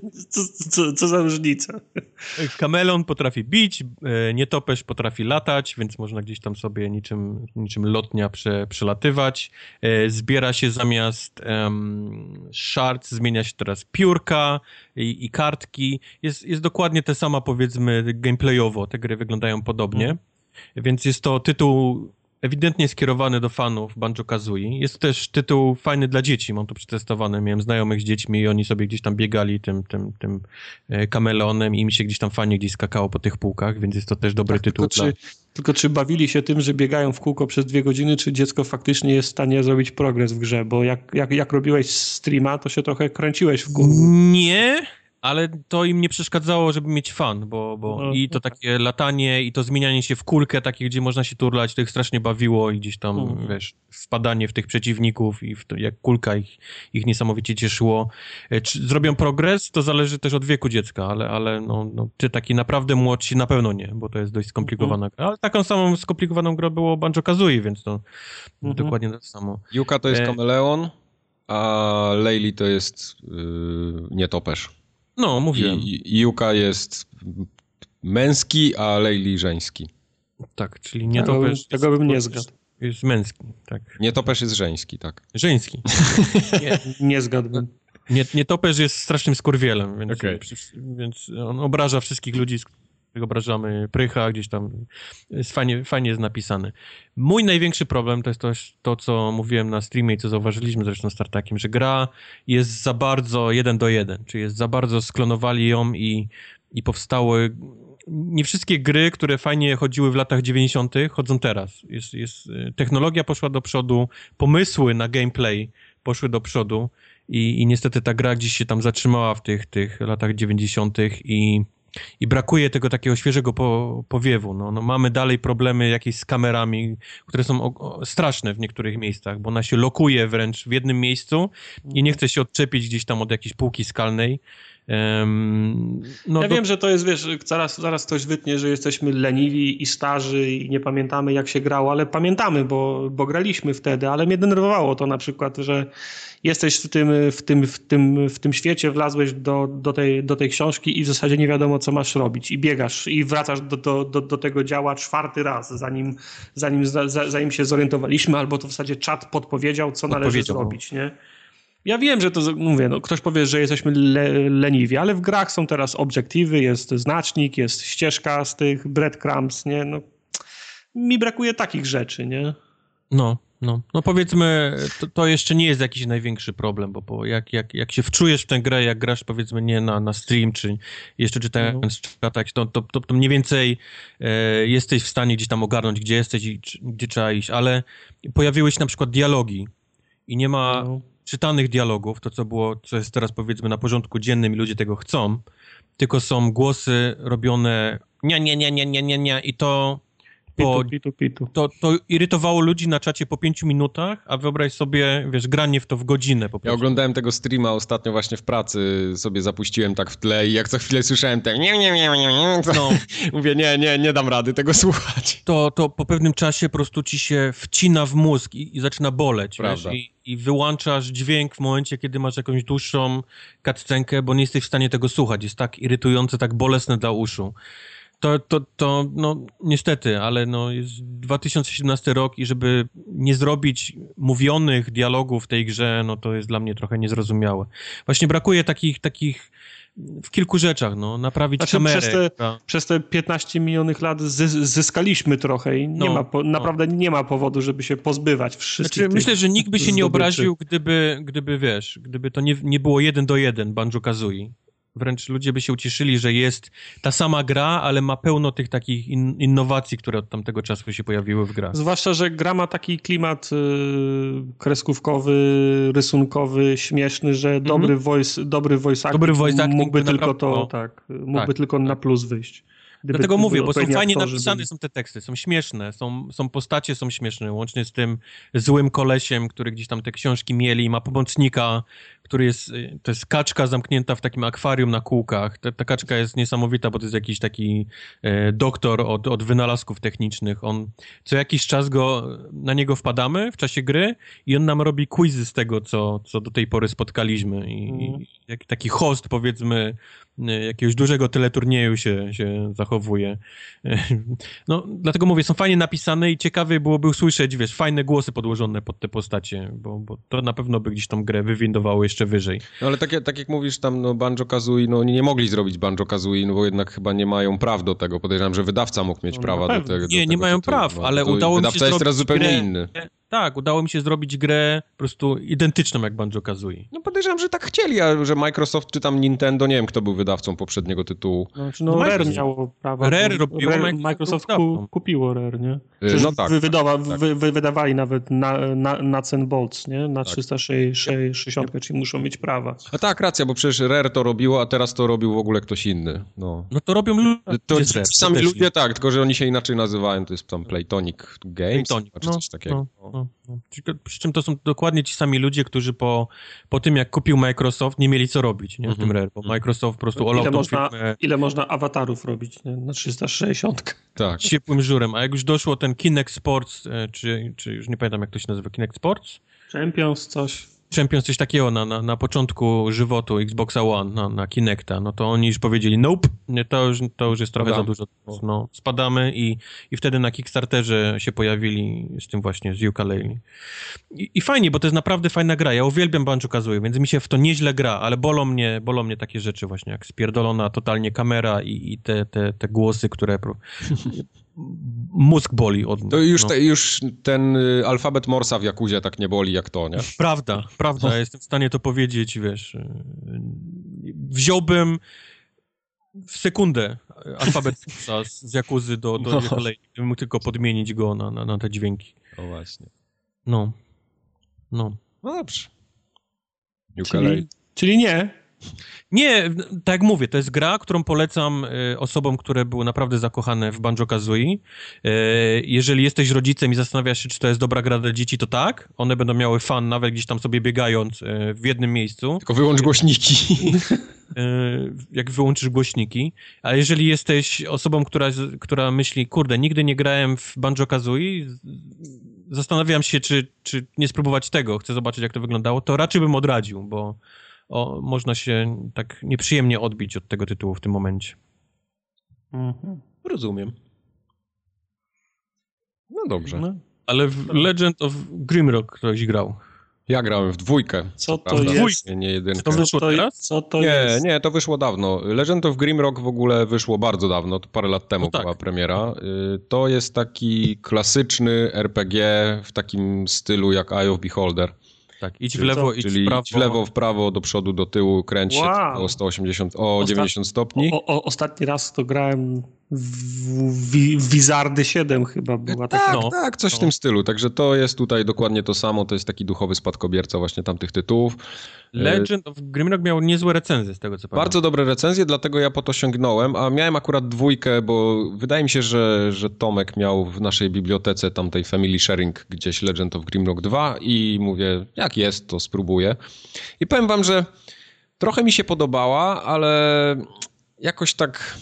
co za różnica. Kameleon potrafi bić, nietoperz potrafi latać, więc można gdzieś tam sobie niczym lotnia przelatywać. Zbiera się zamiast shards, zmienia się teraz piórka i kartki. Jest dokładnie ta sama, powiedzmy, gameplayowo. Te gry wyglądają podobnie. Więc jest to tytuł ewidentnie skierowany do fanów Banjo-Kazooie. Jest też tytuł fajny dla dzieci, mam to przetestowane. Miałem znajomych z dziećmi i oni sobie gdzieś tam biegali tym kameleonem i im się gdzieś tam fajnie gdzieś skakało po tych półkach, więc jest to też dobry tytuł. Tylko czy bawili się tym, że biegają w kółko przez 2 godziny, czy dziecko faktycznie jest w stanie zrobić progres w grze? Bo jak robiłeś streama, to się trochę kręciłeś w kółku. Nie, ale to im nie przeszkadzało, żeby mieć fan, bo i to takie latanie, i to zmienianie się w kulkę, takie, gdzie można się turlać, to ich strasznie bawiło i gdzieś tam, wiesz, wpadanie w tych przeciwników i w to, jak kulka ich niesamowicie cieszyło. Czy zrobią progres? To zależy też od wieku dziecka, ale ty taki naprawdę młodsi na pewno nie, bo to jest dość skomplikowana gra. Ale taką samą skomplikowaną grę było Banjo-Kazooie, więc to dokładnie to samo. Yuka to jest kameleon, a Laylee to jest nietoperz. No, mówiłem. I Yuka jest męski, a Laylee żeński. Tak, czyli nietoperz... Tego bym nie zgadł. Jest męski, tak. Nietoperz jest żeński, tak. Żeński. Nie zgadłbym. Nietoperz jest strasznym skurwielem, więc, Okay. więc on obraża wszystkich ludzi, z których obrażamy, prycha gdzieś tam. Jest fajnie jest napisany. Mój największy problem to jest to, co mówiłem na streamie i co zauważyliśmy zresztą z Tartakiem, że gra jest za bardzo 1:1, czyli jest za bardzo sklonowali ją i powstały... Nie wszystkie gry, które fajnie chodziły w latach 90. chodzą teraz. Technologia poszła do przodu, pomysły na gameplay poszły do przodu i niestety ta gra gdzieś się tam zatrzymała w tych latach 90. i brakuje tego takiego świeżego powiewu. No, mamy dalej problemy jakieś z kamerami, które są straszne w niektórych miejscach, bo ona się lokuje wręcz w jednym miejscu i nie chce się odczepić gdzieś tam od jakiejś półki skalnej. Wiem, że to jest, wiesz, zaraz ktoś wytnie, że jesteśmy leniwi i starzy i nie pamiętamy, jak się grało, ale pamiętamy, bo graliśmy wtedy, ale mnie denerwowało to na przykład, że jesteś w tym świecie, wlazłeś do tej książki i w zasadzie nie wiadomo, co masz robić i biegasz i wracasz do tego działa 4. raz, zanim się zorientowaliśmy, albo to w zasadzie czat podpowiedział, co należy zrobić, nie? Ja wiem, że to, mówię, ktoś powie, że jesteśmy leniwi, ale w grach są teraz obiektywy, jest znacznik, jest ścieżka z tych breadcrumbs, nie? No, mi brakuje takich rzeczy, nie? No powiedzmy, to jeszcze nie jest jakiś największy problem, bo jak się wczujesz w tę grę, jak grasz powiedzmy nie na stream, czy jeszcze czytając czatach, to mniej więcej jesteś w stanie gdzieś tam ogarnąć, gdzie jesteś i gdzie trzeba iść, ale pojawiły się na przykład dialogi i nie ma czytanych dialogów, co jest teraz powiedzmy na porządku dziennym i ludzie tego chcą, tylko są głosy robione nie i to Pitu. To irytowało ludzi na czacie po 5 minutach, a wyobraź sobie, wiesz, granie w to w godzinę po prostu. Ja oglądałem tego streama ostatnio właśnie w pracy, sobie zapuściłem tak w tle i jak co chwilę słyszałem te mówię, nie dam rady tego słuchać. To po pewnym czasie po prostu ci się wcina w mózg i zaczyna boleć, wiesz, i wyłączasz dźwięk w momencie, kiedy masz jakąś dłuższą cutscenkę, bo nie jesteś w stanie tego słuchać. Jest tak irytujące, tak bolesne dla uszu. To niestety, ale jest 2017 rok i żeby nie zrobić mówionych dialogów w tej grze, to jest dla mnie trochę niezrozumiałe. Właśnie brakuje takich w kilku rzeczach, naprawić kamerę. Przez te 15 milionów lat zyskaliśmy trochę i naprawdę nie ma powodu, żeby się pozbywać wszystkich tych myślę, że nikt by się nie obraził, gdyby to nie było 1:1 Banjo-Kazooie. Wręcz ludzie by się ucieszyli, że jest ta sama gra, ale ma pełno tych takich innowacji, które od tamtego czasu się pojawiły w grach. Zwłaszcza, że gra ma taki klimat kreskówkowy, rysunkowy, śmieszny, że dobry voice acting mógłby tylko na plus wyjść. Dlatego mówię, bo są fajnie napisane są te teksty, są śmieszne, są postacie, są śmieszne, łącznie z tym złym kolesiem, który gdzieś tam te książki mieli, ma pomocnika, który to jest kaczka zamknięta w takim akwarium na kółkach. Ta kaczka jest niesamowita, bo to jest jakiś taki doktor od wynalazków technicznych. On co jakiś czas na niego wpadamy w czasie gry i on nam robi quizy z tego, co do tej pory spotkaliśmy. I jak taki host, powiedzmy, jakiegoś dużego teleturnieju się zachowuje. Dlatego mówię, są fajnie napisane i ciekawie byłoby usłyszeć, wiesz, fajne głosy podłożone pod te postacie, bo to na pewno by gdzieś tą grę wywindowało jeszcze wyżej. Ale tak jak mówisz tam, Banjo-Kazooie, oni nie mogli zrobić Banjo-Kazooie, bo jednak chyba nie mają praw do tego. Podejrzewam, że wydawca mógł mieć prawa do tego. Nie mają praw, ale udało mi się wydawca jest teraz zupełnie inny. Tak, udało mi się zrobić grę po prostu identyczną jak Banjo-Kazooie. Podejrzewam, że tak chcieli, a że Microsoft czy tam Nintendo, nie wiem kto był wydawcą poprzedniego tytułu. Rare miało prawa. Rare robiło, Microsoft kupiło Rare, nie? Tak. Wydawali nawet na Zen Bolts, nie? Na 360, czyli muszą mieć prawa. A tak, racja, bo przecież Rare to robiło, a teraz to robił w ogóle ktoś inny. No to robią ludzie. To sami ludzie, tak, tylko że oni się inaczej nazywają, to jest tam Playtonic Games, czy coś takiego. Przy czym to są dokładnie ci sami ludzie, którzy po tym, jak kupił Microsoft, nie mieli co robić, nie? W tym Rare, bo Microsoft po prostu olał tą firmę. Ile można awatarów robić, nie? Na 360. Tak. Ciepłym żurem. A jak już doszło ten Kinect Sports, czy już nie pamiętam, jak to się nazywa, Kinect Sports? Champions, coś. Champions coś takiego na początku żywotu Xboxa One, na Kinecta, no to oni już powiedzieli nope, nie, to już jest trochę za dużo. No, spadamy i wtedy na Kickstarterze się pojawili z tym właśnie, z ukulele. I fajnie, bo to jest naprawdę fajna gra. Ja uwielbiam Banjo-Kazooie, więc mi się w to nieźle gra, ale bolą mnie takie rzeczy właśnie, jak spierdolona totalnie kamera i te głosy, które... Mózg boli od nich. To już ten alfabet Morsa w Jakuzie tak nie boli jak to, nie? Prawda. Ja jestem w stanie to powiedzieć, wiesz. Wziąłbym w sekundę alfabet Morsa z Jakuzy do kolei. Gdybym mógł tylko podmienić go na te dźwięki. O właśnie. No dobrze. Czyli nie. Nie, tak jak mówię, to jest gra, którą polecam osobom, które były naprawdę zakochane w Banjo-Kazooie. Jeżeli jesteś rodzicem i zastanawiasz się, czy to jest dobra gra dla dzieci, to tak. One będą miały fan, nawet gdzieś tam sobie biegając w jednym miejscu. Tylko wyłącz głośniki. Jak wyłączysz głośniki. A jeżeli jesteś osobą, która myśli, kurde, nigdy nie grałem w Banjo-Kazooie, zastanawiam się, czy nie spróbować tego, chcę zobaczyć, jak to wyglądało, to raczej bym odradził, bo można się tak nieprzyjemnie odbić od tego tytułu w tym momencie. Rozumiem. No dobrze. No, ale w Legend of Grimrock ktoś grał. Ja grałem w 2. Co to jest? Nie 1. To wyszło teraz? Co to jest? Nie, to wyszło dawno. Legend of Grimrock w ogóle wyszło bardzo dawno, to parę lat temu była premiera. To jest taki klasyczny RPG w takim stylu jak Eye of Beholder. Tak, idź w lewo, idź w prawo. Idź w lewo, w prawo, do przodu, do tyłu, kręć się o 180, 90 stopni. Ostatni raz to grałem w Wizardy 7 chyba była taka. Tak, coś w tym stylu. Także to jest tutaj dokładnie to samo. To jest taki duchowy spadkobierca właśnie tamtych tytułów. Legend of Grimrock miał niezłe recenzje z tego, co pamiętam. Bardzo dobre recenzje, dlatego ja po to sięgnąłem, a miałem akurat 2, bo wydaje mi się, że Tomek miał w naszej bibliotece tamtej Family Sharing gdzieś Legend of Grimrock 2 i mówię, jak jest, to spróbuję. I powiem wam, że trochę mi się podobała, ale jakoś tak...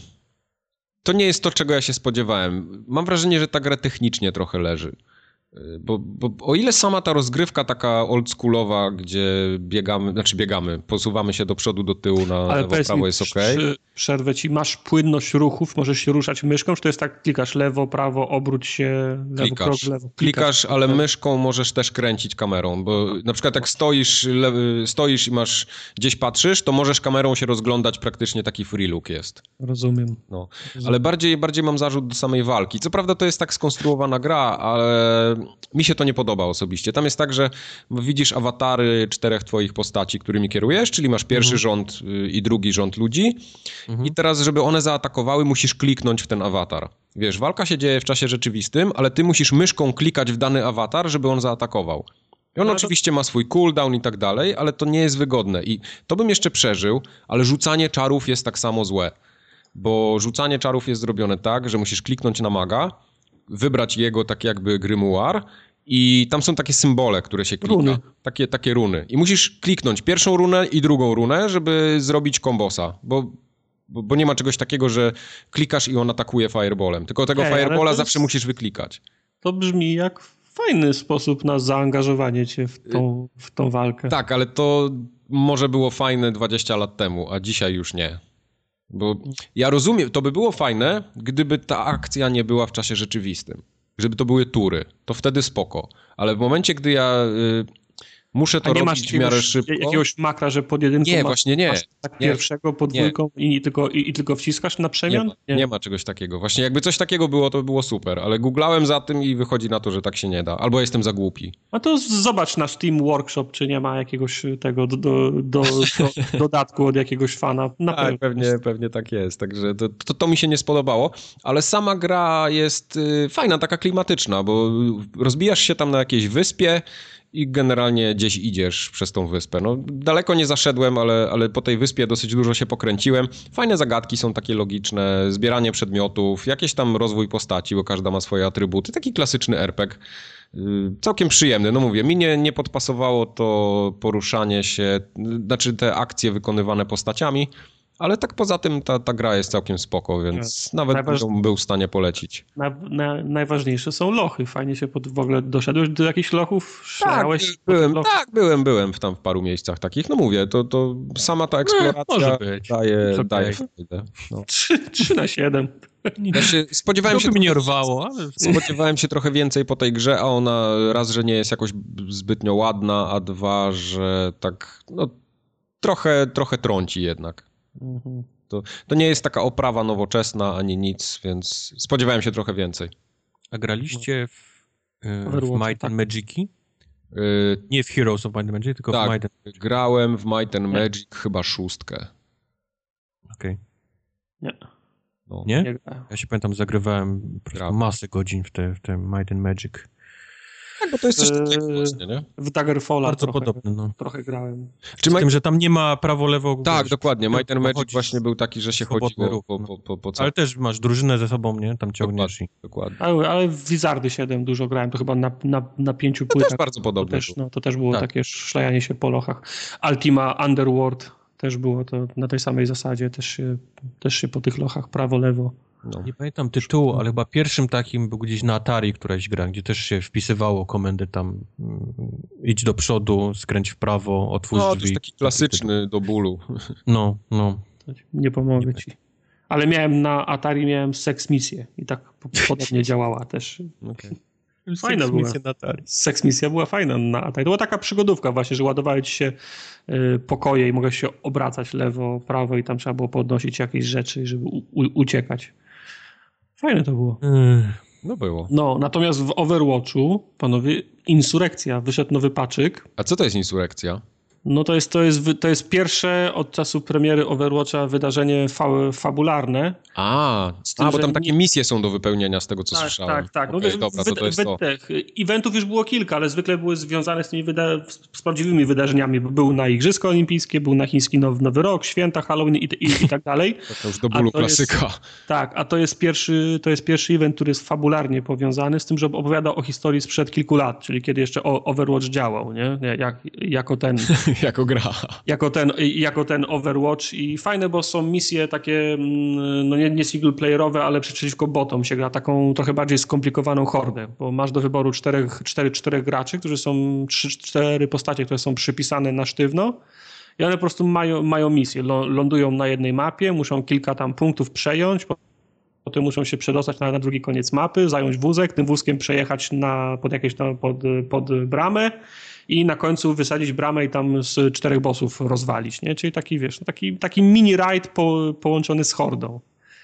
To nie jest to, czego ja się spodziewałem. Mam wrażenie, że ta gra technicznie trochę leży. Bo o ile sama ta rozgrywka taka oldschoolowa, gdzie biegamy, posuwamy się do przodu, do tyłu, na lewo, prawo jest okej. Przerwę ci, masz płynność ruchów, możesz się ruszać myszką, czy to jest tak, klikasz lewo, prawo, obróć się, lewo, krok, lewo. Klikasz, ale myszką możesz też kręcić kamerą, bo na przykład jak stoisz i masz gdzieś patrzysz, to możesz kamerą się rozglądać, praktycznie taki free look jest. Rozumiem. No. Ale bardziej mam zarzut do samej walki. Co prawda to jest tak skonstruowana gra, ale mi się to nie podoba osobiście. Tam jest tak, że widzisz awatary 4 twoich postaci, którymi kierujesz, czyli masz pierwszy rząd i drugi rząd ludzi i teraz, żeby one zaatakowały, musisz kliknąć w ten awatar. Wiesz, walka się dzieje w czasie rzeczywistym, ale ty musisz myszką klikać w dany awatar, żeby on zaatakował. I on oczywiście ma swój cooldown i tak dalej, ale to nie jest wygodne i to bym jeszcze przeżył, ale rzucanie czarów jest tak samo złe. Bo rzucanie czarów jest zrobione tak, że musisz kliknąć na maga, wybrać jego tak jakby grymuar i tam są takie symbole, które się klika. Runy. Takie runy. I musisz kliknąć pierwszą runę i drugą runę, żeby zrobić kombosa, bo nie ma czegoś takiego, że klikasz i on atakuje fireballem. Tylko tego fireballa zawsze musisz wyklikać. To brzmi jak fajny sposób na zaangażowanie cię w tą walkę. Tak, ale to może było fajne 20 lat temu, a dzisiaj już nie. Bo ja rozumiem, to by było fajne, gdyby ta akcja nie była w czasie rzeczywistym. Gdyby to były tury, to wtedy spoko. Ale w momencie, gdy ja muszę to robić w miarę szybko... jakiegoś makra, że pod jedynką masz tak nie. pierwszego, pod dwójką i tylko wciskasz na przemian? Nie ma czegoś takiego. Właśnie jakby coś takiego było, to by było super. Ale googlałem za tym i wychodzi na to, że tak się nie da. Albo jestem za głupi. A to zobacz na Steam Workshop, czy nie ma jakiegoś tego dodatku od jakiegoś fana. Tak, pewnie tak jest. Także to mi się nie spodobało. Ale sama gra jest fajna, taka klimatyczna, bo rozbijasz się tam na jakiejś wyspie i generalnie gdzieś idziesz przez tą wyspę. No, daleko nie zaszedłem, ale po tej wyspie dosyć dużo się pokręciłem. Fajne zagadki są takie logiczne, zbieranie przedmiotów, jakiś tam rozwój postaci, bo każda ma swoje atrybuty. Taki klasyczny RPG. Całkiem przyjemny. No mówię, mi nie podpasowało to poruszanie się, znaczy te akcje wykonywane postaciami, Ale tak poza tym ta gra jest całkiem spoko, więc nawet bym był w stanie polecić. Najważniejsze są lochy. Fajnie się w ogóle doszedłeś do jakichś lochów? Szalałeś? Byłem tam w paru miejscach takich. No mówię, to sama ta eksploracja daje fajdę. No. 3/7. Ja się spodziewałem się trochę więcej po tej grze, a ona raz, że nie jest jakoś zbytnio ładna, a dwa, że tak trochę trąci jednak. To nie jest taka oprawa nowoczesna ani nic, więc spodziewałem się trochę więcej. A graliście w Might and Magic'i? Nie w Heroes of Might and Magic, tylko w Might and Magic. Grałem w Might and Magic chyba 6. Okej. Nie. No. Nie? Ja się pamiętam, zagrywałem masę godzin w te Might and Magic. Tak, bo to jest coś takiego właśnie, nie? W Daggerfalla bardzo podobne, no. Trochę grałem. Z tym, że tam nie ma prawo-lewo... Tak, dokładnie. Might and Magic właśnie był taki, że się chodziło po ale też masz drużynę ze sobą, nie? Tam ciągniesz dokładnie. Ale w Wizardy 7 dużo grałem, to chyba na 5 płytach. To też bardzo podobne. To też było takie szlajanie się po lochach. Ultima Underworld też było to na tej samej zasadzie, też się po tych lochach prawo-lewo. No. Nie pamiętam tytułu, ale chyba pierwszym takim był gdzieś na Atari któraś gra, gdzie też się wpisywało komendy tam idź do przodu, skręć w prawo, otwórz drzwi. To jest taki klasyczny do bólu. No. Nie pomogę ci. Ale na Atari Sex Misję i tak podobnie działała też. Okay. Fajna była. Sex Misja była fajna na Atari. To była taka przygodówka właśnie, że ładowały ci się pokoje i mogłeś się obracać lewo, prawo i tam trzeba było podnosić jakieś rzeczy, żeby uciekać. Fajne to było. No było. No, natomiast w Overwatchu, panowie, Insurekcja. Wyszedł nowy paczyk. A co to jest Insurekcja? No to jest pierwsze od czasu premiery Overwatcha wydarzenie fabularne. Bo tam takie misje są do wypełnienia z tego, co słyszałem. Tak. Okay, dobra, to jest to. Eventów już było kilka, ale zwykle były związane z tymi z prawdziwymi wydarzeniami, bo był na Igrzyska Olimpijskie, był na chiński Nowy Rok, święta, Halloween i tak dalej. To już do bólu klasyka. A to jest pierwszy event, który jest fabularnie powiązany z tym, że opowiada o historii sprzed kilku lat, czyli kiedy jeszcze Overwatch działał, nie? Jako ten... Jako gra. Jako ten Overwatch i fajne, bo są misje takie, no nie singleplayerowe, ale przeciwko botom się gra taką trochę bardziej skomplikowaną hordę, bo masz do wyboru czterech graczy, którzy są 4 postacie, które są przypisane na sztywno i one po prostu mają misję. Lądują na jednej mapie, muszą kilka tam punktów przejąć, potem muszą się przedostać na drugi koniec mapy, zająć wózek, tym wózkiem przejechać pod bramę i na końcu wysadzić bramę i tam z 4 bossów rozwalić, nie? Czyli taki mini raid połączony z hordą.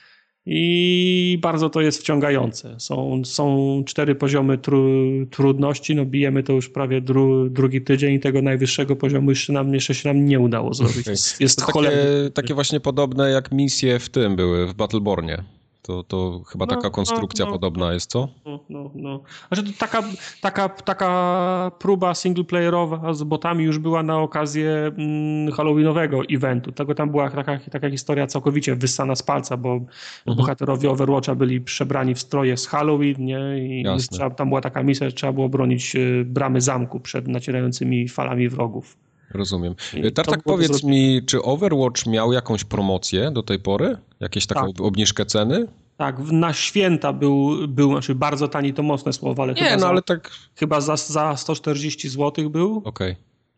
I bardzo to jest wciągające. Są 4 poziomy trudności, no bijemy to już prawie drugi tydzień i tego najwyższego poziomu jeszcze się nam nie udało zrobić. Okay. Jest takie właśnie podobne jak misje w tym były, w Battlebornie. To chyba taka konstrukcja podobna jest, co? No. Znaczy taka próba singleplayerowa z botami już była na okazję halloweenowego eventu. Tego tam była taka historia całkowicie wyssana z palca, bo bohaterowie Overwatcha byli przebrani w stroje z Halloween, nie? I tam była taka misja, że trzeba było bronić bramy zamku przed nacierającymi falami wrogów. Rozumiem. Tartak, powiedz mi, czy Overwatch miał jakąś promocję do tej pory? Jakieś taką obniżkę ceny? Tak, na święta był znaczy bardzo tani, to mocne słowo, ale chyba za 140 zł był. Okej.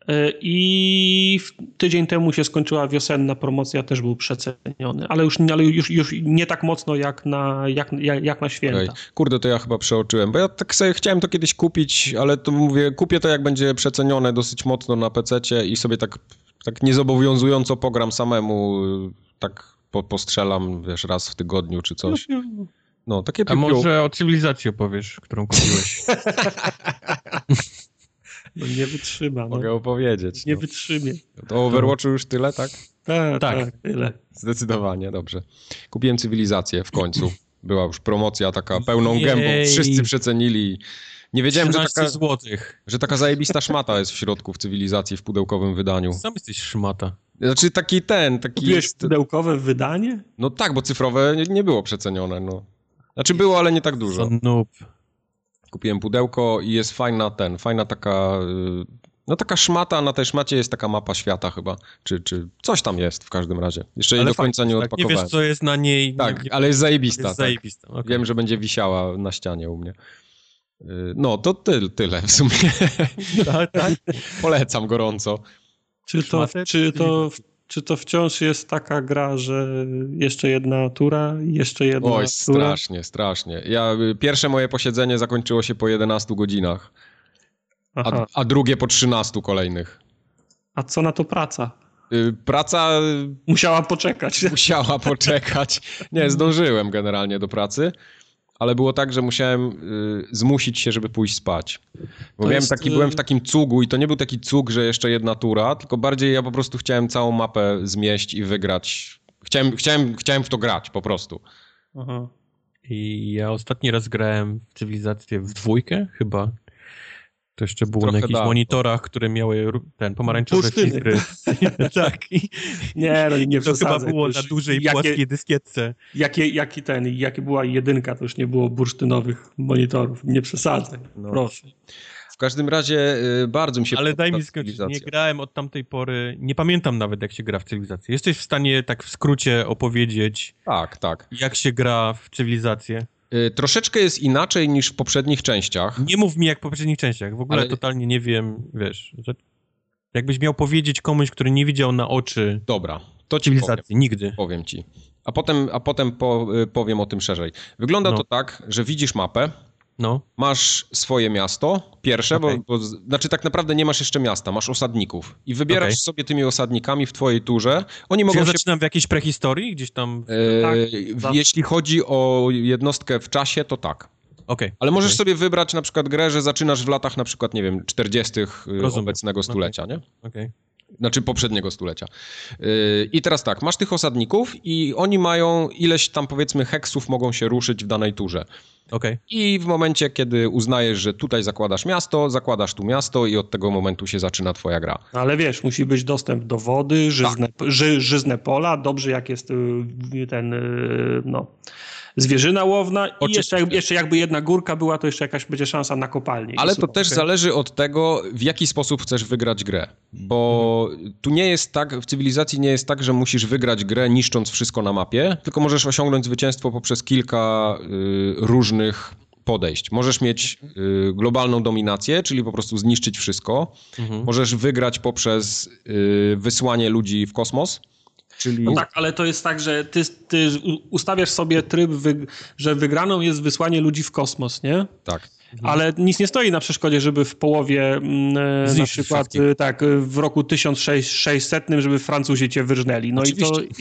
I tydzień temu się skończyła wiosenna promocja, też był przeceniony, ale już nie tak mocno jak na święta. Okay. Kurde, to ja chyba przeoczyłem, bo ja tak sobie chciałem to kiedyś kupić, ale to mówię, kupię to jak będzie przecenione dosyć mocno na PC-cie i sobie tak niezobowiązująco pogram samemu, tak postrzelam, wiesz, raz w tygodniu czy coś. No, takie A może o Cywilizacji opowiesz, którą kupiłeś? No nie wytrzyma. Mogę opowiedzieć. Nie wytrzymie. To o Overwatchu już tyle, tak? Tak, tyle. Zdecydowanie, dobrze. Kupiłem Cywilizację w końcu. Była już promocja taka pełną gębą. Wszyscy przecenili. Nie wiedziałem, że taka zajebista szmata jest w środku w Cywilizacji w pudełkowym wydaniu. Sam jesteś szmata. Znaczy taki... Kupiłeś pudełkowe wydanie? No tak, bo cyfrowe nie było przecenione, no. Znaczy było, ale nie tak dużo. Noob. Kupiłem pudełko i jest fajna taka No taka szmata, na tej szmacie jest taka mapa świata chyba, czy coś tam jest w każdym razie. Jeszcze jej do końca nie odpakowałem. Nie wiesz, co jest na niej. Tak, ale jest zajebista. Jest zajebista. Okay. Wiem, że będzie wisiała na ścianie u mnie. No, to tyle w sumie. Tak. Polecam gorąco. Czy to wciąż jest taka gra, że jeszcze jedna tura, jeszcze jedna tura? Strasznie. Pierwsze moje posiedzenie zakończyło się po 11 godzinach, a drugie po 13 kolejnych. A co na to praca? Praca... Musiała poczekać. Nie, zdążyłem generalnie do pracy, ale było tak, że musiałem zmusić się, żeby pójść spać. Bo byłem w takim cugu i to nie był taki cug, że jeszcze jedna tura, tylko bardziej ja po prostu chciałem całą mapę zmieść i wygrać. Chciałem w to grać po prostu. Aha. I ja ostatni raz grałem w Cywilizację w 2 chyba. To jeszcze było trochę na jakichś monitorach, które miały ten pomarańczowe filtry. Tak. Nie to chyba było na dużej płaskiej dyskietce. Jakie była jedynka, to już nie było bursztynowych monitorów. Nie przesadzaj, proszę. W każdym razie bardzo mi się Ale daj mi skończyć, nie grałem od tamtej pory, nie pamiętam nawet, jak się gra w Cywilizację. Jesteś w stanie tak w skrócie opowiedzieć, tak. Jak się gra w Cywilizację? Troszeczkę jest inaczej niż w poprzednich częściach. Nie mów mi jak w poprzednich częściach, w ogóle totalnie nie wiem, wiesz, że jakbyś miał powiedzieć komuś, który nie widział na oczy Dobra, to ci Cywilizacji, nigdy. Powiem ci. A potem powiem o tym szerzej. Wygląda to tak, że widzisz mapę, masz swoje miasto, pierwsze, bo znaczy tak naprawdę nie masz jeszcze miasta, masz osadników i wybierasz sobie tymi osadnikami w twojej turze. Oni mogą zaczynam w jakiejś prehistorii? Gdzieś tam? Jeśli chodzi o jednostkę w czasie, to tak. Ale możesz sobie wybrać na przykład grę, że zaczynasz w latach na przykład, nie wiem, 40. obecnego stulecia, nie? Znaczy poprzedniego stulecia. I teraz tak, masz tych osadników i oni mają ileś tam powiedzmy heksów mogą się ruszyć w danej turze. I w momencie, kiedy uznajesz, że tutaj zakładasz tu miasto i od tego momentu się zaczyna twoja gra. Ale wiesz, musi być dostęp do wody, żyzne pola, dobrze jak jest zwierzyna łowna i jeszcze jakby jedna górka była, to jeszcze jakaś będzie szansa na kopalnię. Ale to też zależy od tego, w jaki sposób chcesz wygrać grę. Bo tu nie jest tak, w Cywilizacji nie jest tak, że musisz wygrać grę niszcząc wszystko na mapie, tylko możesz osiągnąć zwycięstwo poprzez kilka różnych podejść. Możesz mieć globalną dominację, czyli po prostu zniszczyć wszystko. Możesz wygrać poprzez wysłanie ludzi w kosmos. Czyli... No tak, ale to jest tak, że ty ustawiasz sobie tryb, że wygraną jest wysłanie ludzi w kosmos, nie? Tak. Ale nic nie stoi na przeszkodzie, żeby w połowie, na przykład w roku 1600, żeby Francuzi cię wyrżnęli. No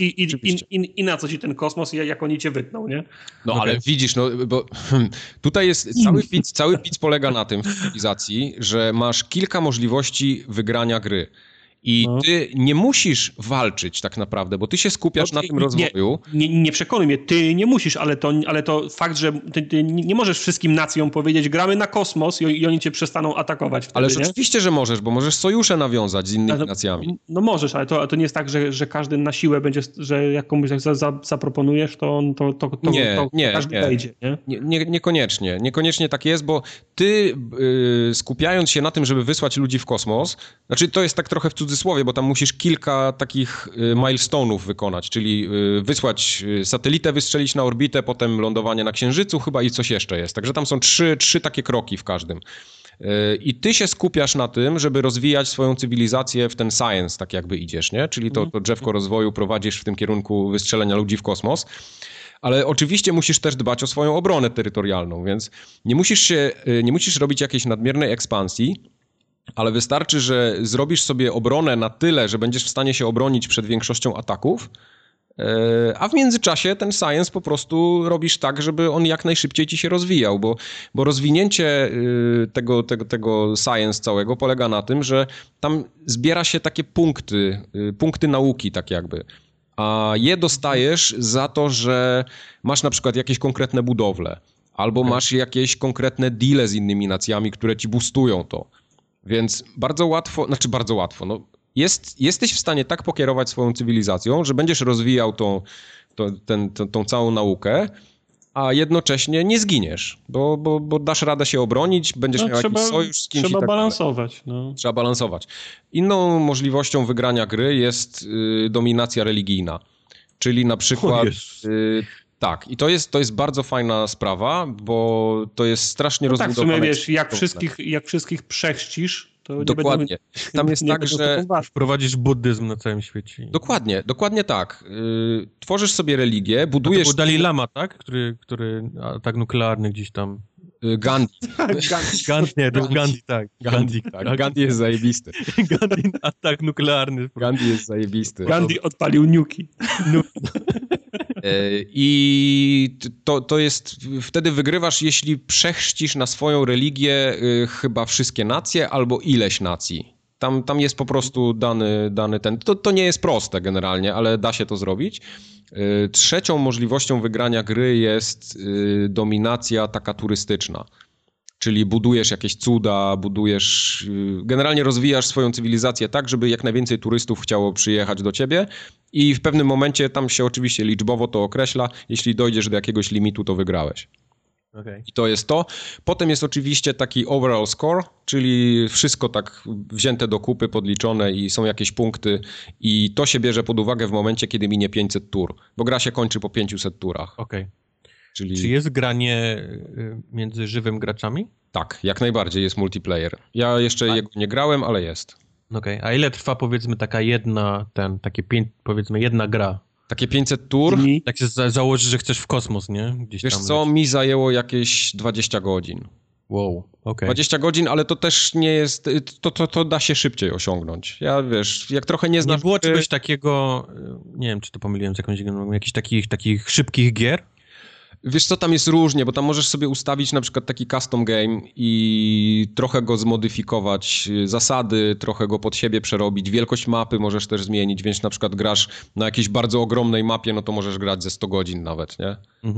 i na co ci ten kosmos, jak oni cię wytną, nie? Ale widzisz, bo tutaj jest cały pic polega na tym w Cywilizacji, że masz kilka możliwości wygrania gry. I ty nie musisz walczyć tak naprawdę, bo ty się skupiasz na tym rozwoju. Nie przekonuj mnie, ty nie musisz, ale to fakt, że ty nie możesz wszystkim nacjom powiedzieć, gramy na kosmos i oni cię przestaną atakować wtedy, Ależ oczywiście, że możesz, bo możesz sojusze nawiązać z innymi nacjami. No możesz, ale to nie jest tak, że każdy na siłę będzie, że jak komuś zaproponujesz, to każdy wejdzie, nie? Niekoniecznie tak jest, bo ty skupiając się na tym, żeby wysłać ludzi w kosmos, znaczy to jest tak trochę w cudzysłowie, bo tam musisz kilka takich milestone'ów wykonać, czyli wysłać satelitę, wystrzelić na orbitę, potem lądowanie na Księżycu chyba i coś jeszcze jest. Także tam są trzy takie kroki w każdym. I ty się skupiasz na tym, żeby rozwijać swoją cywilizację w ten science, tak jakby idziesz, nie? Czyli to drzewko rozwoju prowadzisz w tym kierunku wystrzelenia ludzi w kosmos. Ale oczywiście musisz też dbać o swoją obronę terytorialną, więc nie musisz robić jakiejś nadmiernej ekspansji, ale wystarczy, że zrobisz sobie obronę na tyle, że będziesz w stanie się obronić przed większością ataków, a w międzyczasie ten science po prostu robisz tak, żeby on jak najszybciej ci się rozwijał, bo rozwinięcie tego science całego polega na tym, że tam zbiera się takie punkty nauki tak jakby, a je dostajesz za to, że masz na przykład jakieś konkretne budowle, albo masz jakieś konkretne deale z innymi nacjami, które ci boostują to. Więc bardzo łatwo, jesteś w stanie tak pokierować swoją cywilizacją, że będziesz rozwijał tą całą naukę a jednocześnie nie zginiesz, bo dasz radę się obronić, będziesz miał jakiś sojusz z kimś Trzeba i tak balansować. No. Trzeba balansować. Inną możliwością wygrania gry jest dominacja religijna, czyli na przykład... Tak, i to jest bardzo fajna sprawa, bo to jest strasznie rozbudowane. Tak, w sumie wiesz, jak wszystkich przechrzcisz, to dokładnie. Nie będą, tam jest tak, że wprowadzisz buddyzm na całym świecie. Dokładnie tak. Tworzysz sobie religię, budujesz... To był Dalai Lama, tak? Który atak nuklearny gdzieś tam... Gandhi. Gandhi, tak. Gandhi jest zajebisty. Gandhi, atak nuklearny. Gandhi jest zajebisty. Gandhi odpalił nuki. I to jest... Wtedy wygrywasz, jeśli przechrzcisz na swoją religię chyba wszystkie nacje albo ileś nacji. Tam jest po prostu dany ten... To nie jest proste generalnie, ale da się to zrobić. Trzecią możliwością wygrania gry jest dominacja taka turystyczna. Czyli budujesz jakieś cuda, generalnie rozwijasz swoją cywilizację tak, żeby jak najwięcej turystów chciało przyjechać do ciebie i w pewnym momencie, tam się oczywiście liczbowo to określa, jeśli dojdziesz do jakiegoś limitu, to wygrałeś. Okay. I to jest to. Potem jest oczywiście taki overall score, czyli wszystko tak wzięte do kupy, podliczone i są jakieś punkty i to się bierze pod uwagę w momencie, kiedy minie 500 tur, bo gra się kończy po 500 turach. Okej. Czy jest granie między żywym graczami? Tak, jak najbardziej jest multiplayer. Ja jeszcze jego nie grałem, ale jest. Okej. A ile trwa powiedzmy taka jedna gra? Takie 500 tur? Tak się założy, że chcesz w kosmos, nie? Gdzieś Wiesz tam co, mi zajęło jakieś 20 godzin. Wow, okej. 20 godzin, ale to też nie jest... To da się szybciej osiągnąć. Ja wiesz, jak trochę nie znasz... Nie było czegoś takiego, nie wiem, czy to pomyliłem z jakąś jakichś takich szybkich gier? Wiesz co, tam jest różnie, bo tam możesz sobie ustawić na przykład taki custom game i trochę go zmodyfikować, zasady, trochę go pod siebie przerobić, wielkość mapy możesz też zmienić, więc na przykład grasz na jakiejś bardzo ogromnej mapie, no to możesz grać ze 100 godzin nawet, nie?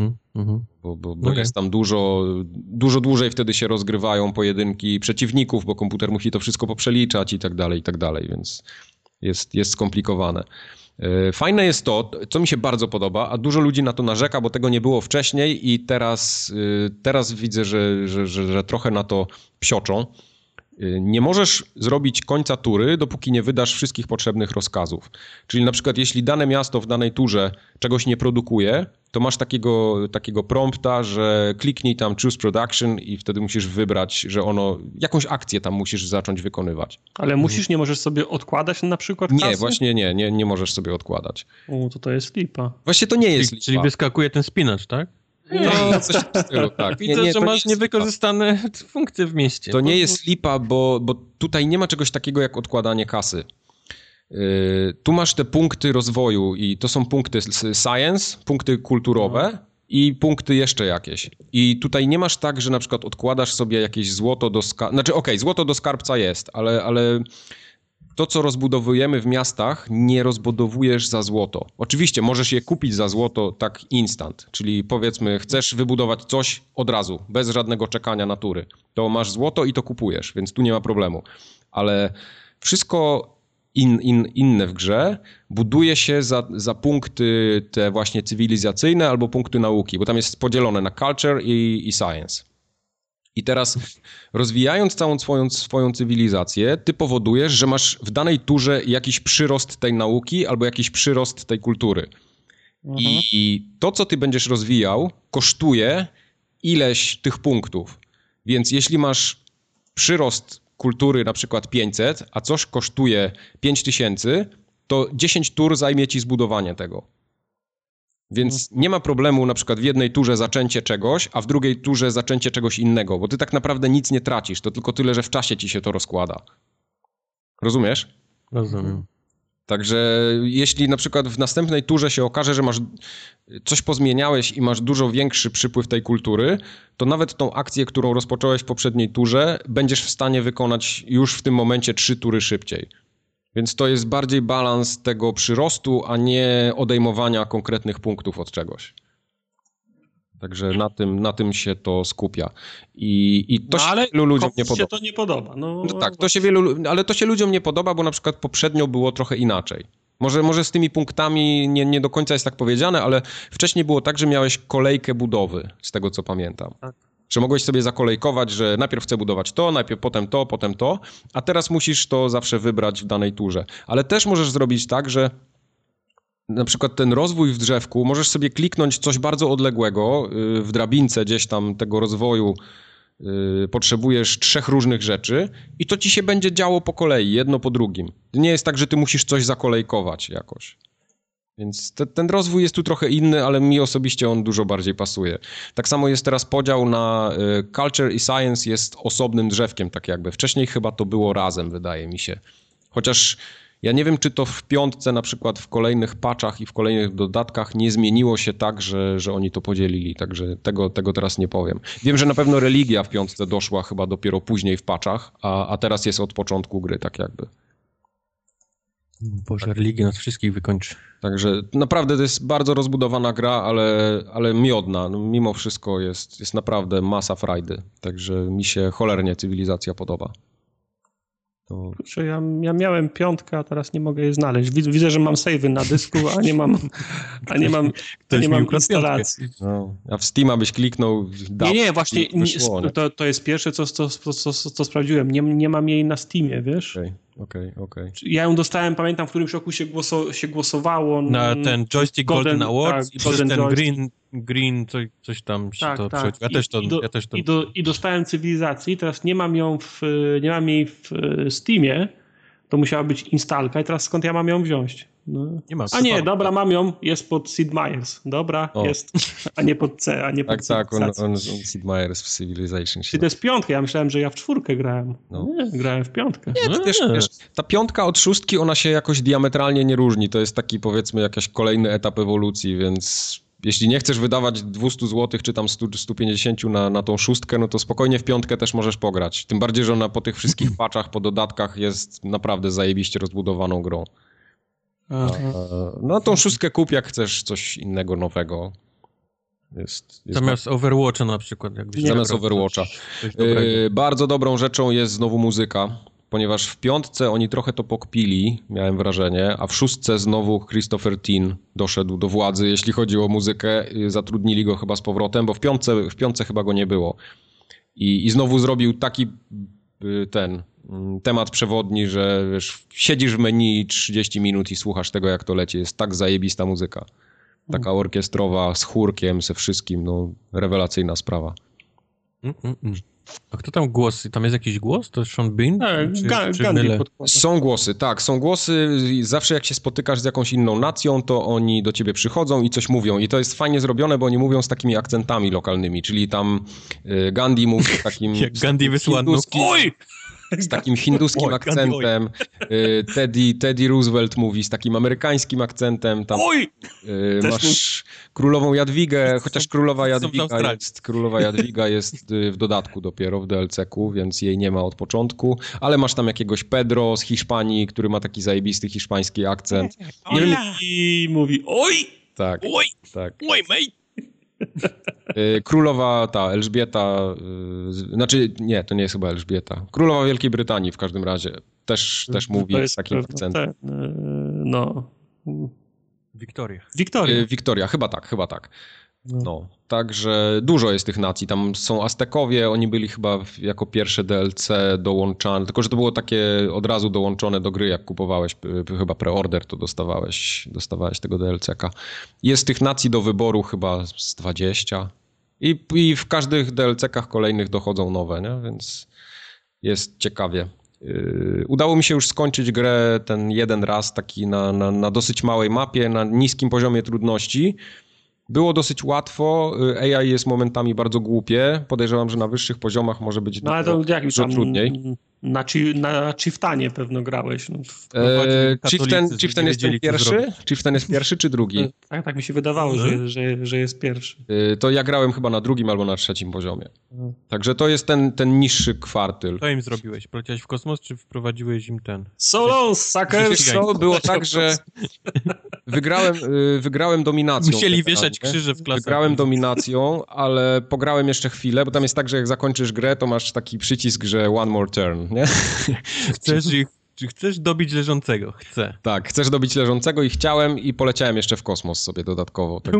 Bo jest tam dużo dłużej wtedy się rozgrywają pojedynki przeciwników, bo komputer musi to wszystko poprzeliczać i tak dalej, więc jest skomplikowane. Fajne jest to, co mi się bardzo podoba, a dużo ludzi na to narzeka, bo tego nie było wcześniej i teraz widzę, że trochę na to psioczą. Nie możesz zrobić końca tury, dopóki nie wydasz wszystkich potrzebnych rozkazów. Czyli na przykład jeśli dane miasto w danej turze czegoś nie produkuje, to masz takiego prompta, że kliknij tam choose production i wtedy musisz wybrać, że jakąś akcję tam musisz zacząć wykonywać. Ale nie możesz sobie odkładać na przykład kasy? Nie, właśnie nie możesz sobie odkładać. To jest lipa. Właśnie to nie jest lipa. Czyli wyskakuje ten spinacz, tak? No, coś w stylu, tak. Widzę, że masz niewykorzystane funkcje w mieście. To nie jest lipa, bo tutaj nie ma czegoś takiego jak odkładanie kasy. Tu masz te punkty rozwoju i to są punkty science, punkty kulturowe i punkty jeszcze jakieś. I tutaj nie masz tak, że na przykład odkładasz sobie jakieś złoto do skarbca. Znaczy złoto do skarbca jest, ale to, co rozbudowujemy w miastach, nie rozbudowujesz za złoto. Oczywiście możesz je kupić za złoto tak instant, czyli powiedzmy chcesz wybudować coś od razu, bez żadnego czekania natury. To masz złoto i to kupujesz, więc tu nie ma problemu. Ale wszystko inne w grze buduje się za punkty te właśnie cywilizacyjne albo punkty nauki, bo tam jest podzielone na culture i science. I teraz rozwijając całą swoją cywilizację, ty powodujesz, że masz w danej turze jakiś przyrost tej nauki albo jakiś przyrost tej kultury. I to, co ty będziesz rozwijał, kosztuje ileś tych punktów. Więc jeśli masz przyrost kultury na przykład 500, a coś kosztuje 5000, to 10 tur zajmie ci zbudowanie tego. Więc nie ma problemu na przykład w jednej turze zaczęcie czegoś, a w drugiej turze zaczęcie czegoś innego, bo ty tak naprawdę nic nie tracisz, to tylko tyle, że w czasie ci się to rozkłada. Rozumiesz? Rozumiem. Także jeśli na przykład w następnej turze się okaże, że masz coś pozmieniałeś i masz dużo większy przypływ tej kultury, to nawet tą akcję, którą rozpocząłeś w poprzedniej turze, będziesz w stanie wykonać już w tym momencie 3 tury szybciej. Więc to jest bardziej balans tego przyrostu, a nie odejmowania konkretnych punktów od czegoś. Także na tym się to skupia. I to się wielu ludziom nie podoba. Się to nie podoba. No tak, ale to się ludziom nie podoba, bo na przykład poprzednio było trochę inaczej. Może z tymi punktami nie do końca jest tak powiedziane, ale wcześniej było tak, że miałeś kolejkę budowy, z tego co pamiętam. Tak. Że mogłeś sobie zakolejkować, że najpierw chcę budować to, najpierw potem to, a teraz musisz to zawsze wybrać w danej turze. Ale też możesz zrobić tak, że na przykład ten rozwój w drzewku, możesz sobie kliknąć coś bardzo odległego, w drabince gdzieś tam tego rozwoju potrzebujesz 3 różnych rzeczy i to ci się będzie działo po kolei, jedno po drugim. Nie jest tak, że ty musisz coś zakolejkować jakoś. Więc ten rozwój jest tu trochę inny, ale mi osobiście on dużo bardziej pasuje. Tak samo jest teraz podział na Culture i Science jest osobnym drzewkiem, tak jakby. Wcześniej chyba to było razem, wydaje mi się. Chociaż ja nie wiem, czy to w 5 na przykład w kolejnych patchach i w kolejnych dodatkach nie zmieniło się tak, że oni to podzielili, także tego teraz nie powiem. Wiem, że na pewno religia w 5 doszła chyba dopiero później w patchach, a teraz jest od początku gry, tak jakby. Boże, religia nas wszystkich wykończy. Także naprawdę to jest bardzo rozbudowana gra, ale miodna. No, mimo wszystko jest naprawdę masa frajdy. Także mi się cholernie cywilizacja podoba. Kurczę, ja miałem 5, a teraz nie mogę jej znaleźć. Widzę, że mam save'y na dysku, a nie mam instalacji. No, a w Steama byś kliknął... Nie, właśnie to jest pierwsze, co sprawdziłem. Nie mam jej na Steamie, wiesz? Okej. Ja ją dostałem, pamiętam, w którymś roku się głosowało... Na ten Joystick Golden Awards tak, i przez ten Green coś tam się to przechodziło. Ja też to... I dostałem cywilizację, teraz nie mam jej w Steamie, to musiała być instalka i teraz skąd ja mam ją wziąć? No. Nie ma. Dobra, mam ją, jest pod Sid Meier's. Dobra, jest, a nie pod C, a nie pod Tak, on Sid Meier's w Civilization. Czyli to jest 5, ja myślałem, że ja w 4 grałem. No. Nie, grałem w 5. Nie, to wiesz, ta 5 od 6 ona się jakoś diametralnie nie różni, to jest taki powiedzmy jakiś kolejny etap ewolucji, więc... Jeśli nie chcesz wydawać 200 zł czy tam 150 na tą 6, no to spokojnie w 5 też możesz pograć. Tym bardziej, że ona po tych wszystkich patchach, po dodatkach jest naprawdę zajebiście rozbudowaną grą. No tą 6 kup, jak chcesz coś innego, nowego. Jest zamiast Overwatcha na przykład. Zamiast Overwatcha. Bardzo dobrą rzeczą jest znowu muzyka. Ponieważ w 5 oni trochę to pokpili, miałem wrażenie, a w 6 znowu Christopher Tin doszedł do władzy, jeśli chodzi o muzykę, zatrudnili go chyba z powrotem, bo w 5 chyba go nie było. I znowu zrobił taki temat przewodni, że wiesz, siedzisz w menu 30 minut i słuchasz tego, jak to leci. Jest tak zajebista muzyka. Taka orkiestrowa, z chórkiem, ze wszystkim, no rewelacyjna sprawa. A kto tam głos? Tam jest jakiś głos? To jest Sean Bean? Są głosy, tak. Są głosy. Zawsze jak się spotykasz z jakąś inną nacją, to oni do ciebie przychodzą i coś mówią. I to jest fajnie zrobione, bo oni mówią z takimi akcentami lokalnymi. Czyli tam Gandhi mówi z takim... Jak Gandhi wysłał oj! Z takim hinduskim akcentem. Teddy Roosevelt mówi z takim amerykańskim akcentem. Tam, masz królową Jadwigę, chociaż królowa Jadwiga jest w dodatku dopiero w DLC-ku, więc jej nie ma od początku, ale masz tam jakiegoś Pedro z Hiszpanii, który ma taki zajebisty hiszpański akcent. I mówi oj! Tak. Oj! Tak. Oj, mate! Królowa Elżbieta, znaczy nie, to nie jest chyba Elżbieta. Królowa Wielkiej Brytanii w każdym razie też mówi z takim akcentem. Wiktoria, chyba tak. No, także dużo jest tych nacji. Tam są Aztekowie, oni byli chyba jako pierwsze DLC dołączane, tylko że to było takie od razu dołączone do gry, jak kupowałeś chyba preorder, to dostawałeś tego DLC-ka. Jest tych nacji do wyboru chyba z 20 i w każdych DLC-kach kolejnych dochodzą nowe, nie? Więc jest ciekawie. Udało mi się już skończyć grę ten jeden raz, taki na dosyć małej mapie, na niskim poziomie trudności. Było dosyć łatwo, AI jest momentami bardzo głupie, podejrzewam, że na wyższych poziomach może być dużo trudniej. Na Chieftanie pewno grałeś. No. Chieftain jest ten pierwszy? Chieftain jest pierwszy czy drugi? Tak mi się wydawało, że jest pierwszy. To ja grałem chyba na drugim albo na trzecim poziomie. Także to jest ten niższy kwartyl. Co im zrobiłeś? Poleciałeś w kosmos, czy wprowadziłeś im ten? Solo, suckers! To było tak, że wygrałem dominacją. Musieli wieszać krzyże w klasach. Wygrałem dominacją, ale pograłem jeszcze chwilę, bo tam jest tak, że jak zakończysz grę, to masz taki przycisk, że one more turn, nie? Chcesz ich Czy chcesz dobić leżącego? Chcę. Tak, chcesz dobić leżącego i chciałem i poleciałem jeszcze w kosmos sobie dodatkowo. Tak,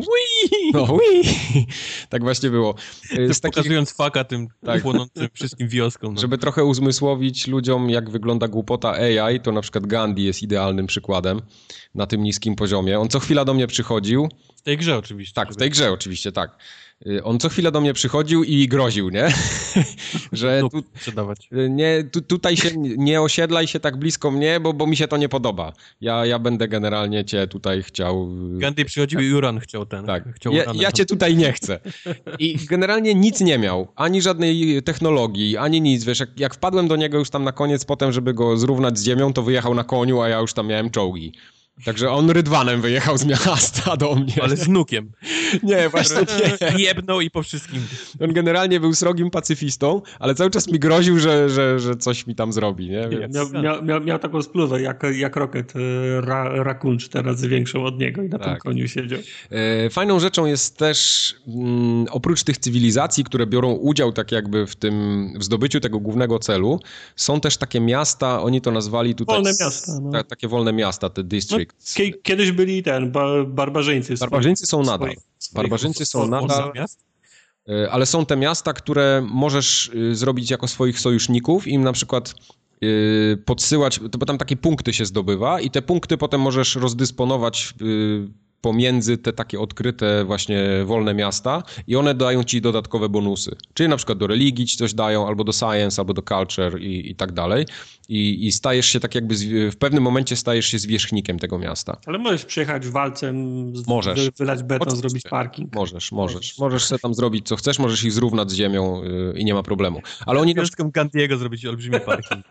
tak właśnie było. Pokazując faka tym płonącym wszystkim wioskom. Żeby trochę uzmysłowić ludziom, jak wygląda głupota AI, to na przykład Gandhi jest idealnym przykładem na tym niskim poziomie. On co chwila do mnie przychodził. W tej grze oczywiście. Tak, w tej grze oczywiście, tak. On co chwilę do mnie przychodził i groził, nie? Że tutaj się nie osiedlaj się tak blisko mnie, bo mi się to nie podoba. Ja będę generalnie cię tutaj chciał... Gandhi przychodził i Uran chciał chciał ja cię tutaj nie chcę. I generalnie nic nie miał. Ani żadnej technologii, ani nic. Wiesz, jak wpadłem do niego już tam na koniec potem, żeby go zrównać z ziemią, to wyjechał na koniu, a ja już tam miałem czołgi. Także on rydwanem wyjechał z miasta do mnie. Ale z nukiem. Nie, właśnie nie. Jebnął i po wszystkim. On generalnie był srogim pacyfistą, ale cały czas mi groził, że coś mi tam zrobi, nie? Więc... Miał taką spluwę, jak Rocket Raccoon, 4 razy większą od niego i na tym koniu siedział. Fajną rzeczą jest też, oprócz tych cywilizacji, które biorą udział tak jakby w zdobyciu tego głównego celu, są też takie miasta, oni to nazwali tutaj... Wolne miasta. No. Takie wolne miasta, te districts. Kiedyś byli barbarzyńcy. Barbarzyńcy są nadal. Barbarzyńcy są nadal, ale są te miasta, które możesz zrobić jako swoich sojuszników i im na przykład podsyłać, bo tam takie punkty się zdobywa i te punkty potem możesz rozdysponować pomiędzy te takie odkryte właśnie wolne miasta i one dają ci dodatkowe bonusy. Czyli na przykład do religii ci coś dają, albo do science, albo do culture i tak dalej. I stajesz się tak jakby, w pewnym momencie stajesz się zwierzchnikiem tego miasta. Ale możesz przyjechać walcem, wylać beton, oczywiście. Zrobić parking. Możesz sobie tam zrobić co chcesz, możesz ich zrównać z ziemią i nie ma problemu. Ale oni... Wioską Gandiego zrobić olbrzymi parking.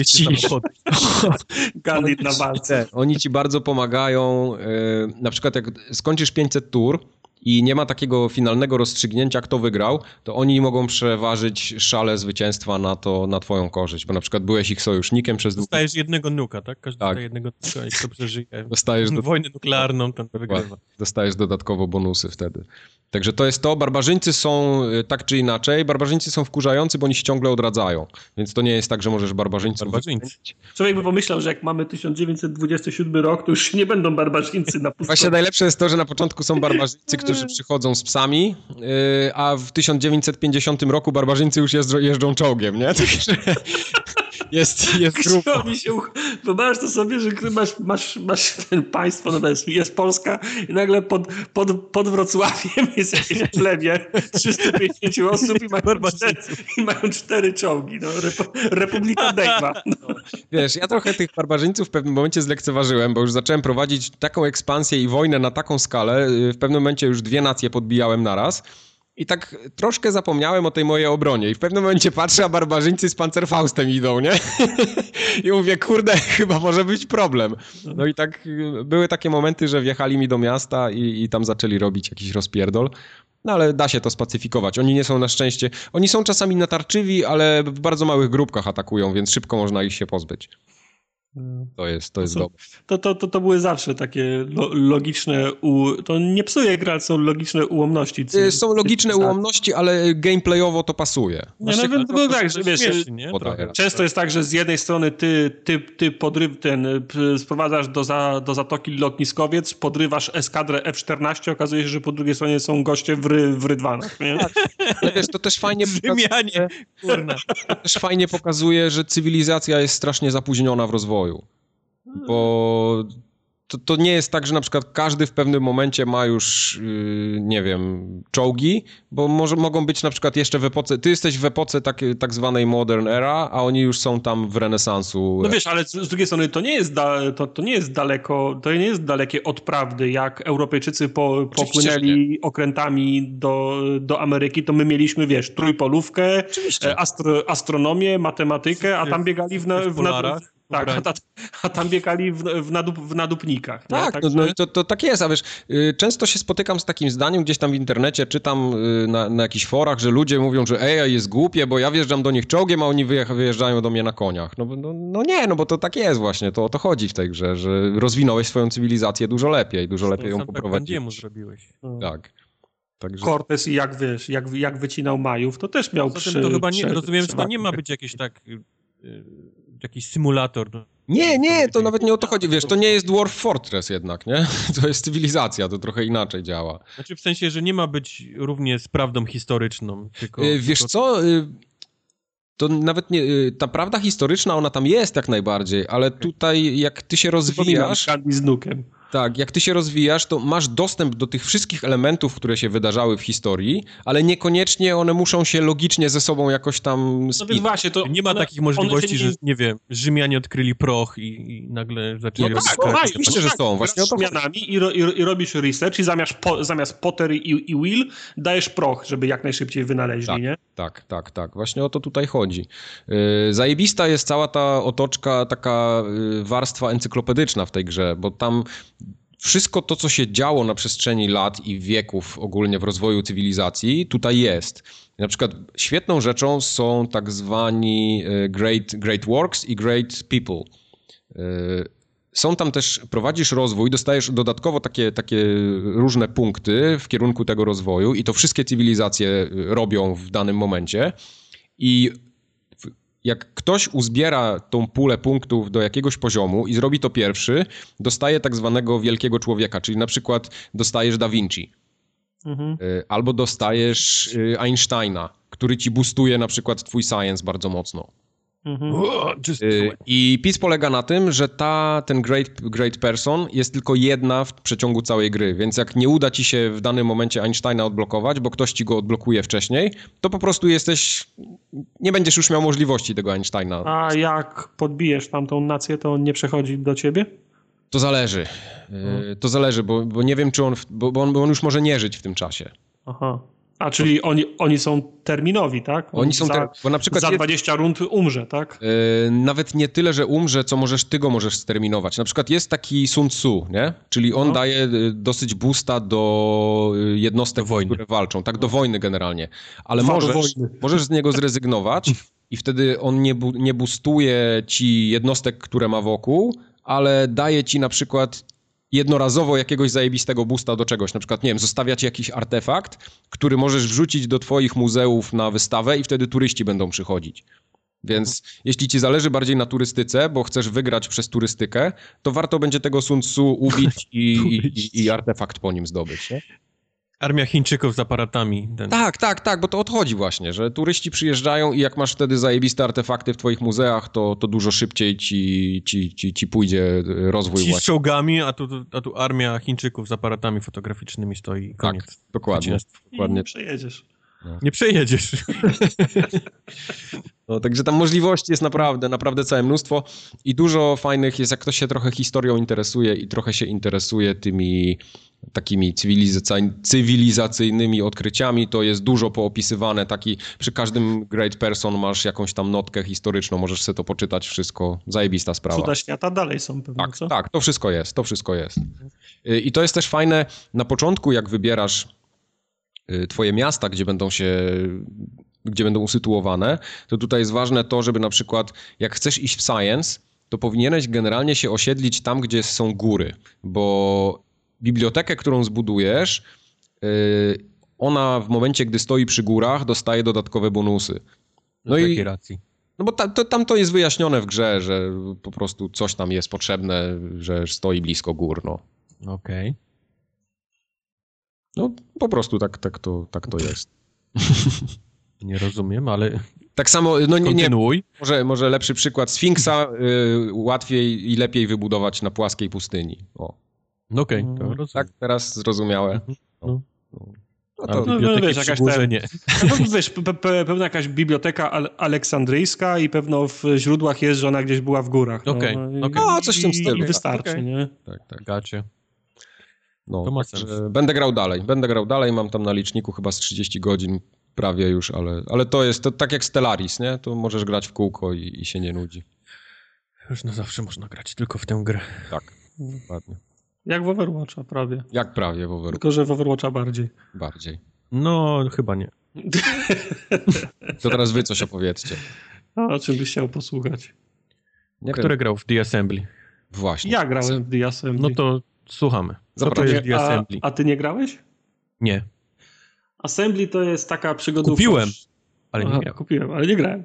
Gandhi na walce. Oni ci bardzo pomagają, na przykład jak skończysz 500 tur i nie ma takiego finalnego rozstrzygnięcia, kto wygrał, to oni mogą przeważyć szale zwycięstwa na twoją korzyść, bo na przykład byłeś ich sojusznikiem przez... Dostajesz jednego nuka, tak? Każdy dostaje jednego nuka i kto przeżyje wojnę nuklearną, ten wygrywa. Dostajesz dodatkowo bonusy wtedy. Także to jest to. Barbarzyńcy są tak czy inaczej. Barbarzyńcy są wkurzający, bo oni się ciągle odradzają. Więc to nie jest tak, że możesz barbarzyńców... Człowiek by pomyślał, że jak mamy 1927 rok, to już nie będą barbarzyńcy na pustyni. Właśnie najlepsze jest to, że na początku są barbarzyńcy, którzy przychodzą z psami, a w 1950 roku barbarzyńcy już jeżdżą czołgiem, nie? Także jest grubo. Wyobraź to sobie, że masz ten państwo, no to jest Polska i nagle pod Wrocławiem jest jakieś plemię 350 osób i mają 4 czołgi. No, Republika Dejma. No. Wiesz, ja trochę tych barbarzyńców w pewnym momencie zlekceważyłem, bo już zacząłem prowadzić taką ekspansję i wojnę na taką skalę. W pewnym momencie już 2 nacje podbijałem naraz. I tak troszkę zapomniałem o tej mojej obronie. I w pewnym momencie patrzę, a barbarzyńcy z Panzerfaustem idą, nie? I mówię, kurde, chyba może być problem. No i tak były takie momenty, że wjechali mi do miasta i tam zaczęli robić jakiś rozpierdol. No ale da się to spacyfikować. Oni nie są na szczęście... Oni są czasami natarczywi, ale w bardzo małych grupkach atakują, więc szybko można ich się pozbyć. To jest dobre. To były zawsze takie logiczne... To nie psuje gra, są logiczne ułomności. Są logiczne ułomności, ale gameplayowo to pasuje. Często jest tak, że z jednej strony ty sprowadzasz do zatoki lotniskowiec, podrywasz eskadrę F-14, okazuje się, że po drugiej stronie są goście w rydwanach. Nie? Ale wiesz, to też fajnie pokazuje, to też fajnie pokazuje, że cywilizacja jest strasznie zapóźniona w rozwoju. Bo to nie jest tak, że na przykład każdy w pewnym momencie ma już, nie wiem, czołgi, bo mogą być na przykład jeszcze w epoce, ty jesteś w epoce tak zwanej modern era, a oni już są tam w renesansu. No wiesz, ale z drugiej strony to nie jest daleko, to nie jest dalekie od prawdy, jak Europejczycy popłynęli okrętami do Ameryki, to my mieliśmy, wiesz, trójpolówkę, astronomię, matematykę, a tam biegali w tak, a tam biegali w nadupnikach. Tak, no to tak jest, a wiesz, często się spotykam z takim zdaniem gdzieś tam w internecie, czytam na jakichś forach, że ludzie mówią, że AI jest głupie, bo ja wjeżdżam do nich czołgiem, a oni wyjeżdżają do mnie na koniach. No nie, bo to tak jest właśnie, to o to chodzi w tej grze, że rozwinąłeś swoją cywilizację dużo lepiej ją poprowadziłeś. Zrobiłeś. Tak. Także... Cortez i jak wycinał Majów, to też miał to chyba nie, rozumiem, że to nie ma być jakieś jakiś symulator Nie, to nawet nie o to chodzi. Wiesz, to nie jest Dwarf Fortress jednak, nie? To jest cywilizacja, to trochę inaczej działa. Znaczy w sensie, że nie ma być równie z prawdą historyczną, tylko... Wiesz co... To nawet nie... Ta prawda historyczna, ona tam jest jak najbardziej, ale tutaj jak ty się rozwijasz... z nukiem. Tak, jak ty się rozwijasz, to masz dostęp do tych wszystkich elementów, które się wydarzały w historii, ale niekoniecznie one muszą się logicznie ze sobą jakoś tam spinać. No więc właśnie, to nie ma takich możliwości, że nie wiem, Rzymianie odkryli proch i nagle zaczęli oczywiście, że są. Właśnie o to zmianami i robisz research i zamiast Potter i Will dajesz proch, żeby jak najszybciej wynaleźli, nie? Tak. Właśnie o to tutaj chodzi. Zajebista jest cała ta otoczka, taka warstwa encyklopedyczna w tej grze, bo tam wszystko to, co się działo na przestrzeni lat i wieków ogólnie w rozwoju cywilizacji, tutaj jest. Na przykład świetną rzeczą są tak zwani great works i great people. Są tam też, prowadzisz rozwój, dostajesz dodatkowo takie różne punkty w kierunku tego rozwoju i to wszystkie cywilizacje robią w danym momencie i jak ktoś uzbiera tą pulę punktów do jakiegoś poziomu i zrobi to pierwszy, dostaje tak zwanego wielkiego człowieka, czyli na przykład dostajesz Da Vinci. Albo dostajesz Einsteina, który ci boostuje na przykład twój science bardzo mocno. I PiS polega na tym, że ten great person jest tylko jedna w przeciągu całej gry, więc jak nie uda ci się w danym momencie Einsteina odblokować, bo ktoś ci go odblokuje wcześniej, to po prostu nie będziesz już miał możliwości tego Einsteina. A jak podbijesz tamtą nację, to on nie przechodzi do ciebie? To zależy. To zależy, bo nie wiem, czy bo on już może nie żyć w tym czasie. Aha. A, czyli oni są terminowi, tak? Oni są bo na przykład za 20 rund umrze, tak? Nawet nie tyle, że umrze, co ty go możesz sterminować. Na przykład jest taki Sun Tzu, nie? Czyli on daje dosyć boosta do jednostek, które walczą. Tak, do wojny generalnie. Ale możesz z niego zrezygnować i wtedy on nie boostuje ci jednostek, które ma wokół, ale daje ci na przykład jednorazowo jakiegoś zajebistego boosta do czegoś. Na przykład, nie wiem, zostawia ci jakiś artefakt, który możesz wrzucić do twoich muzeów na wystawę i wtedy turyści będą przychodzić. Więc jeśli ci zależy bardziej na turystyce, bo chcesz wygrać przez turystykę, to warto będzie tego Sun Tzu ubić i artefakt po nim zdobyć, nie? Armia Chińczyków z aparatami. Tak, bo to odchodzi właśnie, że turyści przyjeżdżają i jak masz wtedy zajebiste artefakty w twoich muzeach, to dużo szybciej ci pójdzie rozwój właśnie. Z czołgami, a tu armia Chińczyków z aparatami fotograficznymi stoi. Koniec. Tak, dokładnie. Nie przejedziesz. No. Nie przejedziesz. No, także tam możliwości jest naprawdę całe mnóstwo i dużo fajnych jest, jak ktoś się trochę historią interesuje i trochę się interesuje tymi takimi cywilizacyjnymi odkryciami, to jest dużo poopisywane, przy każdym great person masz jakąś tam notkę historyczną, możesz sobie to poczytać wszystko, zajebista sprawa. Cuda świata dalej są pewnie, co? Tak, to wszystko jest. I to jest też fajne, na początku jak wybierasz twoje miasta, gdzie będą usytuowane, to tutaj jest ważne to, żeby na przykład jak chcesz iść w science, to powinieneś generalnie się osiedlić tam, gdzie są góry, bo bibliotekę, którą zbudujesz, ona w momencie, gdy stoi przy górach, dostaje dodatkowe bonusy. No i racji. No bo tam to jest wyjaśnione w grze, że po prostu coś tam jest potrzebne, że stoi blisko gór, no. Okej. No po prostu tak to jest. Nie rozumiem, ale... Tak samo, no kontynuuj. Może lepszy przykład. Sfinksa łatwiej i lepiej wybudować na płaskiej pustyni. Okej, to rozumiem. Tak, teraz zrozumiałe. Wiesz, jakaś wiesz, pewna jakaś biblioteka aleksandryjska i pewno w źródłach jest, że ona gdzieś była w górach. No, coś w tym stylu. I wystarczy, nie? Tak. Gacie. No, to ma sens. Będę grał dalej, mam tam na liczniku chyba z 30 godzin prawie już, ale to jest tak jak Stellaris, nie? To możesz grać w kółko i się nie nudzi. Już na zawsze można grać tylko w tę grę. Tak, dokładnie. Jak w Overwatcha prawie. Jak prawie w Overwatcha. Tylko, że w Overwatcha bardziej. Bardziej. No, chyba nie. To teraz wy coś opowiedzcie. A o czym byś chciał posłuchać? Który grał w The Assembly? Właśnie. Ja grałem w The Assembly. No to słuchamy. Co to jest The Assembly? A ty nie grałeś? Nie. Assembly to jest taka przygodówka. Kupiłem, ale nie grałem. Kupiłem, ale nie grałem.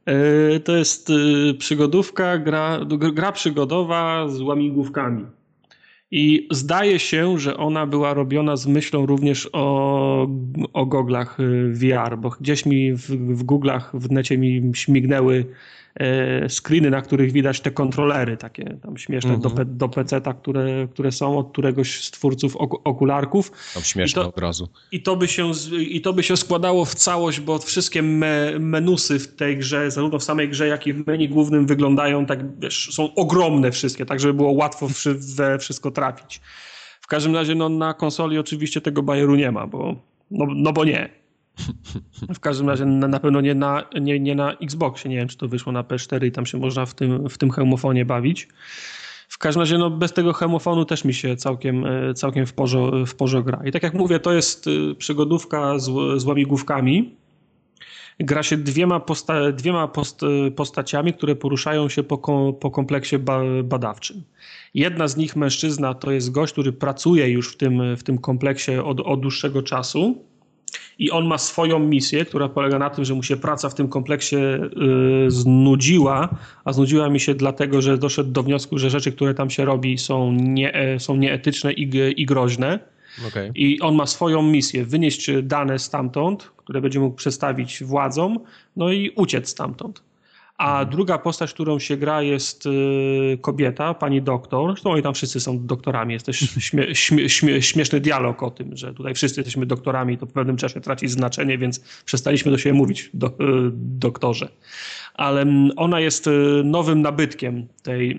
To jest przygodówka, gra przygodowa z łamigłówkami. I zdaje się, że ona była robiona z myślą również o goglach VR, bo gdzieś mi w Google'ach, w necie mi śmignęły screeny, na których widać te kontrolery takie tam śmieszne do PC-ta, które są od któregoś z twórców okularków. Tam śmieszne od razu. I to by się składało w całość, bo wszystkie menusy w tej grze, zarówno w samej grze, jak i w menu głównym wyglądają tak, wiesz, są ogromne wszystkie, tak żeby było łatwo we wszystko trafić. W każdym razie na konsoli oczywiście tego bajeru nie ma, bo nie. W każdym razie na pewno nie na Xboxie. Nie wiem, czy to wyszło na PS4 i tam się można w tym hełmofonie bawić. W każdym razie bez tego hełmofonu też mi się całkiem w porze gra. I tak jak mówię, to jest przygodówka z łamigłówkami. Gra się dwiema postaciami, które poruszają się po kompleksie badawczym. Jedna z nich, mężczyzna, to jest gość, który pracuje już w tym kompleksie od dłuższego czasu. I on ma swoją misję, która polega na tym, że mu się praca w tym kompleksie znudziła, a znudziła mi się dlatego, że doszedł do wniosku, że rzeczy, które tam się robi są nieetyczne i groźne. Okay. I on ma swoją misję, wynieść dane stamtąd, które będzie mógł przedstawić władzom, no i uciec stamtąd. A druga postać, którą się gra, jest kobieta, pani doktor. Zresztą oni tam wszyscy są doktorami. Jest też śmieszny dialog o tym, że tutaj wszyscy jesteśmy doktorami i to w pewnym czasie traci znaczenie, więc przestaliśmy do siebie mówić doktorze. Ale ona jest nowym nabytkiem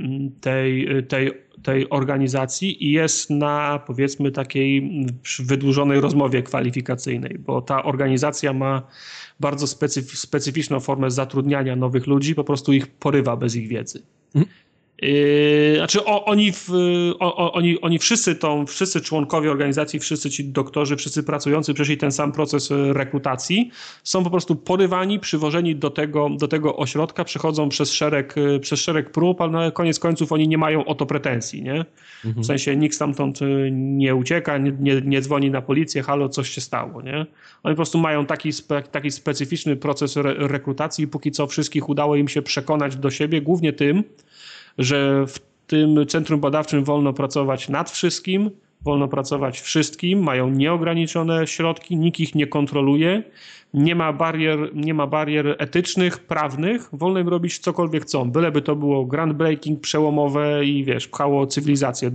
tej organizacji i jest na, powiedzmy, takiej wydłużonej rozmowie kwalifikacyjnej, bo ta organizacja ma bardzo specyficzną formę zatrudniania nowych ludzi, po prostu ich porywa bez ich wiedzy. Znaczy oni wszyscy członkowie organizacji, wszyscy ci doktorzy, wszyscy pracujący przeszli ten sam proces rekrutacji, są po prostu porywani, przywożeni do tego ośrodka, przechodzą przez szereg prób, ale na koniec końców oni nie mają o to pretensji, nie? W sensie nikt stamtąd nie ucieka, nie dzwoni na policję, halo, coś się stało, nie? Oni po prostu mają taki specyficzny proces rekrutacji i póki co wszystkich udało im się przekonać do siebie, głównie tym, że w tym centrum badawczym wolno pracować nad wszystkim, wolno pracować wszystkim, mają nieograniczone środki, nikt ich nie kontroluje, nie ma barier etycznych, prawnych, wolno im robić cokolwiek chcą, byleby to było groundbreaking, przełomowe i wiesz, pchało cywilizację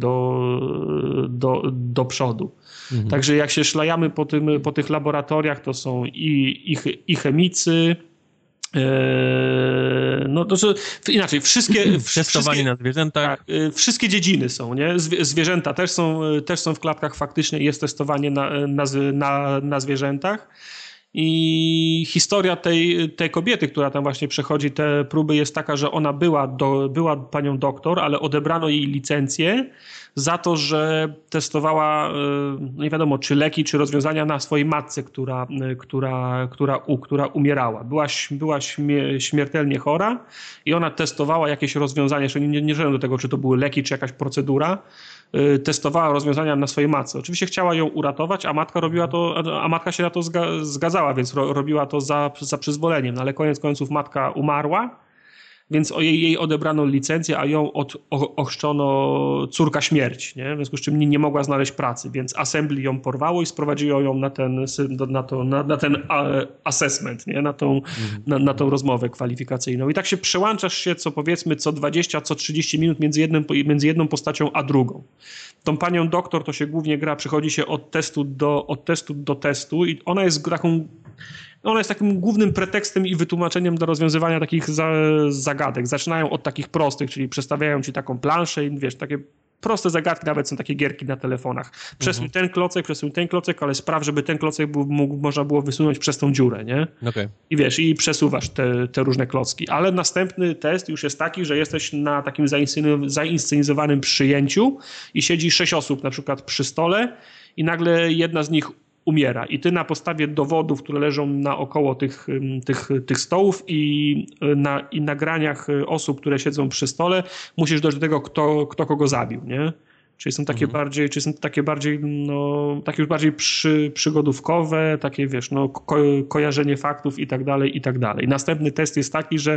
do przodu. Także jak się szlajamy po tych laboratoriach, to są i chemicy, no to inaczej, testowanie na zwierzętach. Tak, wszystkie dziedziny są, nie? Zwierzęta też są w klatkach faktycznie, jest testowanie na zwierzętach. I historia tej kobiety, która tam właśnie przechodzi te próby, jest taka, że ona była panią doktor, ale odebrano jej licencję za to, że testowała, nie wiadomo, czy leki, czy rozwiązania na swojej matce, która umierała. Była śmiertelnie chora i ona testowała jakieś rozwiązania, jeszcze nie szedłem do tego, czy to były leki, czy jakaś procedura, testowała rozwiązania na swojej matce. Oczywiście chciała ją uratować, a matka się na to zgadzała, więc robiła to za przyzwoleniem, no ale koniec końców matka umarła, więc jej odebrano licencję, a ją ochrzczono córka śmierć, nie? W związku z czym nie mogła znaleźć pracy, więc Assembly ją porwało i sprowadziło ją na ten assessment, nie? Na tą rozmowę kwalifikacyjną. I tak się przełączasz się co 20, co 30 minut między jedną postacią a drugą. Tą panią doktor to się głównie gra, przychodzi się od testu do testu i ona jest takim głównym pretekstem i wytłumaczeniem do rozwiązywania takich zagadek. Zaczynają od takich prostych, czyli przedstawiają ci taką planszę i wiesz, takie proste zagadki, nawet są takie gierki na telefonach. Przesuń ten klocek, ale spraw, żeby ten klocek można było wysunąć przez tą dziurę, nie? Okay. I wiesz, i przesuwasz te różne klocki. Ale następny test już jest taki, że jesteś na takim zainscenizowanym przyjęciu i siedzi 6 osób na przykład przy stole i nagle jedna z nich umiera. I ty na podstawie dowodów, które leżą naokoło tych stołów i nagraniach osób, które siedzą przy stole, musisz dojść do tego, kto kogo zabił, nie? Czyli są takie bardziej, no, takie już bardziej przygodówkowe, takie, wiesz, no, kojarzenie faktów i tak dalej, i tak dalej. Następny test jest taki, że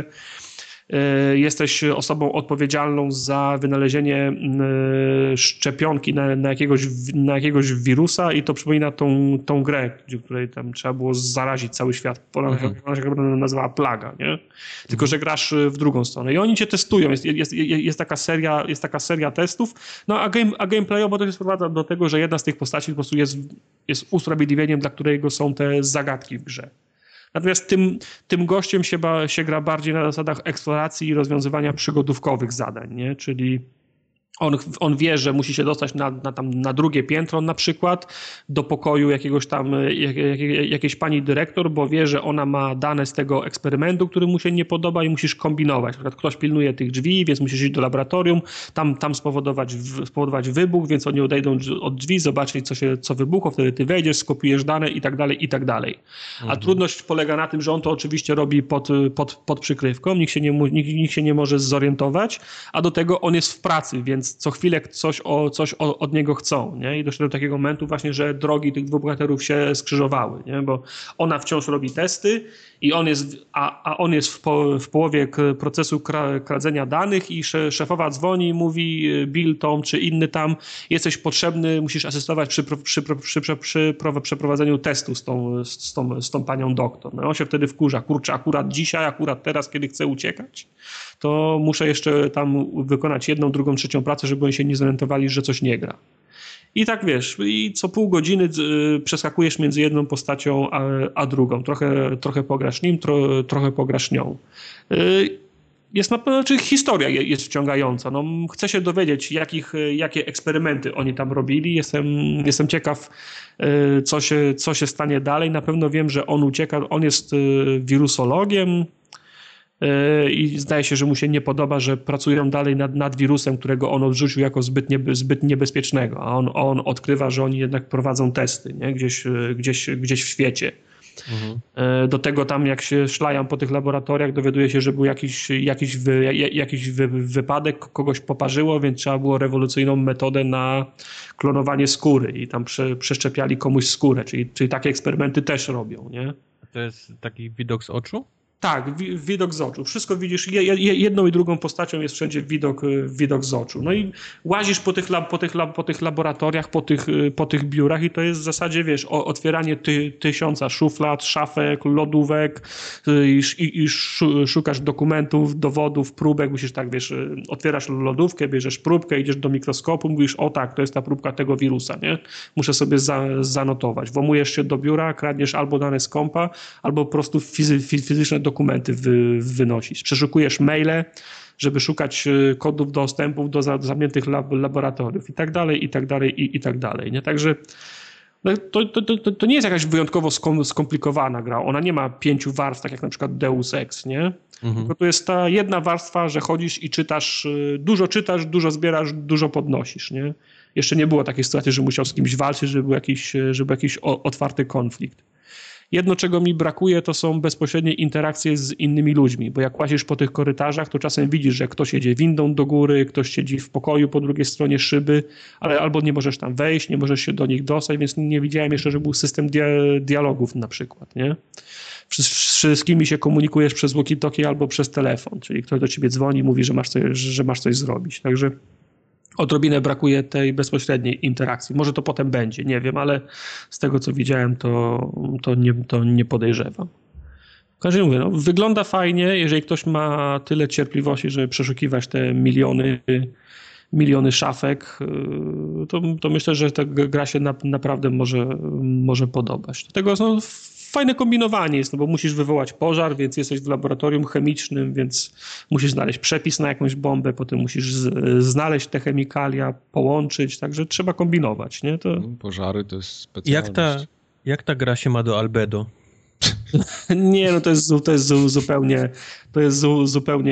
jesteś osobą odpowiedzialną za wynalezienie szczepionki na jakiegoś wirusa i to przypomina tą grę, w której tam trzeba było zarazić cały świat. Ona się nazywała Plaga, nie? Tylko że grasz w drugą stronę. I oni cię testują. Jest taka seria testów, no a gameplayowo to się sprowadza do tego, że jedna z tych postaci po prostu jest usprawiedliwieniem, dla którego są te zagadki w grze. Natomiast tym gościem się gra bardziej na zasadach eksploracji i rozwiązywania przygodówkowych zadań, nie? Czyli on wie, że musi się dostać na drugie piętro na przykład, do pokoju jakiejś pani dyrektor, bo wie, że ona ma dane z tego eksperymentu, który mu się nie podoba i musisz kombinować. Na przykład ktoś pilnuje tych drzwi, więc musisz iść do laboratorium, tam spowodować wybuch, więc oni odejdą od drzwi, zobaczyć co wybuchło, wtedy ty wejdziesz, skopiujesz dane i tak dalej, i tak dalej. A trudność polega na tym, że on to oczywiście robi pod przykrywką, nikt się nie może zorientować, a do tego on jest w pracy, więc co chwilę coś od niego chcą, nie? I doszło do takiego momentu właśnie, że drogi tych dwóch bohaterów się skrzyżowały, nie? Bo ona wciąż robi testy i on jest w połowie procesu kradzenia danych i szefowa dzwoni i mówi: Bill, Tom czy inny tam, jesteś potrzebny, musisz asystować przy przeprowadzeniu testu z tą panią doktor. No, on się wtedy wkurza, kurczę, akurat dzisiaj, akurat teraz, kiedy chcę uciekać, to muszę jeszcze tam wykonać jedną, drugą, trzecią pracę, żeby oni się nie zorientowali, że coś nie gra. I tak wiesz, i co pół godziny przeskakujesz między jedną postacią a drugą. Trochę pograsz nim, trochę pograsz nią. Jest na pewno, czy historia jest wciągająca. No, chcę się dowiedzieć, jakie eksperymenty oni tam robili. Jestem ciekaw, co się stanie dalej. Na pewno wiem, że on ucieka, on jest wirusologiem, i zdaje się, że mu się nie podoba, że pracują dalej nad wirusem, którego on odrzucił jako zbyt niebezpiecznego, a on odkrywa, że oni jednak prowadzą testy, nie? Gdzieś w świecie. Do tego tam jak się szlają po tych laboratoriach, dowiaduje się, że był jakiś wypadek, kogoś poparzyło, więc trzeba było rewolucyjną metodę na klonowanie skóry i tam przeszczepiali komuś skórę, czyli takie eksperymenty też robią, nie? To jest taki widok z oczu? Tak, widok z oczu. Wszystko widzisz, jedną i drugą postacią jest wszędzie widok z oczu. No i łazisz po tych laboratoriach, po tych biurach i to jest w zasadzie, wiesz, otwieranie 1000 szuflad, szafek, lodówek i szukasz dokumentów, dowodów, próbek. Musisz tak, wiesz, otwierasz lodówkę, bierzesz próbkę, idziesz do mikroskopu, mówisz: o tak, to jest ta próbka tego wirusa, nie? Muszę sobie zanotować. Włamujesz się do biura, kradniesz albo dane z kompa, albo po prostu fizyczne dokumenty wynosisz. Przeszukujesz maile, żeby szukać kodów dostępów do zamkniętych laboratoriów i tak dalej, i tak dalej, i tak dalej. Nie? Także no, to nie jest jakaś wyjątkowo skomplikowana gra. Ona nie ma 5 warstw, tak jak na przykład Deus Ex, nie? Tylko to jest ta jedna warstwa, że chodzisz i czytasz, dużo zbierasz, dużo podnosisz, nie? Jeszcze nie było takiej sytuacji, że musiał z kimś walczyć, żeby był jakiś otwarty konflikt. Jedno, czego mi brakuje, to są bezpośrednie interakcje z innymi ludźmi, bo jak łazisz po tych korytarzach, to czasem widzisz, że ktoś jedzie windą do góry, ktoś siedzi w pokoju po drugiej stronie szyby, ale albo nie możesz tam wejść, nie możesz się do nich dostać, więc nie widziałem jeszcze, że był system dialogów na przykład, nie? Wszystkimi się komunikujesz przez walkie-talkie albo przez telefon, czyli ktoś do ciebie dzwoni i mówi, że masz coś zrobić, także odrobinę brakuje tej bezpośredniej interakcji. Może to potem będzie, nie wiem, ale z tego, co widziałem, to nie podejrzewam. W każdym razie mówię, no, wygląda fajnie, jeżeli ktoś ma tyle cierpliwości, żeby przeszukiwać te miliony szafek, to myślę, że ta gra się naprawdę może podobać. Do tego no, fajne kombinowanie jest, no bo musisz wywołać pożar, więc jesteś w laboratorium chemicznym, więc musisz znaleźć przepis na jakąś bombę, potem musisz znaleźć te chemikalia, połączyć, także trzeba kombinować, nie? Pożary to jest specjalność. Jak ta gra się ma do Albedo? Nie, no to jest zupełnie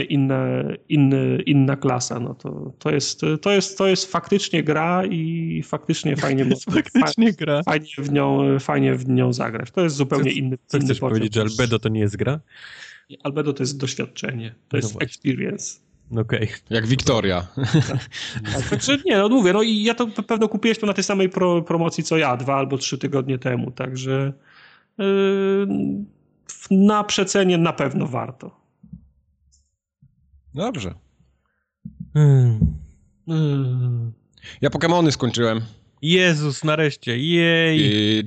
inna klasa. No to jest faktycznie gra i faktycznie fajnie fajnie w nią zagrać. To jest zupełnie inny Co chcesz powiedzieć, że Albedo to nie jest gra? Albedo to jest doświadczenie, to jest experience. Okej. Jak Wiktoria. Także nie, no mówię, no i ja to pewno kupiłeś to na tej samej promocji co ja, 2 albo 3 tygodnie temu, także na przecenie na pewno warto. Dobrze. Ja Pokemony skończyłem. Jezus, nareszcie, jej!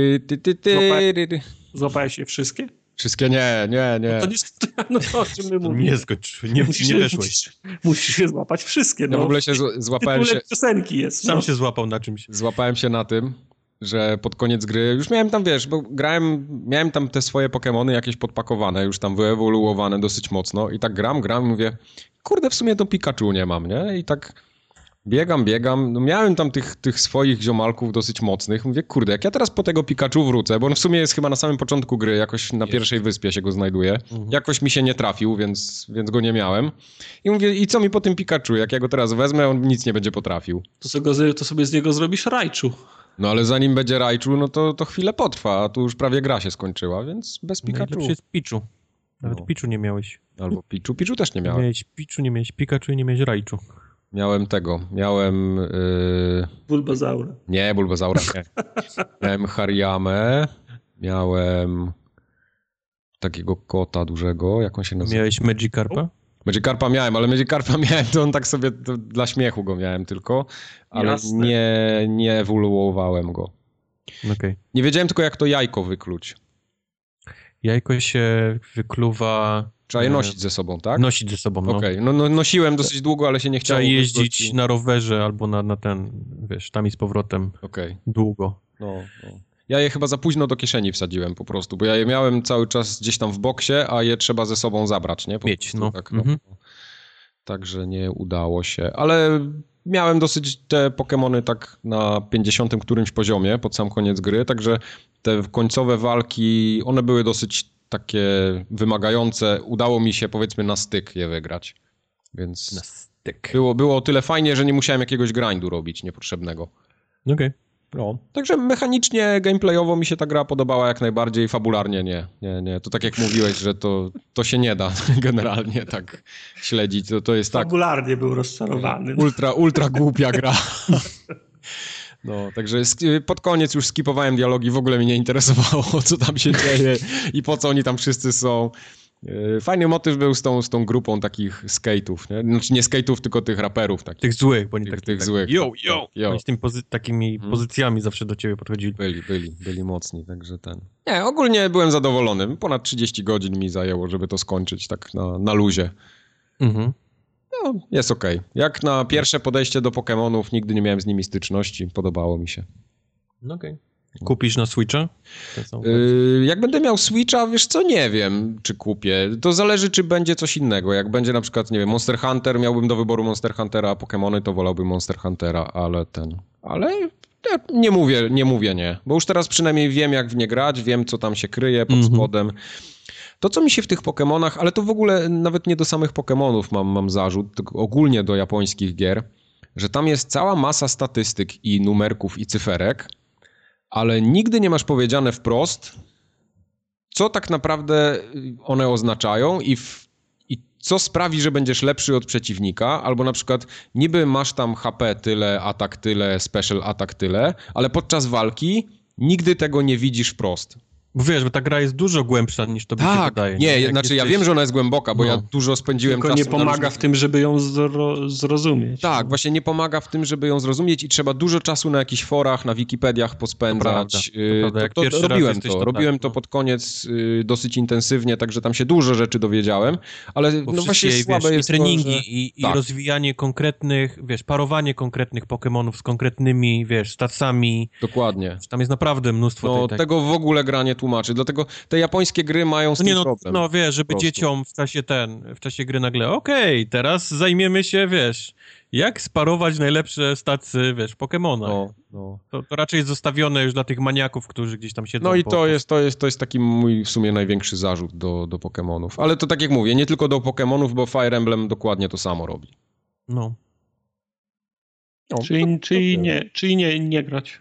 Złapałeś je wszystkie? Wszystkie nie. No to o czym my mówimy? Nie skończyłem, nie weszłeś. Musisz się złapać wszystkie. Ja w ogóle się złapałem się... piosenki jest. Sam się złapał na czymś. Złapałem się na tym, że pod koniec gry, już miałem tam, wiesz, bo miałem tam te swoje Pokemony jakieś podpakowane, już tam wyewoluowane dosyć mocno i tak gram, mówię, kurde, w sumie to Pikachu nie mam, nie? I tak biegam, no miałem tam tych swoich ziomalków dosyć mocnych, mówię, kurde, jak ja teraz po tego Pikachu wrócę, bo on w sumie jest chyba na samym początku gry, jakoś na pierwszej wyspie się go znajduje, jakoś mi się nie trafił, więc go nie miałem. I mówię, i co mi po tym Pikachu, jak ja go teraz wezmę, on nic nie będzie potrafił. To sobie z niego zrobisz Raichu. No ale zanim będzie Raichu, no to chwilę potrwa, a tu już prawie gra się skończyła, więc bez Pikachu. Najlepszy jest Pichu. Nawet Pichu nie miałeś. Albo Pichu. Pichu też nie miałem. Miałeś Pichu, nie miałeś Pikachu i nie miałeś Raichu. Miałem... Bulbazaura. Nie, Bulbazaura nie. Miałem Hariyamę, miałem takiego kota dużego, jak on się nazywa? Miałeś Magikarpa? Magikarpa miałem, ale Magikarpa miałem, to on tak sobie dla śmiechu go miałem tylko, ale nie ewoluowałem go. Okay. Nie wiedziałem tylko, jak to jajko wykluć. Jajko się wykluwa... Trzeba je nosić ze sobą, tak? Nosić ze sobą, no. Okej, no nosiłem dosyć długo, ale się nie chciało. Trzeba jeździć na rowerze albo na ten, wiesz, tam i z powrotem. Długo. No. Ja je chyba za późno do kieszeni wsadziłem po prostu, bo ja je miałem cały czas gdzieś tam w boksie, a je trzeba ze sobą zabrać, nie? Mieć, no. Tak, Także nie udało się, ale miałem dosyć te Pokemony tak na 50 którymś poziomie pod sam koniec gry, także te końcowe walki, one były dosyć takie wymagające. Udało mi się, powiedzmy, na styk je wygrać. Więc na styk. Było o tyle fajnie, że nie musiałem jakiegoś grindu robić niepotrzebnego. Okej. No. Także mechanicznie, gameplayowo mi się ta gra podobała jak najbardziej, fabularnie nie. To tak jak mówiłeś, że to się nie da generalnie tak śledzić. To jest tak... Fabularnie był rozczarowany. Ultra głupia gra. No, także pod koniec już skipowałem dialogi, w ogóle mnie nie interesowało, co tam się dzieje i po co oni tam wszyscy są. Fajny motyw był z tą grupą takich skate'ów, nie? Znaczy nie skate'ów, tylko tych raperów. Tych złych, bo oni tych złych. Yo! Oni z tymi takimi pozycjami zawsze do ciebie podchodzili. Byli mocni, także ten... Nie, ogólnie byłem zadowolony. Ponad 30 godzin mi zajęło, żeby to skończyć tak na luzie. No, jest okej. Jak na pierwsze podejście do Pokemonów, nigdy nie miałem z nimi styczności. Podobało mi się. Okej. Kupisz na Switcha? Jak będę miał Switcha, wiesz co, nie wiem, czy kupię. To zależy, czy będzie coś innego. Jak będzie na przykład, nie wiem, Monster Hunter, miałbym do wyboru Monster Huntera, a Pokemony, to wolałbym Monster Huntera, ale nie mówię nie. Bo już teraz przynajmniej wiem, jak w nie grać, wiem, co tam się kryje pod spodem. To, co mi się w tych Pokemonach, ale to w ogóle nawet nie do samych Pokemonów mam zarzut, tylko ogólnie do japońskich gier, że tam jest cała masa statystyk i numerków i cyferek, ale nigdy nie masz powiedziane wprost, co tak naprawdę one oznaczają i co sprawi, że będziesz lepszy od przeciwnika, albo na przykład niby masz tam HP tyle, atak tyle, special atak tyle, ale podczas walki nigdy tego nie widzisz wprost. Bo wiesz, bo ta gra jest dużo głębsza niż to by się wydaje. Nie, znaczy ja wiem, że ona jest głęboka, bo ja dużo spędziłem czasu. Tylko nie pomaga w tym, żeby ją zrozumieć. Tak, właśnie nie pomaga w tym, żeby ją zrozumieć i trzeba dużo czasu na jakichś forach, na Wikipediach pospędzać. Robiłem to pod koniec dosyć intensywnie, także tam się dużo rzeczy dowiedziałem, ale bo no właśnie słabe jest treningi to, że... i rozwijanie konkretnych, wiesz, parowanie konkretnych Pokemonów z konkretnymi, wiesz, stacjami. Dokładnie. Tam jest naprawdę mnóstwo tego w ogóle gra nie tłumaczy, dlatego te japońskie gry mają z tym problem. No wiesz, żeby dzieciom w czasie gry nagle, okej, teraz zajmiemy się, wiesz, jak sparować najlepsze stacje, wiesz, Pokemona. To raczej jest zostawione już dla tych maniaków, którzy gdzieś tam siedzą. No i to jest taki mój w sumie największy zarzut do Pokemonów. Ale to tak jak mówię, nie tylko do Pokemonów, bo Fire Emblem dokładnie to samo robi. No. Czyli nie grać.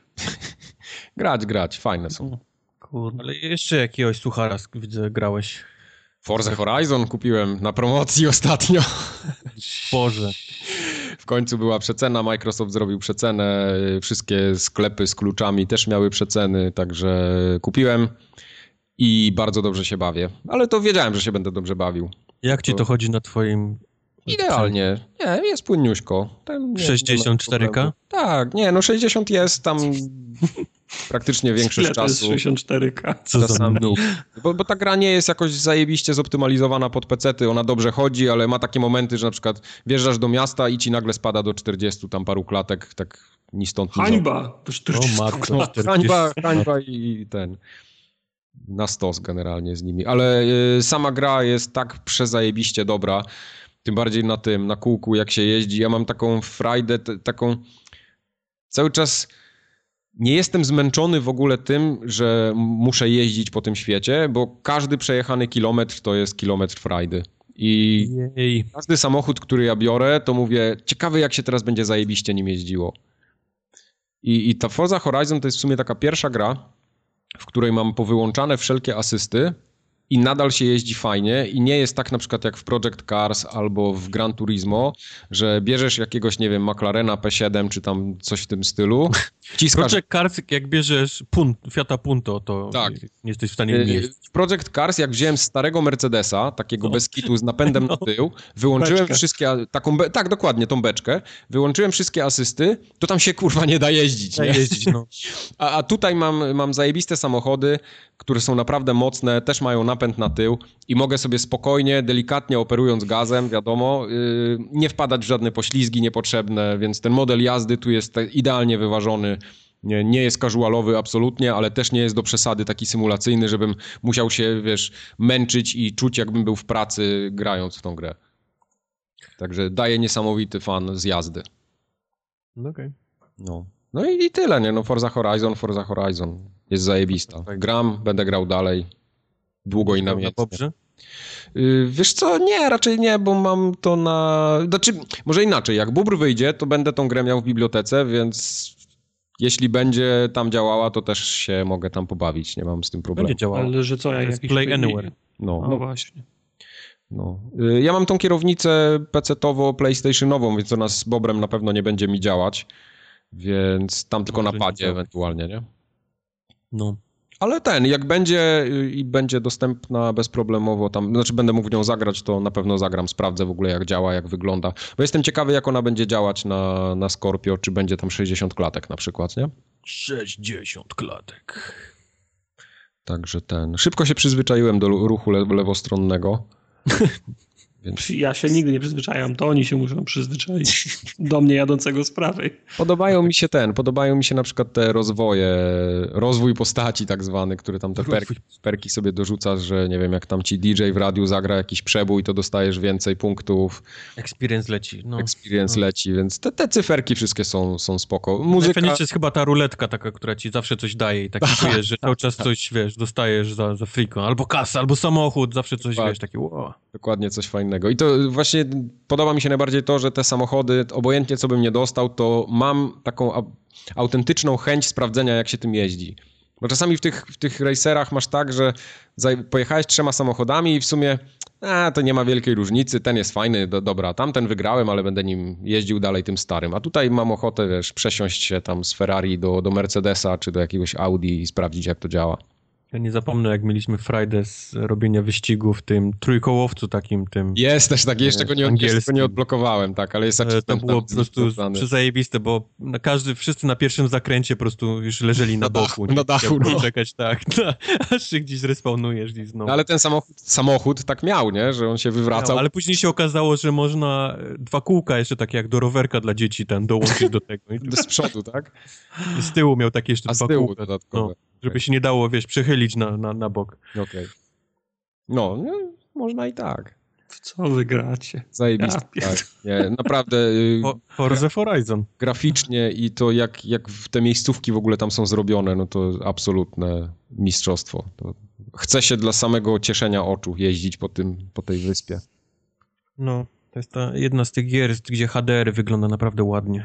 Grać, fajne są. Kurde. Ale jeszcze jakiegoś suchara widzę grałeś. Forza Horizon kupiłem na promocji ostatnio. Boże. W końcu była przecena, Microsoft zrobił przecenę, wszystkie sklepy z kluczami też miały przeceny, także kupiłem i bardzo dobrze się bawię. Ale to wiedziałem, że się będę dobrze bawił. Jak ci to chodzi na twoim... Idealnie. Nie, jest płynniuśko. 64K? Tak, nie, no 60 jest tam praktycznie większość Ile to jest czasu. 64K? Co za mnóg. Bo ta gra nie jest jakoś zajebiście zoptymalizowana pod pecety, ona dobrze chodzi, ale ma takie momenty, że na przykład wjeżdżasz do miasta i ci nagle spada do 40 tam paru klatek, tak ni stąd ni Hańba! Hańba i ten... Na stos generalnie z nimi, ale sama gra jest tak przezajebiście dobra, tym bardziej na kółku jak się jeździ. Ja mam taką frajdę, taką... Cały czas nie jestem zmęczony w ogóle tym, że muszę jeździć po tym świecie, bo każdy przejechany kilometr to jest kilometr frajdy. I każdy samochód, który ja biorę, to mówię, ciekawy jak się teraz będzie zajebiście nim jeździło. I ta Forza Horizon to jest w sumie taka pierwsza gra, w której mam powyłączane wszelkie asysty i nadal się jeździ fajnie i nie jest tak na przykład jak w Project Cars albo w Gran Turismo, że bierzesz jakiegoś, nie wiem, McLarena P7 czy tam coś w tym stylu. Wciskasz... Project Cars, jak bierzesz Fiata Punto, to tak. Nie jesteś w stanie jeździć. W Project Cars, jak wziąłem starego Mercedesa, takiego bez kitu z napędem na tył, wyłączyłem wszystkie, tak, dokładnie, tą beczkę, wyłączyłem wszystkie asysty, to tam się kurwa nie da jeździć. Nie? A tutaj mam zajebiste samochody, które są naprawdę mocne, też mają napęd na tył i mogę sobie spokojnie, delikatnie operując gazem, wiadomo, nie wpadać w żadne poślizgi niepotrzebne, więc ten model jazdy tu jest idealnie wyważony. Nie jest casualowy absolutnie, ale też nie jest do przesady taki symulacyjny, żebym musiał się, wiesz, męczyć i czuć jakbym był w pracy grając w tą grę. Także daje niesamowity fan z jazdy. Okej. No i tyle, nie? No Forza Horizon jest zajebista. Gram, będę grał dalej. Długo i namiętnie. Dobrze? Wiesz co, nie, raczej nie, bo mam to na... Znaczy, może inaczej, jak Bóbr wyjdzie, to będę tą grę miał w bibliotece, więc jeśli będzie tam działała, to też się mogę tam pobawić, nie mam z tym problemu. Będzie działała. Ale że co, jak Play Anywhere. No właśnie. No. Ja mam tą kierownicę PC-towo, PlayStationową, więc ona z Bobrem na pewno nie będzie mi działać, więc tam tylko na padzie ewentualnie, nie? No. Ale jak będzie i będzie dostępna bezproblemowo tam, znaczy będę mógł w nią zagrać, to na pewno zagram, sprawdzę w ogóle jak działa, jak wygląda. Bo jestem ciekawy, jak ona będzie działać na Scorpio, czy będzie tam 60 klatek na przykład, nie? 60 klatek. Także szybko się przyzwyczaiłem do ruchu lewostronnego. Więc... Ja się nigdy nie przyzwyczajam, to oni się muszą przyzwyczaić do mnie jadącego z prawej. Podobają mi się na przykład te rozwój postaci tak zwany, który tam te perki sobie dorzucasz, że nie wiem, jak tam ci DJ w radiu zagra jakiś przebój, to dostajesz więcej punktów. Experience leci. Leci, więc te cyferki wszystkie są spoko. Muzyka... Najfajniejsza jest chyba ta ruletka taka, która ci zawsze coś daje i tak czujesz, że cały czas coś, wiesz, dostajesz za friko, albo kasę, albo samochód, zawsze coś, wiesz, takie wow. Dokładnie coś fajnego. I to właśnie podoba mi się najbardziej to, że te samochody, obojętnie co bym nie dostał, to mam taką autentyczną chęć sprawdzenia, jak się tym jeździ. Bo czasami w tych racerach masz tak, że pojechałeś 3 samochodami i w sumie to nie ma wielkiej różnicy, ten jest fajny, dobra, tamten wygrałem, ale będę nim jeździł dalej tym starym. A tutaj mam ochotę, wiesz, przesiąść się tam z Ferrari do Mercedesa czy do jakiegoś Audi i sprawdzić, jak to działa. Ja nie zapomnę, jak mieliśmy frajdę z robienia wyścigów w tym trójkołowcu takim tym. Jest też taki, jeszcze go nie odblokowałem, tak, ale jest to było po prostu przezajebiste, bo wszyscy na pierwszym zakręcie po prostu już leżeli na boku. Na dachu, czekać, tak, aż się gdzieś zrespawnujesz gdzieś znowu. No, ale ten samochód tak miał, nie, że on się wywracał. Ale później się okazało, że można 2 kółka jeszcze takie jak do rowerka dla dzieci dołączyć do tego. Z przodu, tak? I z tyłu miał takie jeszcze 2 kółka. Dodatkowe. Żeby się nie dało, wiesz, przechylić na bok. Okej. No, można i tak. W co wy gracie? Zajebiste. Tak. Nie, naprawdę. Forza Horizon. Graficznie i to jak te miejscówki w ogóle tam są zrobione, no to absolutne mistrzostwo. Chce się dla samego cieszenia oczu jeździć po tej wyspie. No, to jest ta jedna z tych gier, gdzie HDR wygląda naprawdę ładnie.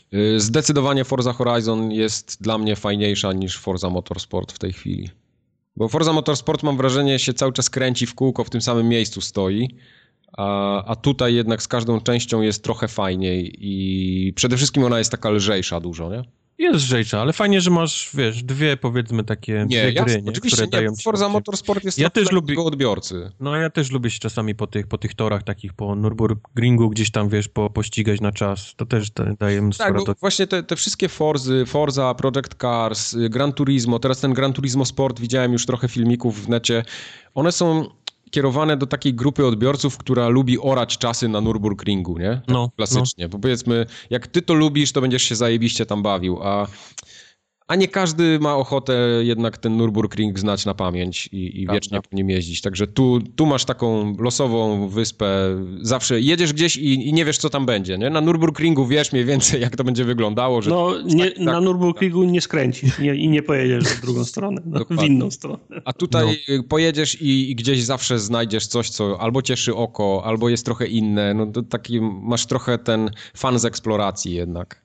Zdecydowanie Forza Horizon jest dla mnie fajniejsza niż Forza Motorsport w tej chwili. Bo Forza Motorsport, mam wrażenie, się cały czas kręci w kółko, w tym samym miejscu stoi, a tutaj jednak z każdą częścią jest trochę fajniej i przede wszystkim ona jest taka lżejsza dużo, nie? Jest lżejsza, ale fajnie, że masz, wiesz, dwie powiedzmy takie dwie gry, nie? Oczywiście które dają Forza Motorsport jest ja też lubię odbiorcy. No ja też lubię się czasami po tych torach takich, po Nürburgringu gdzieś tam, wiesz, pościgać na czas. To też daje mnóstwo Tak, bo właśnie te wszystkie Forza, Project Cars, Gran Turismo, teraz ten Gran Turismo Sport, widziałem już trochę filmików w necie, one są kierowane do takiej grupy odbiorców, która lubi orać czasy na Nürburgringu, nie? Tak klasycznie, bo powiedzmy, jak ty to lubisz, to będziesz się zajebiście tam bawił, a nie każdy ma ochotę jednak ten Nürburgring znać na pamięć i wiecznie po nim jeździć. Także tu masz taką losową wyspę. Zawsze jedziesz gdzieś i nie wiesz, co tam będzie. Nie? Na Nürburgringu wiesz mniej więcej, jak to będzie wyglądało. Że na Nürburgringu nie skręcisz i nie pojedziesz w drugą stronę, w inną stronę. A tutaj pojedziesz i gdzieś zawsze znajdziesz coś, co albo cieszy oko, albo jest trochę inne. No to taki masz trochę ten fan z eksploracji jednak.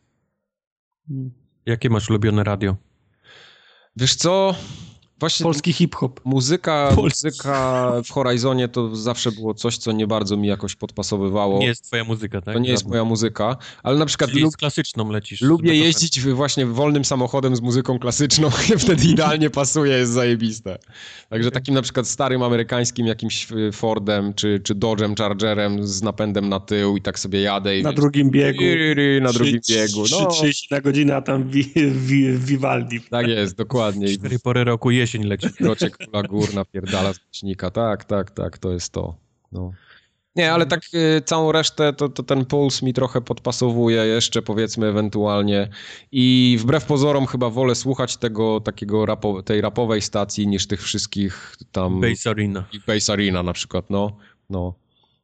Jakie masz ulubione radio? Wiesz co? Właśnie polski hip-hop. Muzyka w Horizonie to zawsze było coś, co nie bardzo mi jakoś podpasowywało. Nie jest twoja muzyka, tak? To nie jest moja muzyka, ale na przykład z klasyczną lecisz. Lubię jeździć właśnie wolnym samochodem z muzyką klasyczną, wtedy idealnie pasuje, jest zajebiste. Także takim na przykład starym amerykańskim jakimś Fordem czy Dodge'em, Chargerem z napędem na tył i tak sobie jadę. Na drugim biegu. Na drugim biegu. 30 na godzinę, a tam Vivaldi. Tak jest, dokładnie. 4 pory roku jesień leci. Kroczek kula gór napierdala z głośnika. Tak, to jest to. No. Nie, ale tak całą resztę to ten puls mi trochę podpasowuje jeszcze, powiedzmy, ewentualnie. I wbrew pozorom chyba wolę słuchać tego takiego tej rapowej stacji niż tych wszystkich tam... Bass Arena na przykład, no.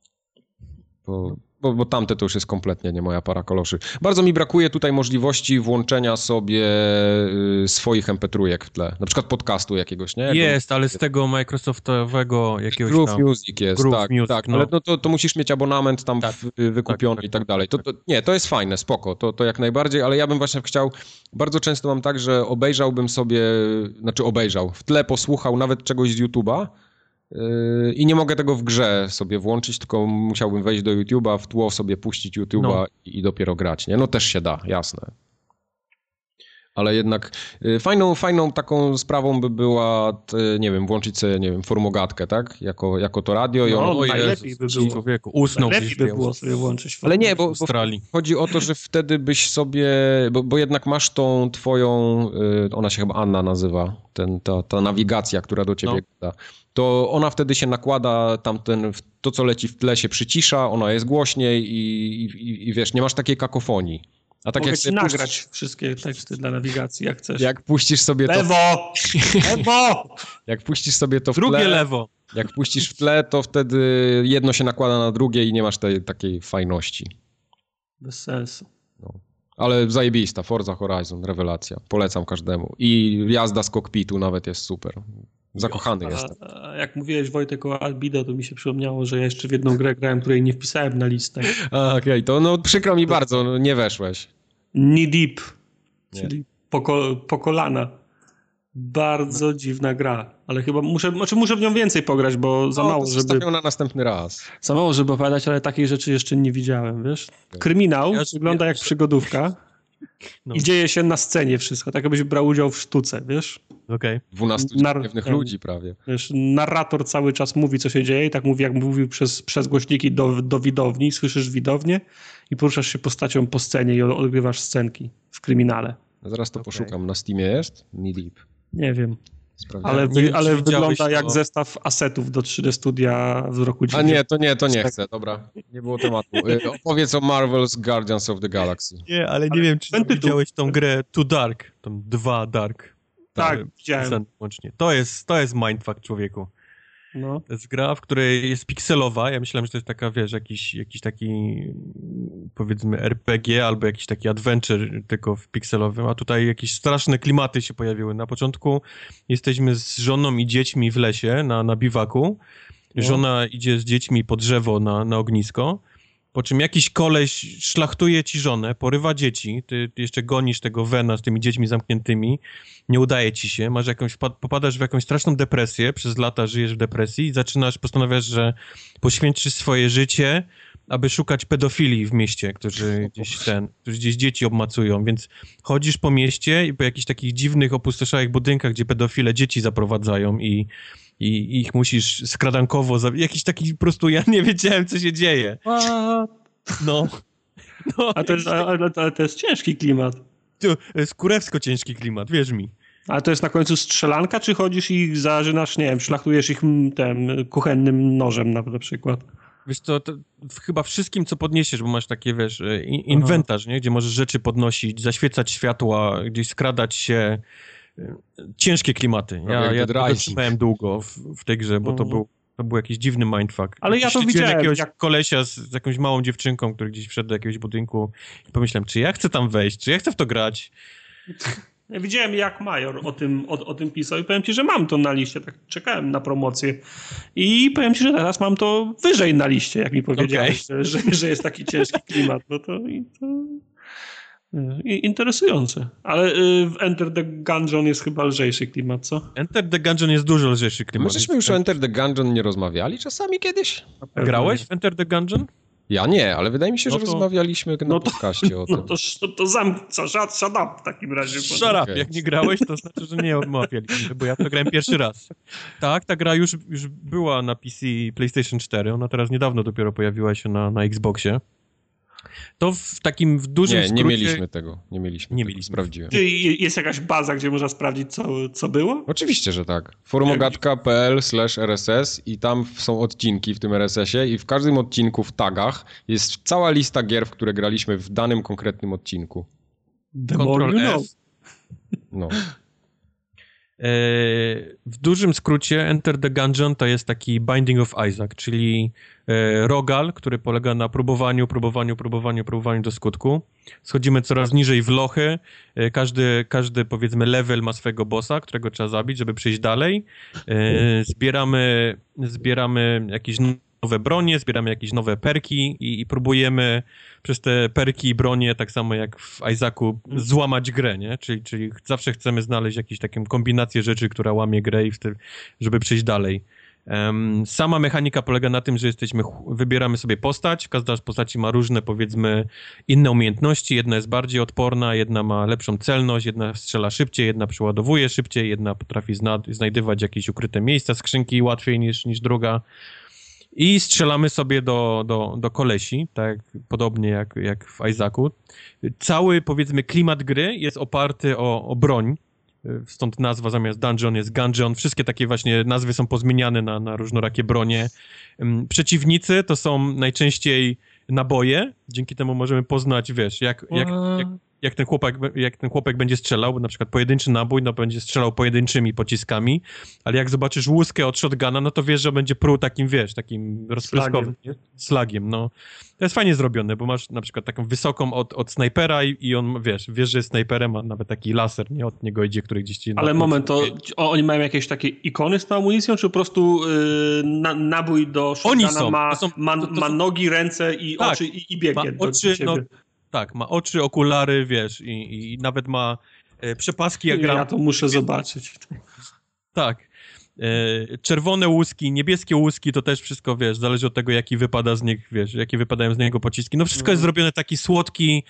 Bo tamte to już jest kompletnie nie moja para kaloszy. Bardzo mi brakuje tutaj możliwości włączenia sobie swoich MP3 w tle. Na przykład podcastu jakiegoś, nie? Jest, ale z tego Microsoftowego jakiegoś Groove tam... Music jest, tak. No. Ale to musisz mieć abonament tam wykupiony i tak dalej. To jest fajne, spoko, to jak najbardziej, ale ja bym właśnie chciał, bardzo często mam tak, że w tle posłuchał nawet czegoś z YouTube'a, i nie mogę tego w grze sobie włączyć, tylko musiałbym wejść do YouTube'a, w tło sobie puścić YouTube'a i dopiero grać, nie? No też się da, jasne. Ale jednak fajną taką sprawą by była, nie wiem, włączyć sobie, nie wiem, formogatkę, tak? Jako to radio. Najlepiej by było. Człowieku, usnął. Najlepiej by było sobie włączyć. Ale nie, bo chodzi o to, że wtedy byś sobie, bo jednak masz tą twoją, ona się chyba Anna nazywa, ta nawigacja, która do ciebie gada. To ona wtedy się nakłada, to co leci w tle się przycisza, ona jest głośniej i wiesz, nie masz takiej kakofonii. A tak mogę jak ci nagrać wszystkie teksty dla nawigacji, jak chcesz. Jak puścisz sobie Lewo! Jak puścisz sobie to w drugie tle... lewo! Jak puścisz w tle, to wtedy jedno się nakłada na drugie i nie masz takiej fajności. Bez sensu. No. Ale zajebista, Forza Horizon, rewelacja. Polecam każdemu. I jazda z kokpitu nawet jest super. Zakochany jestem. Jak mówiłeś, Wojtek, o Albedo, to mi się przypomniało, że ja jeszcze w jedną grę grałem, której nie wpisałem na listę. Okej, to przykro mi bardzo, nie weszłeś. Knee Deep, czyli po kolana. Bardzo dziwna gra, ale chyba muszę w nią więcej pograć, bo za mało, żeby... Zostawię na następny raz. Za mało, żeby opowiadać, ale takiej rzeczy jeszcze nie widziałem, wiesz? Kryminał wygląda jak przygodówka i dzieje się na scenie wszystko, tak jakbyś brał udział w sztuce, wiesz? Okej. 12 dziewnych ludzi prawie. Wiesz, narrator cały czas mówi, co się dzieje i tak mówi, jak mówił przez głośniki do widowni, słyszysz widownię i poruszasz się postacią po scenie i odgrywasz scenki w kryminale. Zaraz to poszukam. Na Steamie jest? Knee Deep. Nie wiem. Sprawdzam. Ale wygląda jak zestaw asetów do 3D Studia w roku 90. A nie, to nie chcę, dobra. Nie było tematu. Opowiedz o Marvel's Guardians of the Galaxy. Nie, ale nie wiem, czy widziałeś tą grę Too Dark, tam 2 Dark. Tak, widziałem. Łącznie. To jest mindfuck, człowieku. No. To jest gra, w której jest pikselowa. Ja myślałem, że to jest taka, wiesz, jakiś taki, powiedzmy, RPG albo jakiś taki adventure tylko w pikselowym, a tutaj jakieś straszne klimaty się pojawiły. Na początku jesteśmy z żoną i dziećmi w lesie na biwaku. Żona idzie z dziećmi po drzewo na ognisko po czym jakiś koleś szlachtuje ci żonę, porywa dzieci, ty jeszcze gonisz tego Vena z tymi dziećmi zamkniętymi, nie udaje ci się, popadasz w jakąś straszną depresję, przez lata żyjesz w depresji i postanawiasz, że poświęcisz swoje życie, aby szukać pedofilii w mieście, którzy gdzieś dzieci obmacują, więc chodzisz po mieście i po jakichś takich dziwnych, opustoszałych budynkach, gdzie pedofile dzieci zaprowadzają i ich musisz skradankowo... Jakiś taki po prostu, ja nie wiedziałem, co się dzieje. No. Ale to jest ciężki klimat. To jest kurewsko ciężki klimat, wierz mi. Ale to jest na końcu strzelanka, czy chodzisz i zażynasz, nie wiem, szlachtujesz ich tym kuchennym nożem na przykład? Wiesz co, to chyba wszystkim, co podniesiesz, bo masz takie, wiesz, inwentarz, nie? Gdzie możesz rzeczy podnosić, zaświecać światła, gdzieś skradać się. Ciężkie klimaty. Ja to trzymałem długo w tej grze, bo to był jakiś dziwny mindfuck. Ale ja to widziałem. Jakiegoś kolesia z jakąś małą dziewczynką, który gdzieś wszedł do jakiegoś budynku i pomyślałem, czy ja chcę tam wejść, czy ja chcę w to grać. Ja widziałem, jak Major o tym pisał i powiem ci, że mam to na liście. Tak czekałem na promocję i powiem ci, że teraz mam to wyżej na liście, jak mi powiedziałeś, że jest taki ciężki klimat. No to interesujące. Ale w Enter the Gungeon jest chyba lżejszy klimat, co? Enter the Gungeon jest dużo lżejszy klimat. My żeśmy już o Enter the Gungeon nie rozmawiali czasami kiedyś? Grałeś w Enter the Gungeon? Ja nie, ale wydaje mi się, że rozmawialiśmy na podcaście o tym. To shut up w takim razie. Shut up, okay. Jak nie grałeś, to znaczy, że nie omawialiśmy, bo ja to grałem pierwszy raz. Tak, ta gra już była na PC i PlayStation 4, ona teraz niedawno dopiero pojawiła się na Xboxie. To w dużym skrócie... Nie mieliśmy tego. Sprawdziłem. Czy jest jakaś baza, gdzie można sprawdzić, co było? Oczywiście, że tak. forumogatka.pl/RSS i tam są odcinki w tym RSS-ie i w każdym odcinku w tagach jest cała lista gier, w które graliśmy w danym konkretnym odcinku. Ctrl+S. No. W dużym skrócie Enter the Gungeon to jest taki Binding of Isaac, czyli rogal, który polega na próbowaniu do skutku. Schodzimy coraz niżej w lochy. Każdy powiedzmy level ma swojego bossa, którego trzeba zabić, żeby przejść dalej. Zbieramy jakieś nowe bronie, zbieramy jakieś nowe perki i próbujemy przez te perki i bronie, tak samo jak w Isaacu, złamać grę, nie? Czyli zawsze chcemy znaleźć jakąś taką kombinację rzeczy, która łamie grę żeby przejść dalej. Sama mechanika polega na tym, że wybieramy sobie postać, każda z postaci ma różne, powiedzmy, inne umiejętności, jedna jest bardziej odporna, jedna ma lepszą celność, jedna strzela szybciej, jedna przeładowuje szybciej, jedna potrafi znajdywać jakieś ukryte miejsca, skrzynki łatwiej niż druga. I strzelamy sobie do kolesi, tak podobnie jak w Isaacu. Cały, powiedzmy, klimat gry jest oparty o broń. Stąd nazwa zamiast dungeon jest gungeon. Wszystkie takie właśnie nazwy są pozmieniane na różnorakie bronie. Przeciwnicy to są najczęściej naboje. Dzięki temu możemy poznać, wiesz, jak ten chłopak będzie strzelał, bo na przykład pojedynczy nabój, no będzie strzelał pojedynczymi pociskami, ale jak zobaczysz łuskę od shotguna, no to wiesz, że będzie pruł takim, wiesz, takim rozpryskowym slagiem, no. To jest fajnie zrobione, bo masz na przykład taką wysoką od snajpera i on, wiesz, że jest snajperem, ma nawet taki laser, nie? Od niego idzie, który gdzieś ci... Ale moment, to oni mają jakieś takie ikony z tą amunicją, czy po prostu nabój do shotguna ma nogi, ręce i tak, oczy i biegnie do ciebie? Tak, ma oczy, okulary, wiesz, i nawet ma przepaski jak gra. Ja to muszę zobaczyć. Tak. Czerwone łuski, niebieskie łuski, to też wszystko, wiesz, zależy od tego, jaki wypada z nich, wiesz, jakie wypadają z niego pociski. No wszystko jest zrobione taki słodki,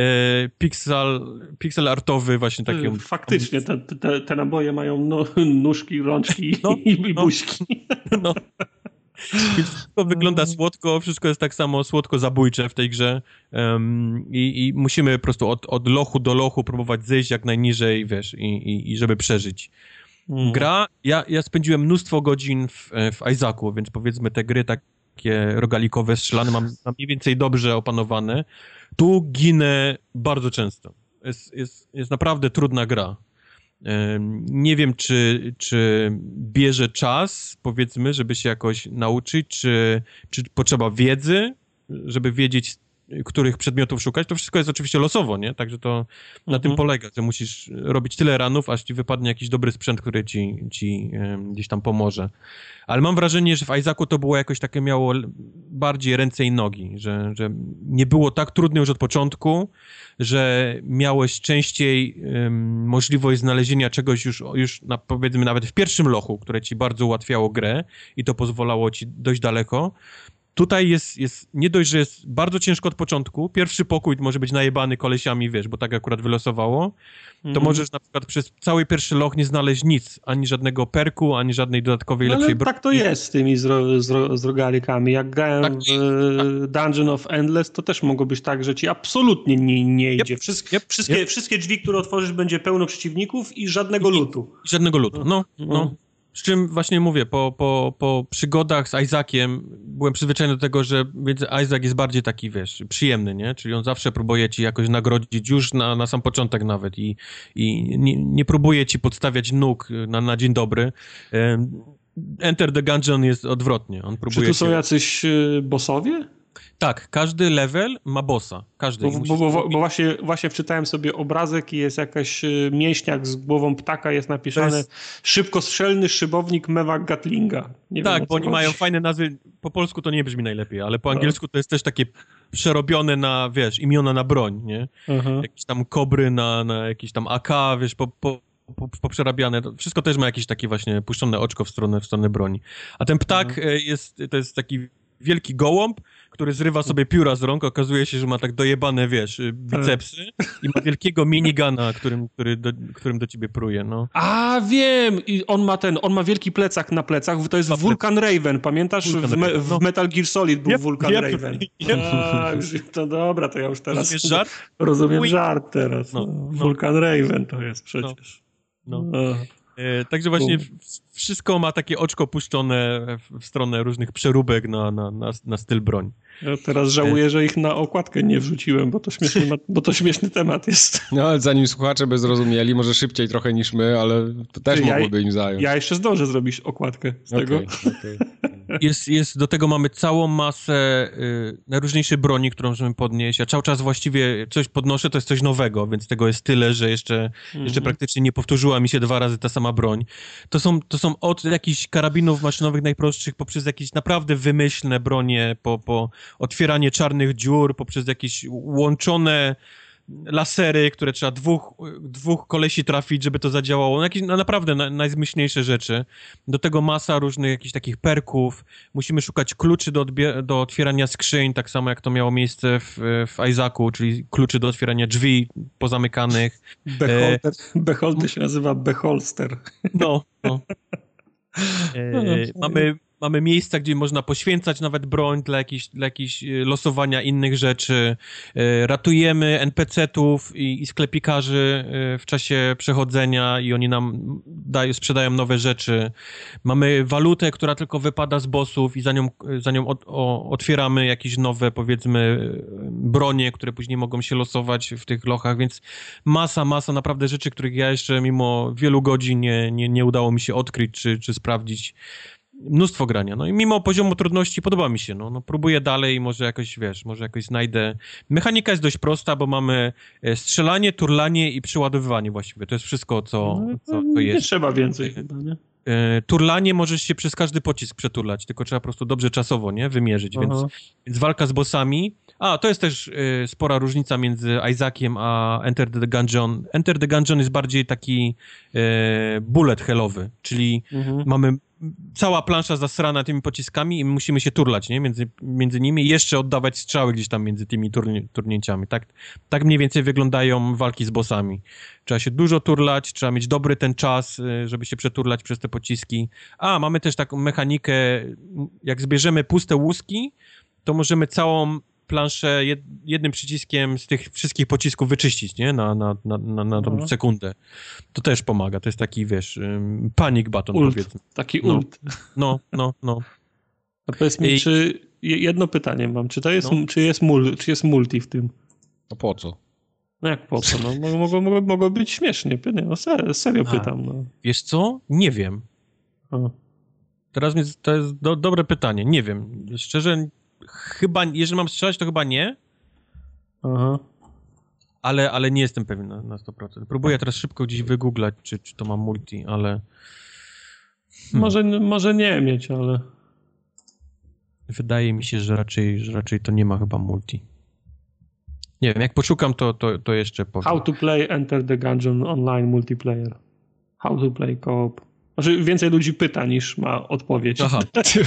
pixel artowy, właśnie taki. Faktycznie, te naboje mają nóżki, rączki i buźki. No. Więc wszystko wygląda słodko, wszystko jest tak samo słodko-zabójcze w tej grze i musimy po prostu od lochu do lochu próbować zejść jak najniżej, wiesz, i żeby przeżyć. Gra, ja spędziłem mnóstwo godzin w Isaacu, więc powiedzmy te gry takie rogalikowe, strzelane mam mniej więcej dobrze opanowane. Tu ginę bardzo często. Jest naprawdę trudna gra. Nie wiem, czy bierze czas, powiedzmy, żeby się jakoś nauczyć, czy potrzeba wiedzy, żeby wiedzieć, których przedmiotów szukać, to wszystko jest oczywiście losowo, nie? Także to na tym polega, że musisz robić tyle runów, aż ci wypadnie jakiś dobry sprzęt, który ci gdzieś tam pomoże. Ale mam wrażenie, że w Isaacu to było jakoś takie, miało bardziej ręce i nogi, że nie było tak trudno już od początku, że miałeś częściej możliwość znalezienia czegoś już powiedzmy nawet w pierwszym lochu, które ci bardzo ułatwiało grę i to pozwalało ci dojść daleko. Tutaj jest nie dość, że jest bardzo ciężko od początku, pierwszy pokój może być najebany kolesiami, wiesz, bo tak akurat wylosowało, to możesz na przykład przez cały pierwszy loch nie znaleźć nic, ani żadnego perku, ani żadnej dodatkowej lepszej broni. Tak to jest z tymi z rogalikami. Jak grałem w Dungeon of Endless, to też mogło być tak, że ci absolutnie nie idzie. Wszystkie drzwi, które otworzysz, będzie pełno przeciwników i żadnego lootu. Żadnego lootu, no. Z czym właśnie mówię, po przygodach z Isaaciem byłem przyzwyczajony do tego, że Isaac jest bardziej taki, wiesz, przyjemny, nie? Czyli on zawsze próbuje ci jakoś nagrodzić już na sam początek nawet i nie próbuje ci podstawiać nóg na dzień dobry. Enter the Gungeon jest odwrotnie. On próbuje. Czy tu są jacyś bossowie? Tak, każdy level ma bossa. Każdy. Bo właśnie wczytałem sobie obrazek i jest jakaś mięśniak z głową ptaka, jest napisane szybkostrzelny szybownik Mewa Gatlinga. Nie tak, wiem, bo oni mają fajne nazwy. Po polsku to nie brzmi najlepiej, ale po angielsku to jest też takie przerobione na, wiesz, imiona na broń, nie? Jakieś tam kobry na jakieś tam AK, wiesz, poprzerabiane. Wszystko też ma jakieś takie właśnie puszczone oczko w stronę broni. A ten ptak to jest taki wielki gołąb, który zrywa sobie pióra z rąk, okazuje się, że ma tak dojebane, wiesz, bicepsy i ma wielkiego minigana, którym do ciebie pruje, no. A, wiem! I on ma wielki plecak na plecach, to jest Vulcan Raven, pamiętasz? W Metal Gear Solid był Vulcan Raven. To dobra, to ja już teraz... Rozumiesz żart? Rozumiem żart teraz. Vulcan Raven to jest przecież. Także właśnie wszystko ma takie oczko puszczone w stronę różnych przeróbek na styl broń. Ja teraz żałuję, że ich na okładkę nie wrzuciłem, bo to śmieszny temat jest. No ale zanim słuchacze by zrozumieli, może szybciej trochę niż my, ale to też mogłoby im zająć. Ja jeszcze zdążę zrobić okładkę z tego. Do tego mamy całą masę najróżniejszych broni, którą możemy podnieść. Ja cały czas właściwie coś podnoszę, to jest coś nowego, więc tego jest tyle, że jeszcze praktycznie nie powtórzyła mi się 2 razy ta sama broń. To są od jakichś karabinów maszynowych najprostszych, poprzez jakieś naprawdę wymyślne bronie, po otwieranie czarnych dziur, poprzez jakieś łączone lasery, które trzeba dwóch kolesi trafić, żeby to zadziałało. Jakieś naprawdę najzmyślniejsze rzeczy. Do tego masa różnych jakichś takich perków. Musimy szukać kluczy do otwierania skrzyń, tak samo jak to miało miejsce w Isaacu, czyli kluczy do otwierania drzwi pozamykanych. Beholder się nazywa Beholster. Mamy miejsca, gdzie można poświęcać nawet broń dla jakichś losowania innych rzeczy. Ratujemy NPC-tów i sklepikarzy w czasie przechodzenia i oni nam sprzedają nowe rzeczy. Mamy walutę, która tylko wypada z bossów i za nią otwieramy jakieś nowe, powiedzmy, bronie, które później mogą się losować w tych lochach, więc masa naprawdę rzeczy, których ja jeszcze mimo wielu godzin nie udało mi się odkryć czy sprawdzić. Mnóstwo grania, no i mimo poziomu trudności podoba mi się, próbuję dalej, może jakoś znajdę. Mechanika jest dość prosta, bo mamy strzelanie, turlanie i przyładowywanie właściwie, to jest wszystko, co jest. Nie trzeba więcej chyba, nie? Turlanie możesz się przez każdy pocisk przeturlać, tylko trzeba po prostu dobrze czasowo, nie? Wymierzyć, więc walka z bossami. To jest też spora różnica między Isaaciem a Enter the Gungeon. Enter the Gungeon jest bardziej taki bullet hellowy, czyli mamy cała plansza zasrana tymi pociskami i musimy się turlać, nie? Między nimi i jeszcze oddawać strzały gdzieś tam między tymi turnięciami. Tak mniej więcej wyglądają walki z bossami. Trzeba się dużo turlać, trzeba mieć dobry ten czas, żeby się przeturlać przez te pociski. Mamy też taką mechanikę, jak zbierzemy puste łuski, to możemy całą planszę jednym przyciskiem z tych wszystkich pocisków wyczyścić, nie? Na tą sekundę. To też pomaga. To jest taki, wiesz, panic button, powiedzmy. Taki ult. No. A powiedz mi, czy... Jedno pytanie mam. Czy jest multi w tym? To po co? No jak po co? Mogło być śmiesznie. Serio pytam. Wiesz co? Nie wiem. Teraz to jest dobre pytanie. Nie wiem. Szczerze, chyba, jeżeli mam strzelać, to chyba nie. Aha. Ale nie jestem pewien na 100%. Próbuję teraz szybko gdzieś wygooglać, czy to ma multi, ale... Może nie mieć, ale... Wydaje mi się, że raczej to nie ma chyba multi. Nie wiem, jak poszukam, to jeszcze powiem. How to play Enter the Gungeon online multiplayer. How to play co-op. Znaczy więcej ludzi pyta niż ma odpowiedź. Aha.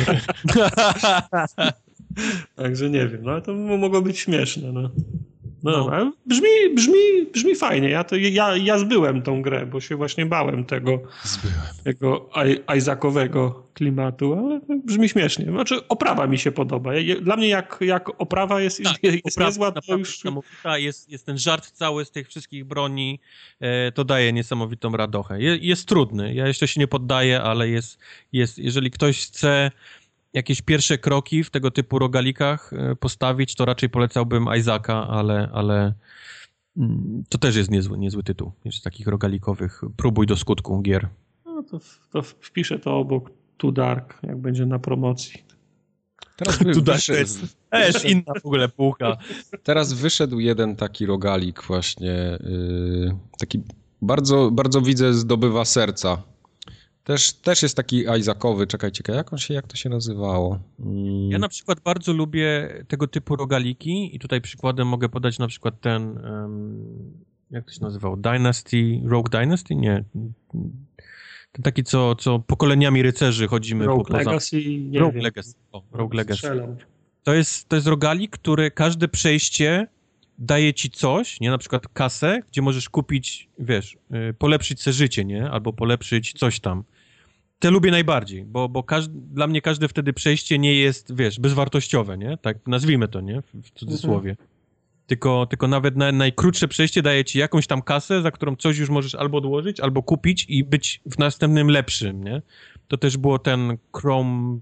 Także nie wiem, no ale to mogło być śmieszne. No. Ale brzmi fajnie. Ja zbyłem tą grę, bo się właśnie bałem tego Isaacowego klimatu, ale brzmi śmiesznie. Znaczy oprawa mi się podoba. Dla mnie jak oprawa jest niezła, to już... Jest ten żart cały z tych wszystkich broni, to daje niesamowitą radochę. Jest trudny, ja jeszcze się nie poddaję, ale jest jeżeli ktoś chce jakieś pierwsze kroki w tego typu rogalikach postawić, to raczej polecałbym Isaaca, ale to też jest niezły tytuł. Jest takich rogalikowych próbuj do skutku gier. No to wpiszę to obok Too Dark, jak będzie na promocji. Teraz też inna w ogóle półka. Teraz wyszedł jeden taki rogalik właśnie, taki bardzo, bardzo widzę zdobywa serca. Też jest taki Isaacowy, czekajcie, jak to się nazywało? Ja na przykład bardzo lubię tego typu rogaliki i tutaj przykładem mogę podać na przykład ten, jak to się nazywało, Rogue Dynasty? Nie. Ten taki, co pokoleniami rycerzy chodzimy Rogue Legacy? Nie Rogue wiem. Legacy. Rogue Legacy. Strzelam. To jest rogalik, który każde przejście daje ci coś, nie? Na przykład kasę, gdzie możesz kupić, wiesz, polepszyć sobie życie, nie? Albo polepszyć coś tam. Te lubię najbardziej, bo dla mnie każde wtedy przejście nie jest, wiesz, bezwartościowe, nie? Tak nazwijmy to, nie? W cudzysłowie. Tylko nawet najkrótsze przejście daje ci jakąś tam kasę, za którą coś już możesz albo odłożyć, albo kupić i być w następnym lepszym, nie? To też było ten Chrome,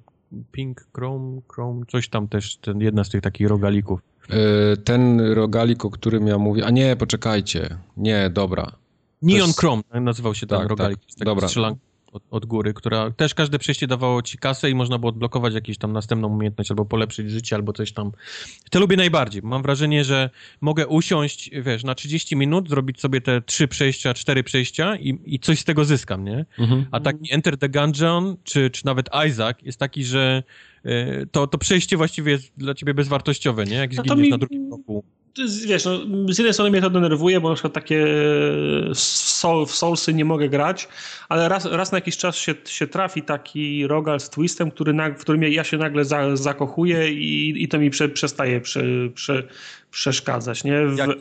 coś tam też, jedna z tych takich rogalików. Ten rogalik, o którym ja mówię... A nie, poczekajcie. Nie, dobra. Neon Chrome nazywał się ten rogalik. Tak, dobra. Strzelanka od góry, która też każde przejście dawało ci kasę i można było odblokować jakąś tam następną umiejętność albo polepszyć życie, albo coś tam. Te lubię najbardziej. Mam wrażenie, że mogę usiąść, wiesz, na 30 minut, zrobić sobie te 3 przejścia, 4 przejścia i coś z tego zyskam, nie? A taki Enter the Gungeon, czy nawet Isaac jest taki, że to przejście właściwie jest dla ciebie bezwartościowe, nie? Jak zginiesz na drugim roku. Wiesz, z jednej strony mnie to denerwuje, bo na przykład takie w Soulsy nie mogę grać, ale raz na jakiś czas się trafi taki rogal z twistem, w którym ja się nagle zakochuję i to mi przestaje przeszkadzać, nie?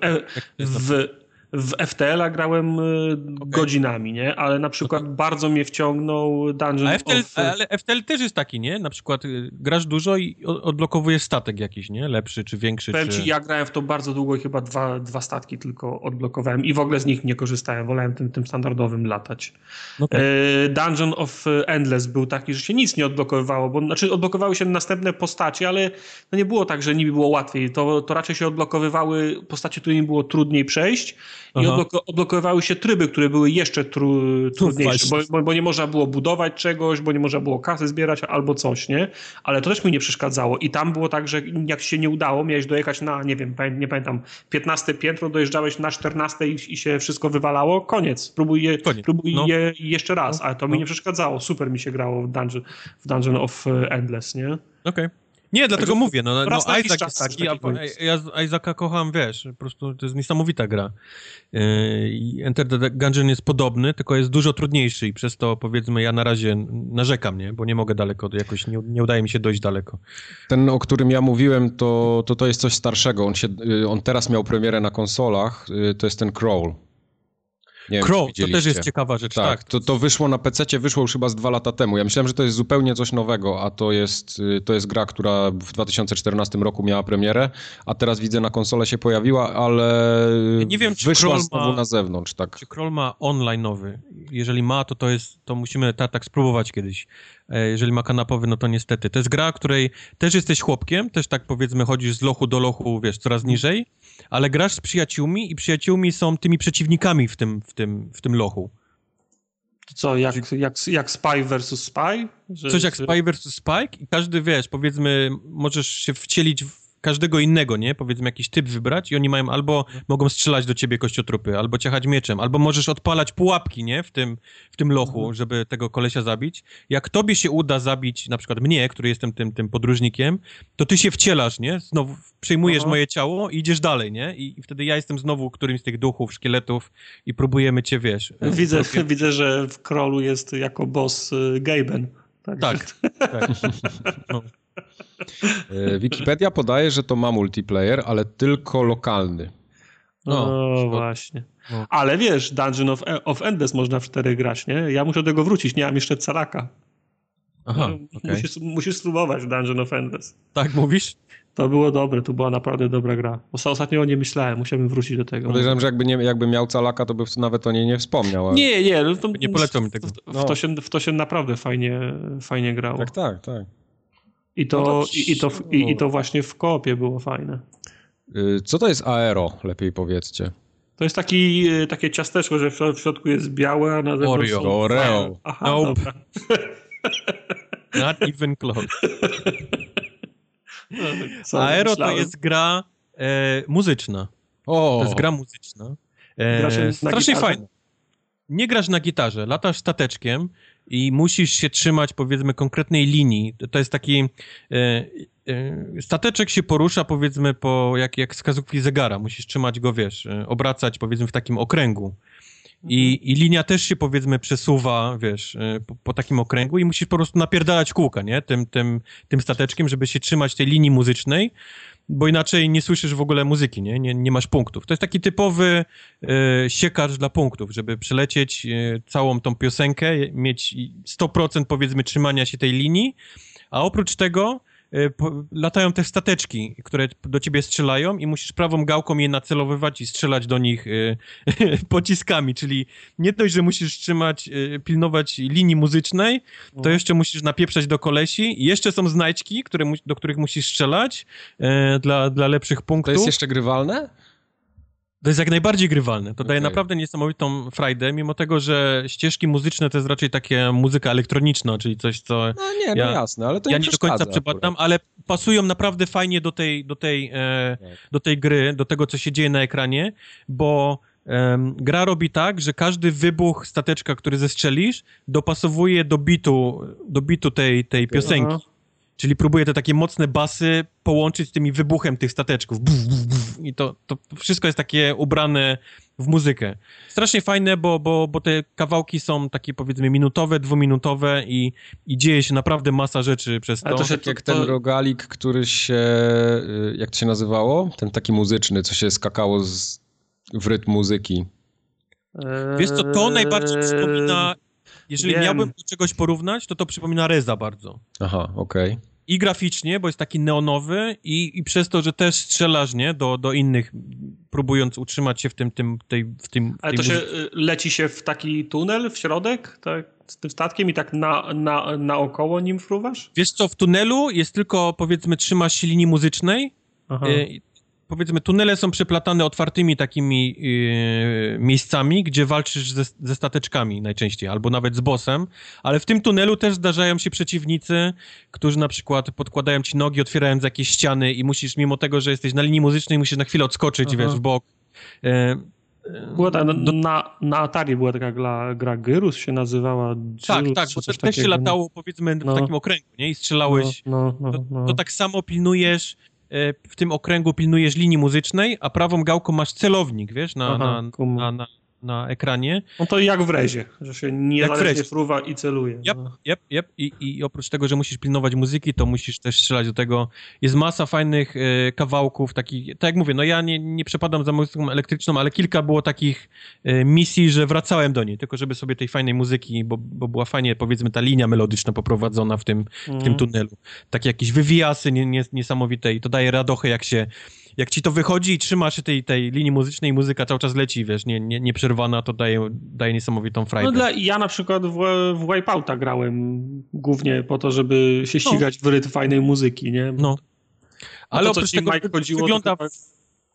W FTL-a grałem godzinami, nie? Ale na przykład bardzo mnie wciągnął Dungeon Ale FTL też jest taki, nie? Na przykład grasz dużo i odblokowujesz statek jakiś, nie? Lepszy czy większy. Powiem ci, ja grałem w to bardzo długo i chyba dwa statki tylko odblokowałem i w ogóle z nich nie korzystałem. Wolałem tym standardowym latać. Okay. Dungeon of Endless był taki, że się nic nie odblokowywało, znaczy odblokowały się następne postacie, ale no nie było tak, że niby było łatwiej. To raczej się odblokowywały postacie, którymi było trudniej przejść. I odblokowywały się tryby, które były jeszcze trudniejsze, bo nie można było budować czegoś, bo nie można było kasy zbierać albo coś, nie? Ale to też mi nie przeszkadzało. I tam było tak, że jak się nie udało, miałeś dojechać na, nie wiem, nie pamiętam, 15 piętro, dojeżdżałeś na 14 i się wszystko wywalało, koniec. Próbuj je jeszcze raz, ale to mi nie przeszkadzało. Super mi się grało w Dungeon of Endless, nie? Okej. Nie, dlatego mówię, Isaac jest taki, ja Isaaca kocham, wiesz, po prostu to jest niesamowita gra. Enter the Gungeon jest podobny, tylko jest dużo trudniejszy i przez to, powiedzmy, ja na razie narzekam, nie? Bo nie mogę daleko, jakoś nie udaje mi się dojść daleko. Ten, o którym ja mówiłem, to jest coś starszego. On teraz miał premierę na konsolach, to jest ten Crawl. Nie wiem, Crow, to też jest ciekawa rzecz, tak. To wyszło na PC-cie, wyszło już chyba z 2 lata temu. Ja myślałem, że to jest zupełnie coś nowego, a to jest gra, która w 2014 roku miała premierę, a teraz widzę na konsolę się pojawiła, ale nie wiem, czy wyszła Kroll znowu na zewnątrz. Tak. Czy Kroll ma online'owy? Jeżeli ma, to musimy tak spróbować kiedyś. Jeżeli ma kanapowy, no to niestety. To jest gra, której też jesteś chłopkiem, też tak powiedzmy chodzisz z lochu do lochu, wiesz, coraz niżej, ale grasz z przyjaciółmi i przyjaciółmi są tymi przeciwnikami w tym lochu. To co, jak Spy versus Spy? Coś jak Spy versus Spy i każdy, wiesz, powiedzmy, możesz się wcielić każdego innego, nie? Powiedzmy jakiś typ wybrać i oni mają albo mogą strzelać do ciebie kościotrupy, albo ciachać mieczem, albo możesz odpalać pułapki, nie? W tym lochu, żeby tego kolesia zabić. Jak tobie się uda zabić na przykład mnie, który jestem tym podróżnikiem, to ty się wcielasz, nie? Znowu przejmujesz moje ciało i idziesz dalej, nie? I wtedy ja jestem znowu którymś z tych duchów, szkieletów i próbujemy cię, wiesz... Widzę, że w Crawlu jest jako boss Gaben. Tak. No. Wikipedia podaje, że to ma multiplayer, ale tylko lokalny. Właśnie. No. Ale wiesz, Dungeon of Endless można w 4 grać, nie? Ja muszę do tego wrócić, nie mam jeszcze Calaka. Aha, okay. Musisz spróbować Dungeon of Endless. Tak mówisz? To było dobre, to była naprawdę dobra gra. Ostatnio o nie myślałem, musiałbym wrócić do tego. Podejrzewam, że jakby miał Calaka, to by nawet o niej nie wspomniał. Ale... Nie. Nie polecał mi tego. W to się naprawdę fajnie grało. Tak. I to właśnie w koopie było fajne. Co to jest Aero? Lepiej powiedzcie. To jest takie ciasteczko, że w środku jest białe, a na zewnątrz Oreo. Aha, nope. Dobra. Not even close. Aero to jest gra muzyczna. To jest gra muzyczna. Strasznie fajna. Nie grasz na gitarze, latasz stateczkiem i musisz się trzymać, powiedzmy, konkretnej linii. To jest taki... stateczek się porusza, powiedzmy, jak wskazówki zegara. Musisz trzymać go, wiesz, obracać, powiedzmy, w takim okręgu. I linia też się, powiedzmy, przesuwa, wiesz, po takim okręgu i musisz po prostu napierdalać kółka, nie? Tym stateczkiem, żeby się trzymać tej linii muzycznej, bo inaczej nie słyszysz w ogóle muzyki, nie masz punktów. To jest taki typowy siekacz dla punktów, żeby przelecieć całą tą piosenkę, mieć 100% powiedzmy trzymania się tej linii, a oprócz tego latają te stateczki, które do ciebie strzelają i musisz prawą gałką je nacelowywać i strzelać do nich pociskami, czyli nie dość, że musisz pilnować linii muzycznej, to jeszcze musisz napieprzać do kolesi i jeszcze są znajdźki, do których musisz strzelać dla lepszych punktów. To jest jeszcze grywalne? To jest jak najbardziej grywalne. To daje naprawdę niesamowitą frajdę, mimo tego, że ścieżki muzyczne to jest raczej takie muzyka elektroniczna, czyli coś, co... jasne, ale to nie do końca przepadam, ale pasują naprawdę fajnie do tej gry, do tego, co się dzieje na ekranie, bo gra robi tak, że każdy wybuch stateczka, który zestrzelisz, dopasowuje do bitu tej piosenki. Czyli próbuje te takie mocne basy połączyć z tymi wybuchem tych stateczków. I to wszystko jest takie ubrane w muzykę. Strasznie fajne, bo te kawałki są takie, powiedzmy, minutowe, 2-minutowe i dzieje się naprawdę masa rzeczy przez to. To tak jak ten rogalik, który się... Jak to się nazywało? Ten taki muzyczny, co się skakało w rytm muzyki. Wiesz co, to najbardziej przypomina... Jeżeli miałbym do czegoś porównać, to przypomina Reza bardzo. Aha, okej. I graficznie, bo jest taki neonowy i przez to, że też strzelasz, nie, do innych, próbując utrzymać się w tym Ale to się leci się w taki tunel w środek, tak, z tym statkiem i tak naokoło nim fruwasz? Wiesz co, w tunelu jest tylko, powiedzmy, trzymasz się linii muzycznej. Powiedzmy, tunele są przeplatane otwartymi takimi miejscami, gdzie walczysz ze stateczkami najczęściej, albo nawet z bossem, ale w tym tunelu też zdarzają się przeciwnicy, którzy na przykład podkładają ci nogi, otwierając jakieś ściany i musisz, mimo tego, że jesteś na linii muzycznej, musisz na chwilę odskoczyć, wiesz, w bok. Była na Atari była taka gra Gyrus się nazywała. Tak, bo też się latało, powiedzmy, w takim okręgu, nie? I strzelałeś. To tak samo pilnujesz, w tym okręgu pilnujesz linii muzycznej, a prawą gałką masz celownik, wiesz, na ekranie. No to jak w Rezie, że się niezależnie fruwa i celuje. Yep. I oprócz tego, że musisz pilnować muzyki, to musisz też strzelać do tego. Jest masa fajnych kawałków, takich, tak jak mówię, no ja nie przepadam za muzyką elektryczną, ale kilka było takich misji, że wracałem do niej, tylko żeby sobie tej fajnej muzyki, bo była fajnie, powiedzmy, ta linia melodyczna poprowadzona w tym tunelu. Takie jakieś wywijasy niesamowite i to daje radochę, jak ci to wychodzi i trzymasz się tej linii muzycznej i muzyka cały czas leci, wiesz, nieprzerwana, to daje niesamowitą frajdę. Ja na przykład w Wipeouta grałem głównie po to, żeby się ścigać w rytm fajnej muzyki, nie? Ale oprócz tego Mike chodziło, wygląda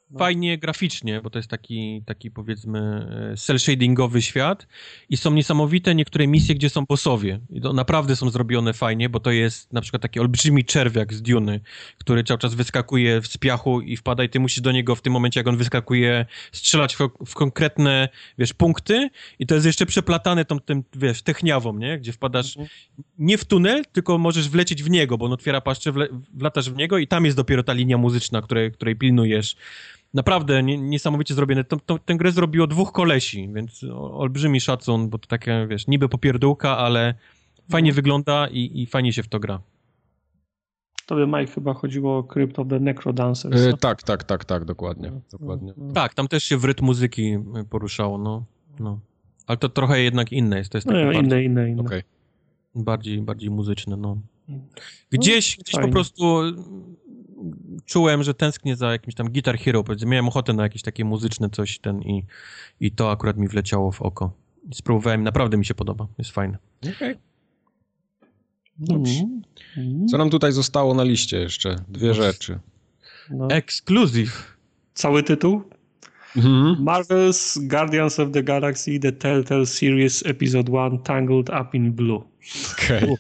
fajnie graficznie, bo to jest taki powiedzmy cel-shadingowy świat i są niesamowite niektóre misje, gdzie są bossowie. I to naprawdę są zrobione fajnie, bo to jest na przykład taki olbrzymi czerwiak z Duny, który cały czas wyskakuje z piachu i wpada i ty musisz do niego w tym momencie, jak on wyskakuje, strzelać w konkretne, punkty i to jest jeszcze przeplatane tym, techniawą, nie? Gdzie wpadasz nie w tunel, tylko możesz wlecieć w niego, bo on otwiera paszczę, wlatasz w niego i tam jest dopiero ta linia muzyczna, której pilnujesz. Naprawdę niesamowicie zrobione. Tę grę zrobiło 2 kolesi, więc olbrzymi szacun, bo to takie, niby popierdółka, ale fajnie wygląda i fajnie się w to gra. Tobie, Mike, chyba chodziło o Crypt of the Necrodancers. Tak, dokładnie. Tak, tam też się w rytm muzyki poruszało, no. Ale to trochę jednak inne jest. To jest takie inne. Okay. Bardziej muzyczne, no. Gdzieś po prostu czułem, że tęsknię za jakimś tam Guitar Hero, miałem ochotę na jakieś takie muzyczne coś i to akurat mi wleciało w oko. I spróbowałem, naprawdę mi się podoba, jest fajne. Okej. Dobrze. Co nam tutaj zostało na liście jeszcze? 2 rzeczy. Exclusive. Cały tytuł? Marvel's Guardians of the Galaxy The Telltale Series Episode 1 Tangled Up in Blue. Okej.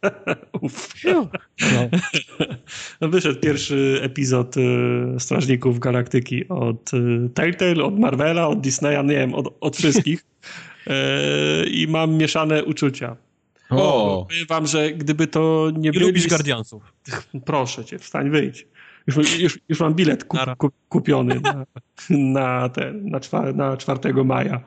No, wyszedł pierwszy epizod Strażników Galaktyki od Telltale, od Marvela, od Disneya, nie wiem, od wszystkich. I mam mieszane uczucia. Powiem wam, że gdyby to nie byli... lubisz Guardiansów. Proszę cię, wstań, wyjdź. Już mam bilet kupiony na 4 maja.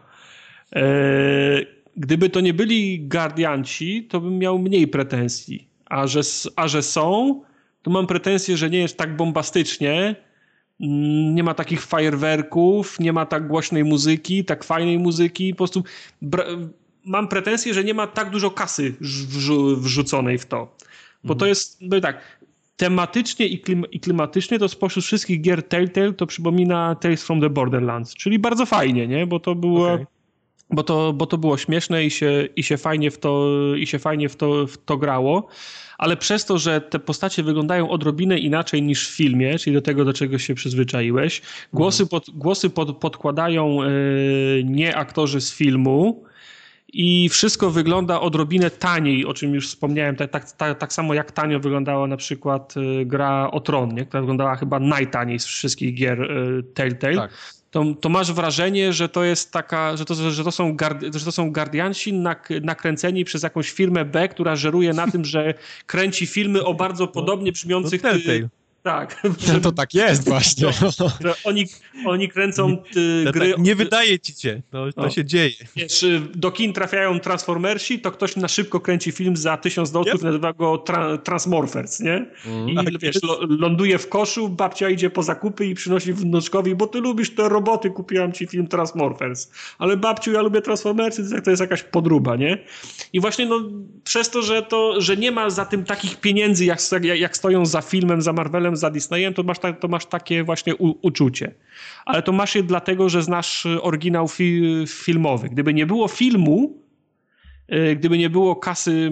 Gdyby to nie byli Guardianci, to bym miał mniej pretensji. A że są, to mam pretensje, że nie jest tak bombastycznie, nie ma takich fajerwerków, nie ma tak głośnej muzyki, tak fajnej muzyki. Po prostu mam pretensje, że nie ma tak dużo kasy wrzuconej w to. Bo to jest, tak, tematycznie i klimatycznie to spośród wszystkich gier Telltale to przypomina Tales from the Borderlands, czyli bardzo fajnie, nie? Bo to było... Okay. Bo to było śmieszne i się fajnie w to grało, ale przez to, że te postacie wyglądają odrobinę inaczej niż w filmie, czyli do tego, do czego się przyzwyczaiłeś, głosy podkładają nie aktorzy z filmu i wszystko wygląda odrobinę taniej, o czym już wspomniałem, tak samo jak tanio wyglądała na przykład gra o Tron, nie? Która wyglądała chyba najtaniej z wszystkich gier Telltale. Tak. To masz wrażenie, że to jest że to są Guardianci nakręceni przez jakąś firmę B, która żeruje na tym, że kręci filmy o bardzo podobnie brzmiących... Tak. To tak jest właśnie. Że oni kręcą gry... Tak, nie wydaje ci się, to się dzieje. Wiesz, do kin trafiają Transformersi, to ktoś na szybko kręci film za $1000, nazywa go Transmorphers, nie? I wiesz, ląduje w koszu, babcia idzie po zakupy i przynosi wnuczkowi, bo ty lubisz te roboty, kupiłam ci film Transmorphers. Ale babciu, ja lubię Transformersy, to jest jakaś podróba, nie? I właśnie przez to, że nie ma za tym takich pieniędzy, jak stoją za filmem, za Marvelem, za Disneyem, to masz takie właśnie uczucie. Ale to masz je dlatego, że znasz oryginał filmowy. Gdyby nie było filmu, gdyby nie było kasy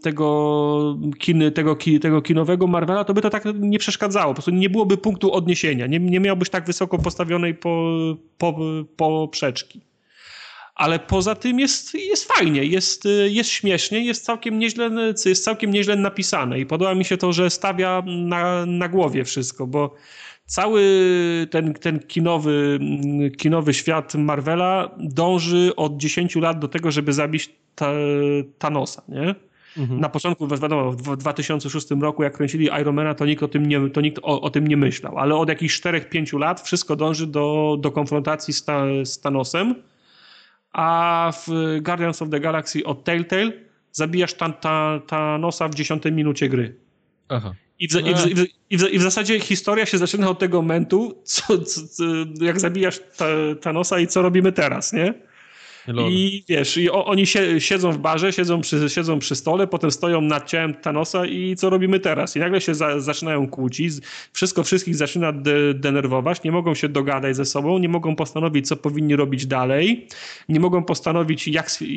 tego kinowego Marvela, to by to tak nie przeszkadzało. Po prostu nie byłoby punktu odniesienia. Nie miałbyś tak wysoko postawionej poprzeczki. Ale poza tym jest fajnie, jest śmiesznie, jest całkiem nieźle napisane i podoba mi się to, że stawia na głowie wszystko, bo cały ten kinowy świat Marvela dąży od 10 lat do tego, żeby zabić Thanosa, nie? Na początku, wiadomo, w 2006 roku, jak kręcili Ironmana, to nikt o tym nie myślał, ale od jakichś 4-5 lat wszystko dąży do konfrontacji z Thanosem. A w Guardians of the Galaxy od Telltale zabijasz Thanosa w 10 minucie gry. Aha. I w zasadzie historia się zaczyna od tego momentu, jak zabijasz Thanosa i co robimy teraz, nie? I wiesz, oni siedzą w barze, siedzą przy stole, potem stoją nad ciałem Thanosa i co robimy teraz? I nagle się zaczynają kłócić, wszystkich zaczyna denerwować, nie mogą się dogadać ze sobą, nie mogą postanowić, co powinni robić dalej, nie mogą postanowić,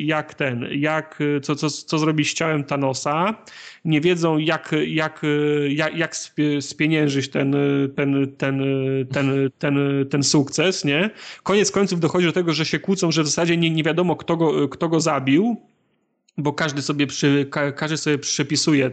co zrobić z ciałem Thanosa, nie wiedzą, jak spieniężyć ten sukces, nie? Koniec końców dochodzi do tego, że się kłócą, że w zasadzie nie wiadomo, kto go zabił, bo każdy sobie przypisuje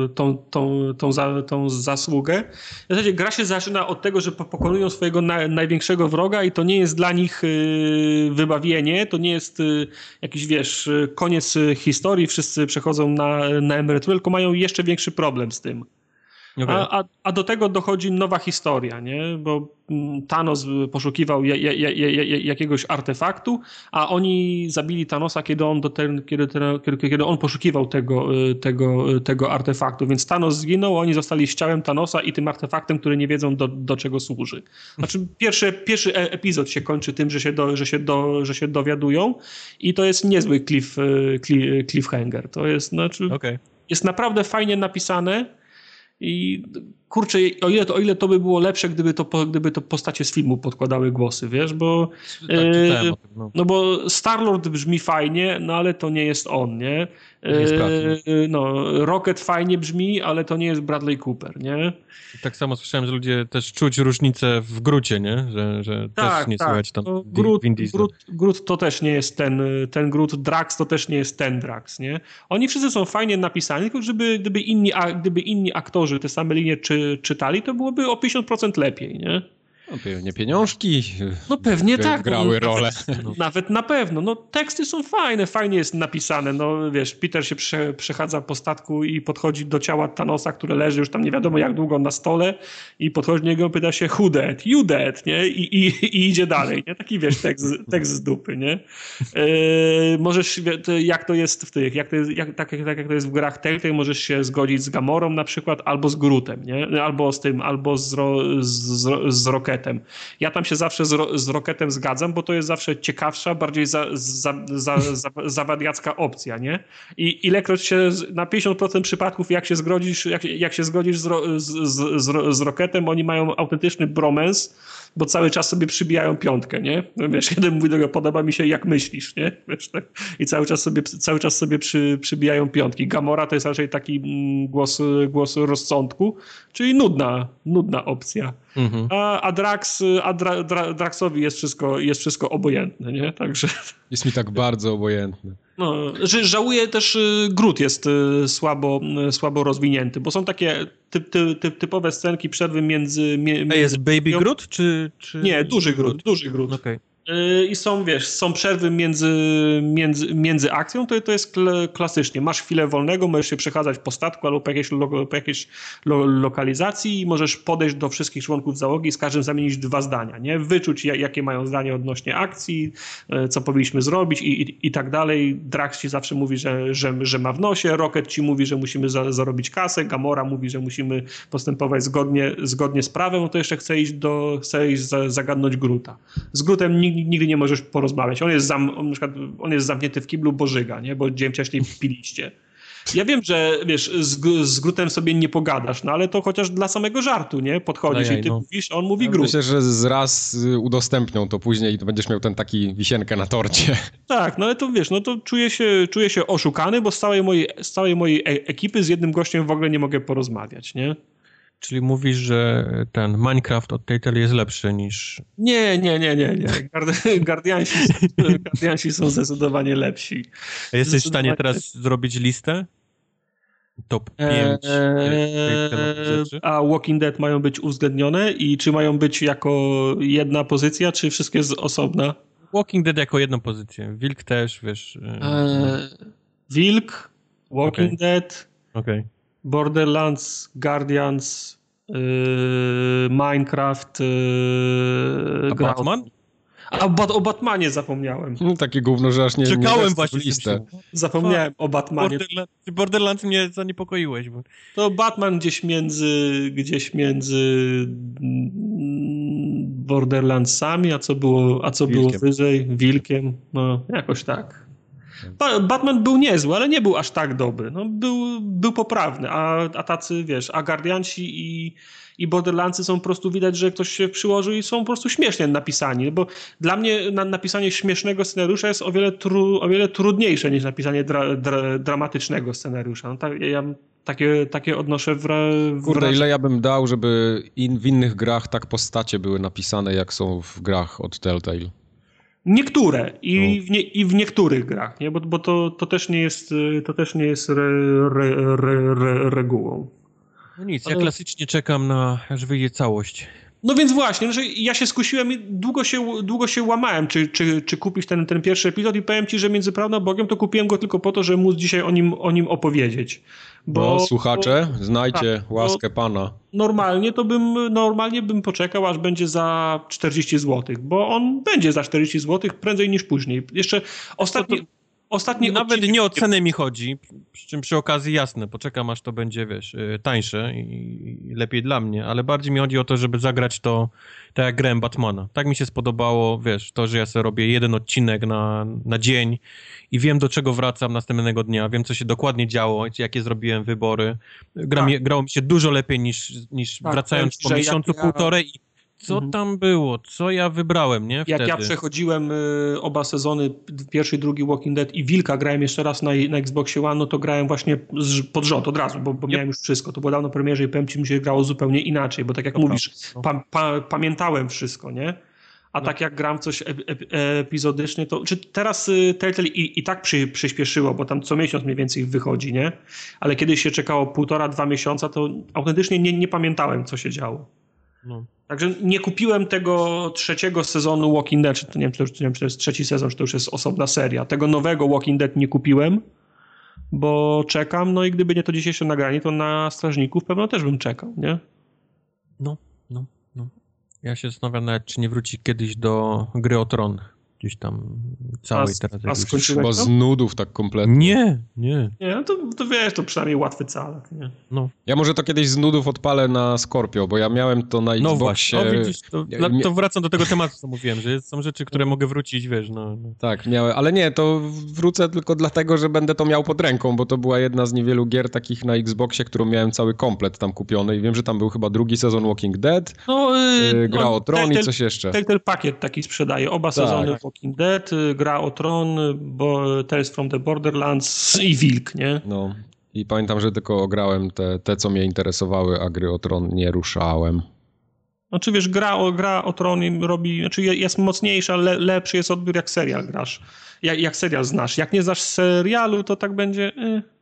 tą zasługę. W zasadzie gra się zaczyna od tego, że pokonują swojego największego wroga i to nie jest dla nich wybawienie, to nie jest jakiś, wiesz, koniec historii, wszyscy przechodzą na emeryturę, tylko mają jeszcze większy problem z tym. Okay. A do tego dochodzi nowa historia, nie? Bo Thanos poszukiwał jakiegoś artefaktu, a oni zabili Thanosa, kiedy on poszukiwał tego artefaktu. Więc Thanos zginął, oni zostali z ciałem Thanosa i tym artefaktem, który nie wiedzą do czego służy. Znaczy pierwszy epizod się kończy tym, że się dowiadują i to jest niezły cliffhanger. To jest, jest naprawdę fajnie napisane. I kurczę, o ile to by było lepsze, gdyby to postacie z filmu podkładały głosy, wiesz, bo no bo Star-Lord brzmi fajnie, no ale to nie jest on, nie? Rocket fajnie brzmi, ale to nie jest Bradley Cooper, nie? Tak samo słyszałem, że ludzie też czuć różnicę w Groocie, nie? Że też nie słychać tam Groot to też nie jest ten Groot, Drax to też nie jest ten Drax, nie? Oni wszyscy są fajnie napisani, tylko gdyby inni aktorzy te same linie czytali, to byłoby o 50% lepiej, nie? No pewnie pieniążki pewnie tak. Grały rolę. Nawet na pewno. No teksty są fajnie jest napisane. No wiesz, Peter się przechadza po statku i podchodzi do ciała Thanosa, które leży już tam nie wiadomo jak długo na stole i podchodzi do niego, pyta się who dead? You dead, nie? I idzie dalej, nie? Taki wiesz, tekst z dupy, nie? Możesz, jak to jest w tych, jak to jest w grach Telltale, możesz się zgodzić z Gamorą na przykład, albo z Grootem, nie? Albo z tym, albo z Rocketem. Ja tam się zawsze z Rocketem zgadzam, bo to jest zawsze ciekawsza, bardziej zawadiacka opcja, nie? I ilekroć się na 50% przypadków, jak się zgodzisz z Rocketem, oni mają autentyczny bromance, bo cały czas sobie przybijają piątkę, nie? Wiesz, jeden mówi do niego, podoba mi się jak myślisz, nie? Wiesz, tak? I cały czas sobie przybijają piątki. Gamora to jest raczej taki głos rozsądku, czyli nudna opcja. Mhm. A Draxowi jest wszystko obojętne, nie? Także... Jest mi tak bardzo obojętne. No, żałuję też, Groot jest słabo rozwinięty, bo są takie typowe scenki przerwy między... A jest Baby Groot, czy... Nie, duży Groot. Okay. I są przerwy między akcją, to jest klasycznie. Masz chwilę wolnego, możesz się przechadzać po statku albo po jakiejś lokalizacji i możesz podejść do wszystkich członków załogi i z każdym zamienić 2 zdania, nie? Wyczuć, jakie mają zdanie odnośnie akcji, co powinniśmy zrobić i tak dalej. Drax ci zawsze mówi, że ma w nosie, Rocket ci mówi, że musimy zarobić kasę, Gamora mówi, że musimy postępować zgodnie z prawem, no to jeszcze chce iść zagadnąć Groota. Z Grootem nigdy nie możesz porozmawiać. On jest zamknięty w kiblu, bo żyga, nie? Bo dzień wcześniej piliście. Ja wiem, że wiesz, z Grootem sobie nie pogadasz, no ale to chociaż dla samego żartu, nie? Podchodzisz i ty mówisz, a on mówi Groot. Myślę, że raz udostępnią to później i to będziesz miał ten taki wisienkę na torcie. Tak, no ale to wiesz, no to czuję się oszukany, bo z całej mojej ekipy z jednym gościem w ogóle nie mogę porozmawiać, nie? Czyli mówisz, że ten Minecraft od Telltale jest lepszy niż... Nie. Guardiansi są zdecydowanie lepsi. A jesteś w stanie teraz zrobić listę? Top 5 rzeczy? A Walking Dead mają być uwzględnione i czy mają być jako jedna pozycja, czy wszystkie z osobna? Walking Dead jako jedną pozycję. Wilk też, wiesz... Wilk, Walking Dead... Okej. Borderlands, Guardians, Minecraft. A Batman? O Batmanie zapomniałem. No, takie gówno, że aż nie czekałem właśnie w listę. Zapomniałem o Batmanie. Borderlands mnie zaniepokoiłeś. Bo... To Batman gdzieś między Borderlandsami, a co było wyżej? Wilkiem. No, jakoś tak. Batman był niezły, ale nie był aż tak dobry. No, był poprawny, a tacy, wiesz, a Guardianci i Borderlandsy są po prostu, widać, że ktoś się przyłożył i są po prostu śmiesznie napisani, bo dla mnie napisanie śmiesznego scenariusza jest o wiele trudniejsze niż napisanie dramatycznego scenariusza. No, ja takie odnoszę Kurde, ile ja bym dał, żeby w innych grach tak postacie były napisane, jak są w grach od Telltale. Niektóre i w niektórych grach, nie? Bo to też nie jest regułą. No nic, ja klasycznie czekam aż wyjdzie całość. No więc właśnie, że ja się skusiłem i długo się łamałem, czy kupić ten pierwszy epizod i powiem ci, że między prawdą a Bogiem to kupiłem go tylko po to, żeby móc dzisiaj o nim opowiedzieć. Słuchacze, znajcie łaskę Pana. Normalnie bym poczekał, aż będzie za 40 zł, bo on będzie za 40 zł prędzej niż później. Jeszcze ostatni nawet odcinek... nie o cenę mi chodzi, przy czym przy okazji jasne, poczekam aż to będzie, wiesz, tańsze i lepiej dla mnie, ale bardziej mi chodzi o to, żeby zagrać to tak jak grałem Batmana. Tak mi się spodobało, wiesz, to, że ja sobie robię jeden odcinek na dzień i wiem, do czego wracam następnego dnia, wiem, co się dokładnie działo, jakie zrobiłem wybory. Grało mi się dużo lepiej niż wracając po miesiącu, półtorej i co tam było? Co ja wybrałem, nie? Wtedy. Jak ja przechodziłem oba sezony, pierwszy i drugi Walking Dead i Wilka grałem jeszcze raz na Xboxie One, no to grałem właśnie pod rząd od razu, bo miałem już wszystko. To było dawno premierze i powiem ci, mi się grało zupełnie inaczej, bo tak jak mówisz, pamiętałem wszystko, nie? A tak jak gram coś epizodycznie, to... Czy teraz Telltale i tak przyspieszyło, bo tam co miesiąc mniej więcej wychodzi, nie? Ale kiedyś się czekało 1,5-2 miesiąca, to autentycznie nie pamiętałem, co się działo. No. Także nie kupiłem tego trzeciego sezonu Walking Dead, czy nie wiem, czy to jest trzeci sezon, czy to już jest osobna seria. Tego nowego Walking Dead nie kupiłem, bo czekam, no i gdyby nie to dzisiejsze nagranie, to na Strażników pewno też bym czekał, nie? No. Ja się zastanawiam nawet, czy nie wróci kiedyś do Gry o Tron. Gdzieś tam całej teraz. Bo z nudów tak kompletnie. Nie. Nie, to wiesz, to przynajmniej łatwy calek, nie? No. Ja może to kiedyś z nudów odpalę na Scorpio, bo ja miałem to na Xboxie. No właśnie, widzisz, to wracam do tego tematu, co mówiłem, że są rzeczy, które mogę wrócić, wiesz, no. Tak, miałem, ale nie, to wrócę tylko dlatego, że będę to miał pod ręką, bo to była jedna z niewielu gier takich na Xboxie, którą miałem cały komplet tam kupiony i wiem, że tam był chyba drugi sezon Walking Dead, Gra o Tron i coś jeszcze. Telltale pakiet taki sprzedaje, oba sezony Walking Dead, Gra o Tron, Tales from the Borderlands i Wilk, nie? No i pamiętam, że tylko grałem te co mnie interesowały, a Gry o Tron nie ruszałem. Znaczy wiesz, gra o Tron robi, znaczy jest mocniejsza, lepszy jest odbiór jak serial grasz. Jak serial znasz. Jak nie znasz serialu, to tak będzie...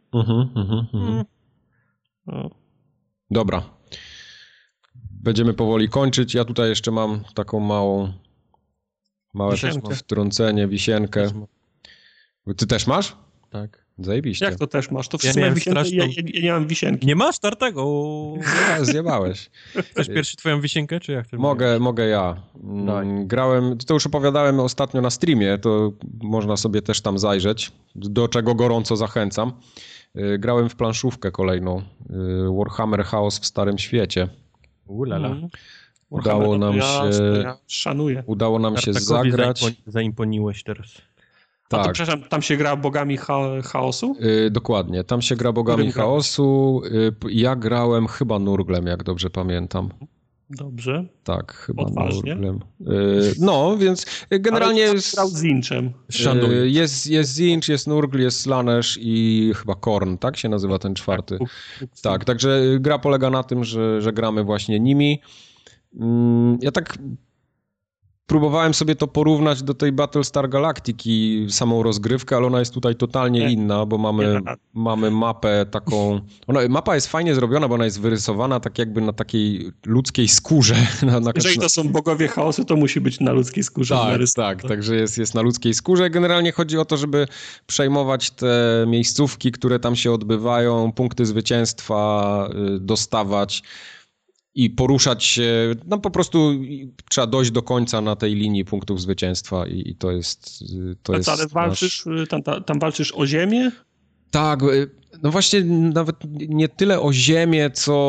No. Dobra. Będziemy powoli kończyć. Ja tutaj jeszcze mam taką małe wtrącenie, wisienkę. Ty też masz? Tak. Zajebiście. Jak to też masz? To wszyscy mają wisienkę, ja nie mam wisienki. Nie masz tartego? Nie, zjebałeś. Chcesz pierwszy twoją wisienkę, czy jak? Mogę ja. Grałem, to już opowiadałem ostatnio na streamie, to można sobie też tam zajrzeć, do czego gorąco zachęcam. Grałem w planszówkę kolejną. Warhammer Chaos w Starym Świecie. Ulala. Udało nam szanuję. Udało nam się zagrać. Zaimponiłeś teraz. Tak. A to, przepraszam, tam się gra bogami chaosu? Dokładnie, tam się gra bogami chaosu. Ja grałem chyba Nurglem, jak dobrze pamiętam. Dobrze. Tak, chyba odważnie. Nurglem. No, więc generalnie grał z Zinczem. Jest Zinch, jest Nurgl, jest Slaanesh i chyba Korn, tak się nazywa ten czwarty. Tak, także gra polega na tym, że gramy właśnie nimi. Ja tak próbowałem sobie to porównać do tej Battlestar Galactiki, samą rozgrywkę, ale ona jest tutaj totalnie inna, bo mamy mapę taką... Mapa jest fajnie zrobiona, bo ona jest wyrysowana tak jakby na takiej ludzkiej skórze. Jeżeli to są bogowie chaosu, to musi być na ludzkiej skórze. Tak, także jest na ludzkiej skórze. Generalnie chodzi o to, żeby przejmować te miejscówki, które tam się odbywają, punkty zwycięstwa dostawać i poruszać się, no po prostu trzeba dojść do końca na tej linii punktów zwycięstwa i to jest... Ale walczysz, tam walczysz o ziemię? Tak, no właśnie nawet nie tyle o ziemię, co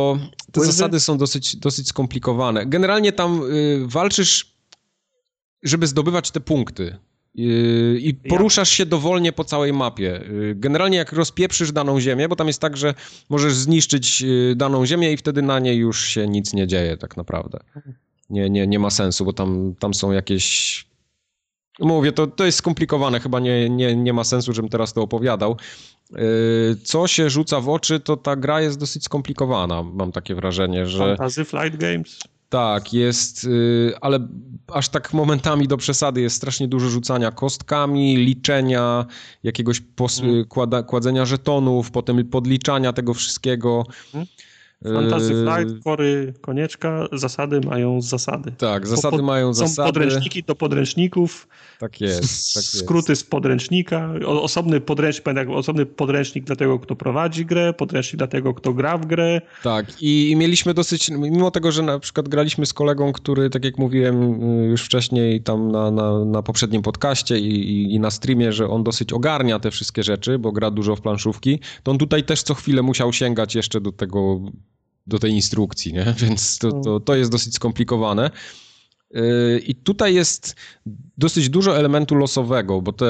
te zasady są dosyć skomplikowane. Generalnie tam walczysz, żeby zdobywać te punkty. I poruszasz się dowolnie po całej mapie. Generalnie jak rozpieprzysz daną ziemię, bo tam jest tak, że możesz zniszczyć daną ziemię i wtedy na niej już się nic nie dzieje tak naprawdę. Nie ma sensu, bo tam są jakieś... Mówię, to jest skomplikowane, chyba nie ma sensu, żebym teraz to opowiadał. Co się rzuca w oczy, to ta gra jest dosyć skomplikowana, mam takie wrażenie, że... Fantasy Flight Games? Tak, jest, ale aż tak momentami do przesady jest strasznie dużo rzucania kostkami, liczenia, jakiegoś kładzenia żetonów, potem podliczania tego wszystkiego. Fantasy Flight, Kory, Konieczka, zasady mają zasady. Tak, zasady mają zasady. Są podręczniki do podręczników. Tak jest. Tak skróty z podręcznika. Osobny podręcznik dla tego, kto prowadzi grę, podręcznik dla tego, kto gra w grę. Tak, i mieliśmy dosyć, mimo tego, że na przykład graliśmy z kolegą, który, tak jak mówiłem już wcześniej tam na poprzednim podcaście i na streamie, że on dosyć ogarnia te wszystkie rzeczy, bo gra dużo w planszówki, to on tutaj też co chwilę musiał sięgać jeszcze do tej instrukcji, nie? Więc to jest dosyć skomplikowane. I tutaj jest dosyć dużo elementu losowego, bo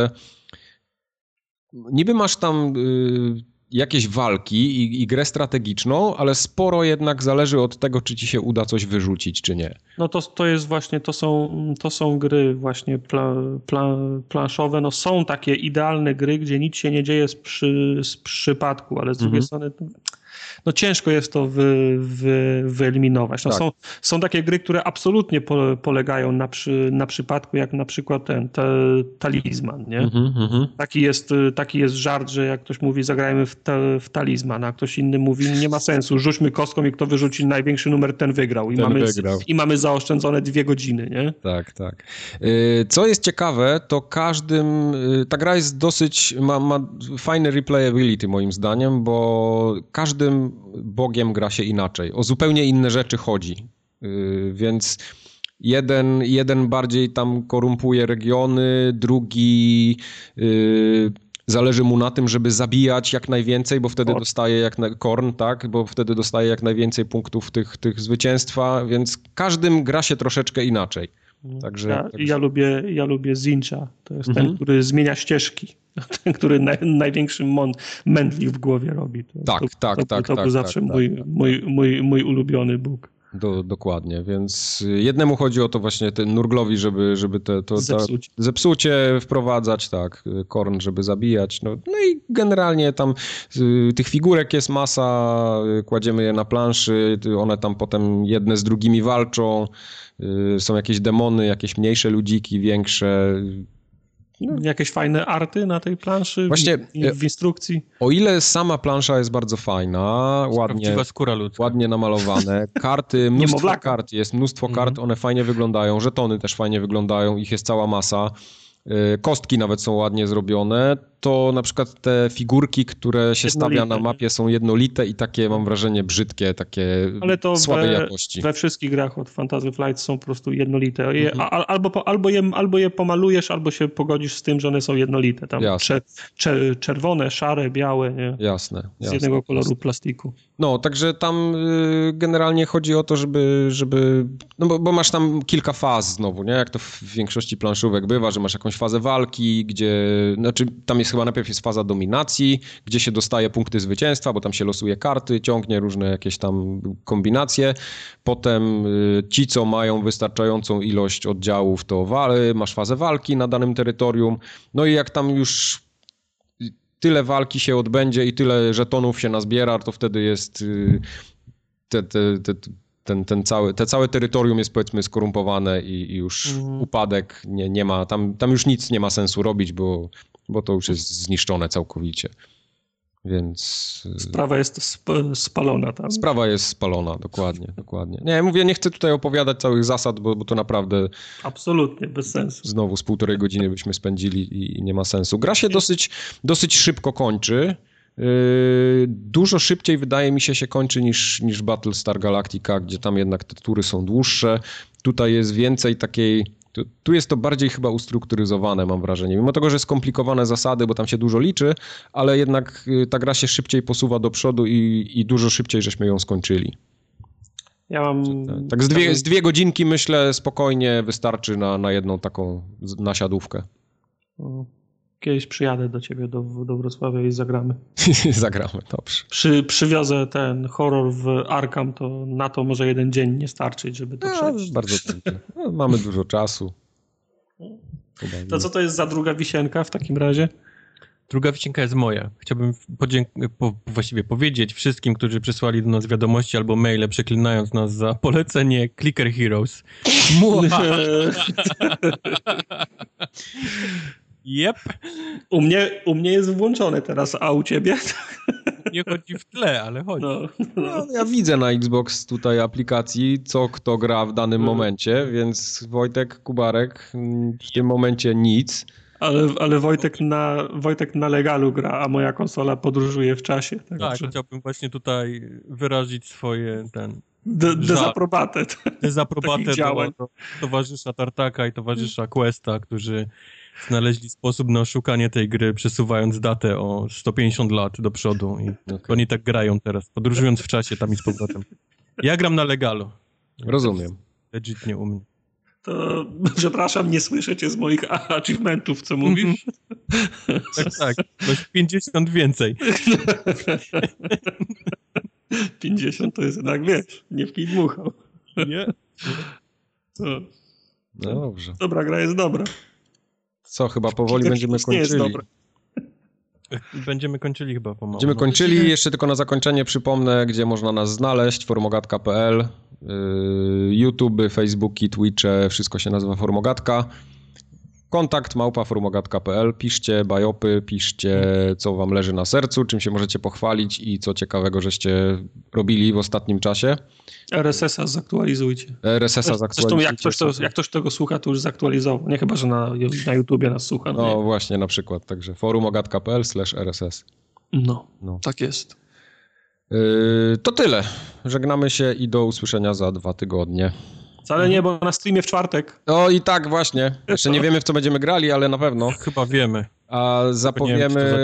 niby masz tam jakieś walki i grę strategiczną, ale sporo jednak zależy od tego, czy ci się uda coś wyrzucić, czy nie. No to jest właśnie, to są gry właśnie planszowe, no są takie idealne gry, gdzie nic się nie dzieje z przypadku, ale z drugiej strony no ciężko jest to wyeliminować. No tak. Są takie gry, które absolutnie polegają na przypadku, jak na przykład Talizman, nie? Taki jest żart, że jak ktoś mówi zagrajmy w Talizman, a ktoś inny mówi nie ma sensu, rzućmy kostką i kto wyrzuci największy numer, ten wygrał. I mamy zaoszczędzone 2 godziny, nie? Tak. Co jest ciekawe, to ta gra jest dosyć, ma fajne replayability moim zdaniem, bo każdym bogiem gra się inaczej. O zupełnie inne rzeczy chodzi. Więc jeden bardziej tam korumpuje regiony, drugi zależy mu na tym, żeby zabijać jak najwięcej, bo wtedy dostaje bo wtedy dostaje jak najwięcej punktów tych zwycięstwa, więc każdym gra się troszeczkę inaczej. Także... Ja lubię Zincha. To jest ten, który zmienia ścieżki. Ten, który największy mętlik w głowie robi. To był zawsze mój ulubiony Bóg. Dokładnie, więc jednemu chodzi o to właśnie, ten Nurglowi, żeby zepsucie wprowadzać, tak, Korn, żeby zabijać, no i generalnie tam tych figurek jest masa, kładziemy je na planszy, one tam potem jedne z drugimi walczą, są jakieś demony, jakieś mniejsze ludziki, większe. Jakieś fajne arty na tej planszy, właśnie, w instrukcji? O ile sama plansza jest bardzo fajna, ładnie namalowane, karty, mnóstwo kart, one fajnie wyglądają, żetony też fajnie wyglądają, ich jest cała masa, kostki nawet są ładnie zrobione, to na przykład te figurki, które się stawia na mapie są jednolite i takie, mam wrażenie, brzydkie, takie słabej jakości. We wszystkich grach od Fantasy Flight są po prostu jednolite. Albo je pomalujesz, albo się pogodzisz z tym, że one są jednolite. Tam czerwone, szare, białe, nie? Jasne. Z jednego koloru plastiku. No, także tam generalnie chodzi o to, żeby no bo masz tam kilka faz znowu, nie? Jak to w większości planszówek bywa, że masz jakąś fazę walki, tam jest chyba najpierw jest faza dominacji, gdzie się dostaje punkty zwycięstwa, bo tam się losuje karty, ciągnie różne jakieś tam kombinacje. Potem ci, co mają wystarczającą ilość oddziałów, to masz fazę walki na danym terytorium. No i jak tam już tyle walki się odbędzie i tyle żetonów się nazbiera, to wtedy jest te całe terytorium jest, powiedzmy, skorumpowane i już upadek nie ma, tam już nic nie ma sensu robić, bo to już jest zniszczone całkowicie. Więc... Sprawa jest spalona tam. Sprawa jest spalona, dokładnie. Nie chcę tutaj opowiadać całych zasad, bo to naprawdę... Absolutnie, bez sensu. Znowu z 1,5 godziny byśmy spędzili i nie ma sensu. Gra się dosyć szybko kończy. Dużo szybciej wydaje mi się kończy niż Battlestar Galactica, gdzie tam jednak te tury są dłuższe. Tutaj jest więcej takiej... Tu jest to bardziej chyba ustrukturyzowane, mam wrażenie. Mimo tego, że skomplikowane zasady, bo tam się dużo liczy, ale jednak ta gra się szybciej posuwa do przodu i dużo szybciej żeśmy ją skończyli. Ja mam... Tak z dwie godzinki, myślę, spokojnie wystarczy na jedną taką nasiadówkę. Kiedyś przyjadę do ciebie, do Wrocławia i zagramy. Zagramy, dobrze. Przywiozę ten horror w Arkham, to na to może jeden dzień nie starczyć, żeby to przejść. Bardzo dobrze. Mamy dużo czasu. To co to jest za druga wisienka w takim razie? Druga wisienka jest moja. Chciałbym właściwie powiedzieć wszystkim, którzy przysłali do nas wiadomości albo maile, przeklinając nas za polecenie Clicker Heroes. Yep. U mnie jest włączony teraz, a u ciebie? Nie chodzi w tle, ale chodzi. No, ja widzę na Xbox tutaj aplikacji, co kto gra w danym momencie, więc Wojtek, Kubarek w tym momencie nic. Ale Wojtek na legalu gra, a moja konsola podróżuje w czasie. Tak, chciałbym właśnie tutaj wyrazić swoje dezaprobatę. Dezaprobatę do towarzysza Tartaka i towarzysza Questa, którzy znaleźli sposób na oszukanie tej gry, przesuwając datę o 150 lat do przodu i oni tak grają teraz, podróżując w czasie tam i z powrotem. Ja gram na legalu. Rozumiem. Legitnie u mnie. To przepraszam, nie słyszę cię z moich achievementów, co mówisz? Tak, 50 więcej. 50 to jest jednak, wiesz, nie w kij dmuchał. Nie? No dobrze. Dobra, gra jest dobra. Co, chyba powoli będziemy kończyli. Będziemy kończyli chyba pomału. Będziemy kończyli. Jeszcze tylko na zakończenie przypomnę, gdzie można nas znaleźć. Formogatka.pl, YouTube, Facebooki, Twitche, wszystko się nazywa Formogatka. Kontakt @formogatka.pl. Piszcie bajopy, piszcie co wam leży na sercu, czym się możecie pochwalić i co ciekawego żeście robili w ostatnim czasie. RSS-a zaktualizujcie. RSS-a zaktualizujcie. Zresztą jak ktoś tego słucha, to już zaktualizował. Nie chyba, że na YouTubie nas słucha. No właśnie, na przykład. Także forumogatka.pl/RSS. No, tak jest. To tyle. Żegnamy się i do usłyszenia za 2 tygodnie. Wcale nie, bo na streamie w czwartek. No i tak właśnie. Jeszcze nie wiemy, w co będziemy grali, ale na pewno. Chyba wiemy. A zapowiemy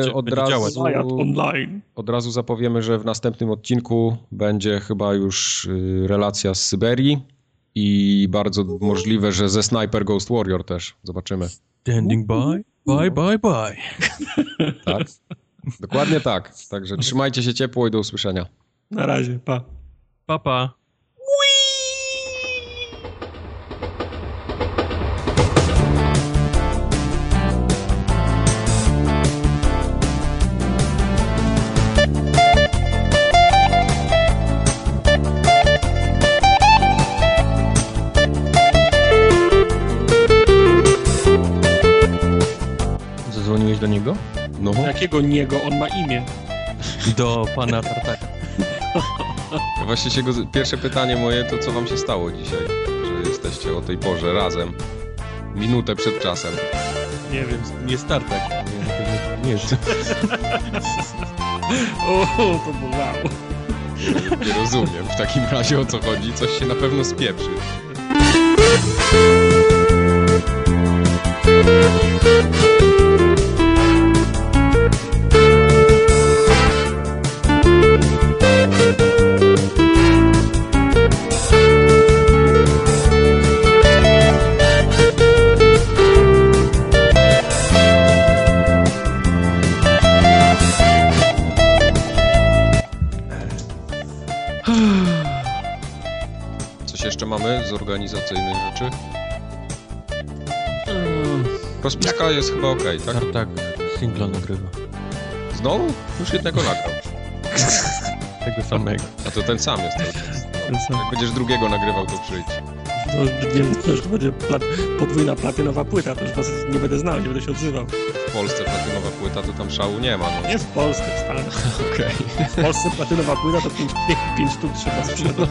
od razu zapowiemy, że w następnym odcinku będzie chyba już relacja z Syberii i bardzo możliwe, że ze Sniper Ghost Warrior też. Zobaczymy. Standing by, bye. Tak? Dokładnie tak. Także trzymajcie się ciepło i do usłyszenia. Na razie, pa. Pa. Zadzwoniłeś do niego? No. Jakiego niego? On ma imię. Do pana Tartaka. Właśnie pierwsze pytanie moje to co wam się stało dzisiaj, że jesteście o tej porze razem, minutę przed czasem. Nie wiem, jest Tartak. Nie jest. To bolało. Nie rozumiem w takim razie o co chodzi, coś się na pewno spieprzy. Coś jeszcze mamy z organizacyjnych rzeczy? Rozpiska jest chyba okej, tak? Tartak singla nagrywa. Znowu? Już jednego nagrał. Tego samego. A to ten sam jest cały czas. Jak będziesz drugiego nagrywał, to przyjdź. To już będzie podwójna platynowa płyta, to już was nie będę znał, nie będę się odzywał. W Polsce platynowa płyta, to tam szału nie ma. No. Nie w Polsce, w Stanach. Okej. W Polsce platynowa płyta to 5 sztuk trzeba sprzedać.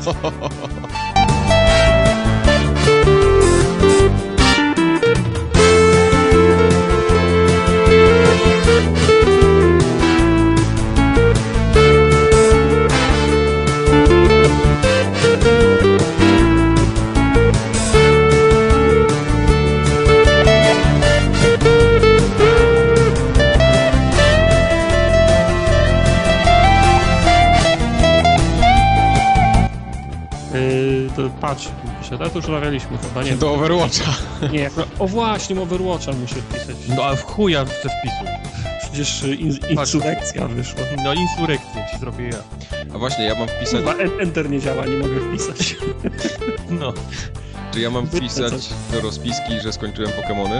patch pisze, ale to już rozmawialiśmy chyba, nie? Do Overwatcha. Nie, o właśnie, Overwatcha muszę wpisać. No a w chuja chcę wpisuj. Przecież insurrekcja wyszła. No insurrekcję ci zrobię ja. A właśnie, ja mam wpisać... Chyba Enter nie działa, nie mogę wpisać. No. Czy ja mam wpisać do rozpiski, że skończyłem Pokemony?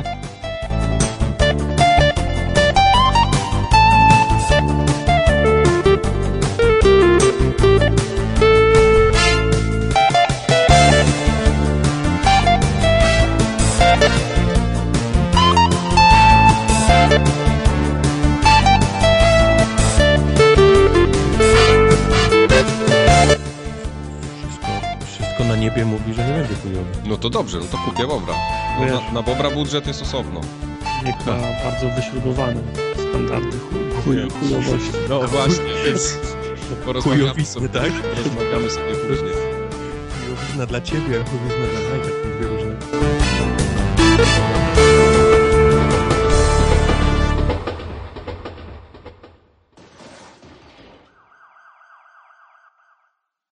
Wszystko na niebie mówi, że nie będzie chujowy. No to dobrze, no to kupię Bobra. No, na Bobra budżet jest osobno. Wiek ma bardzo wyśrubowane standardy chujowości. No właśnie, więc porozmawiamy sobie, tak? porozmawiamy sobie później. Chujowizna dla ciebie, a chujowizna dla Majka.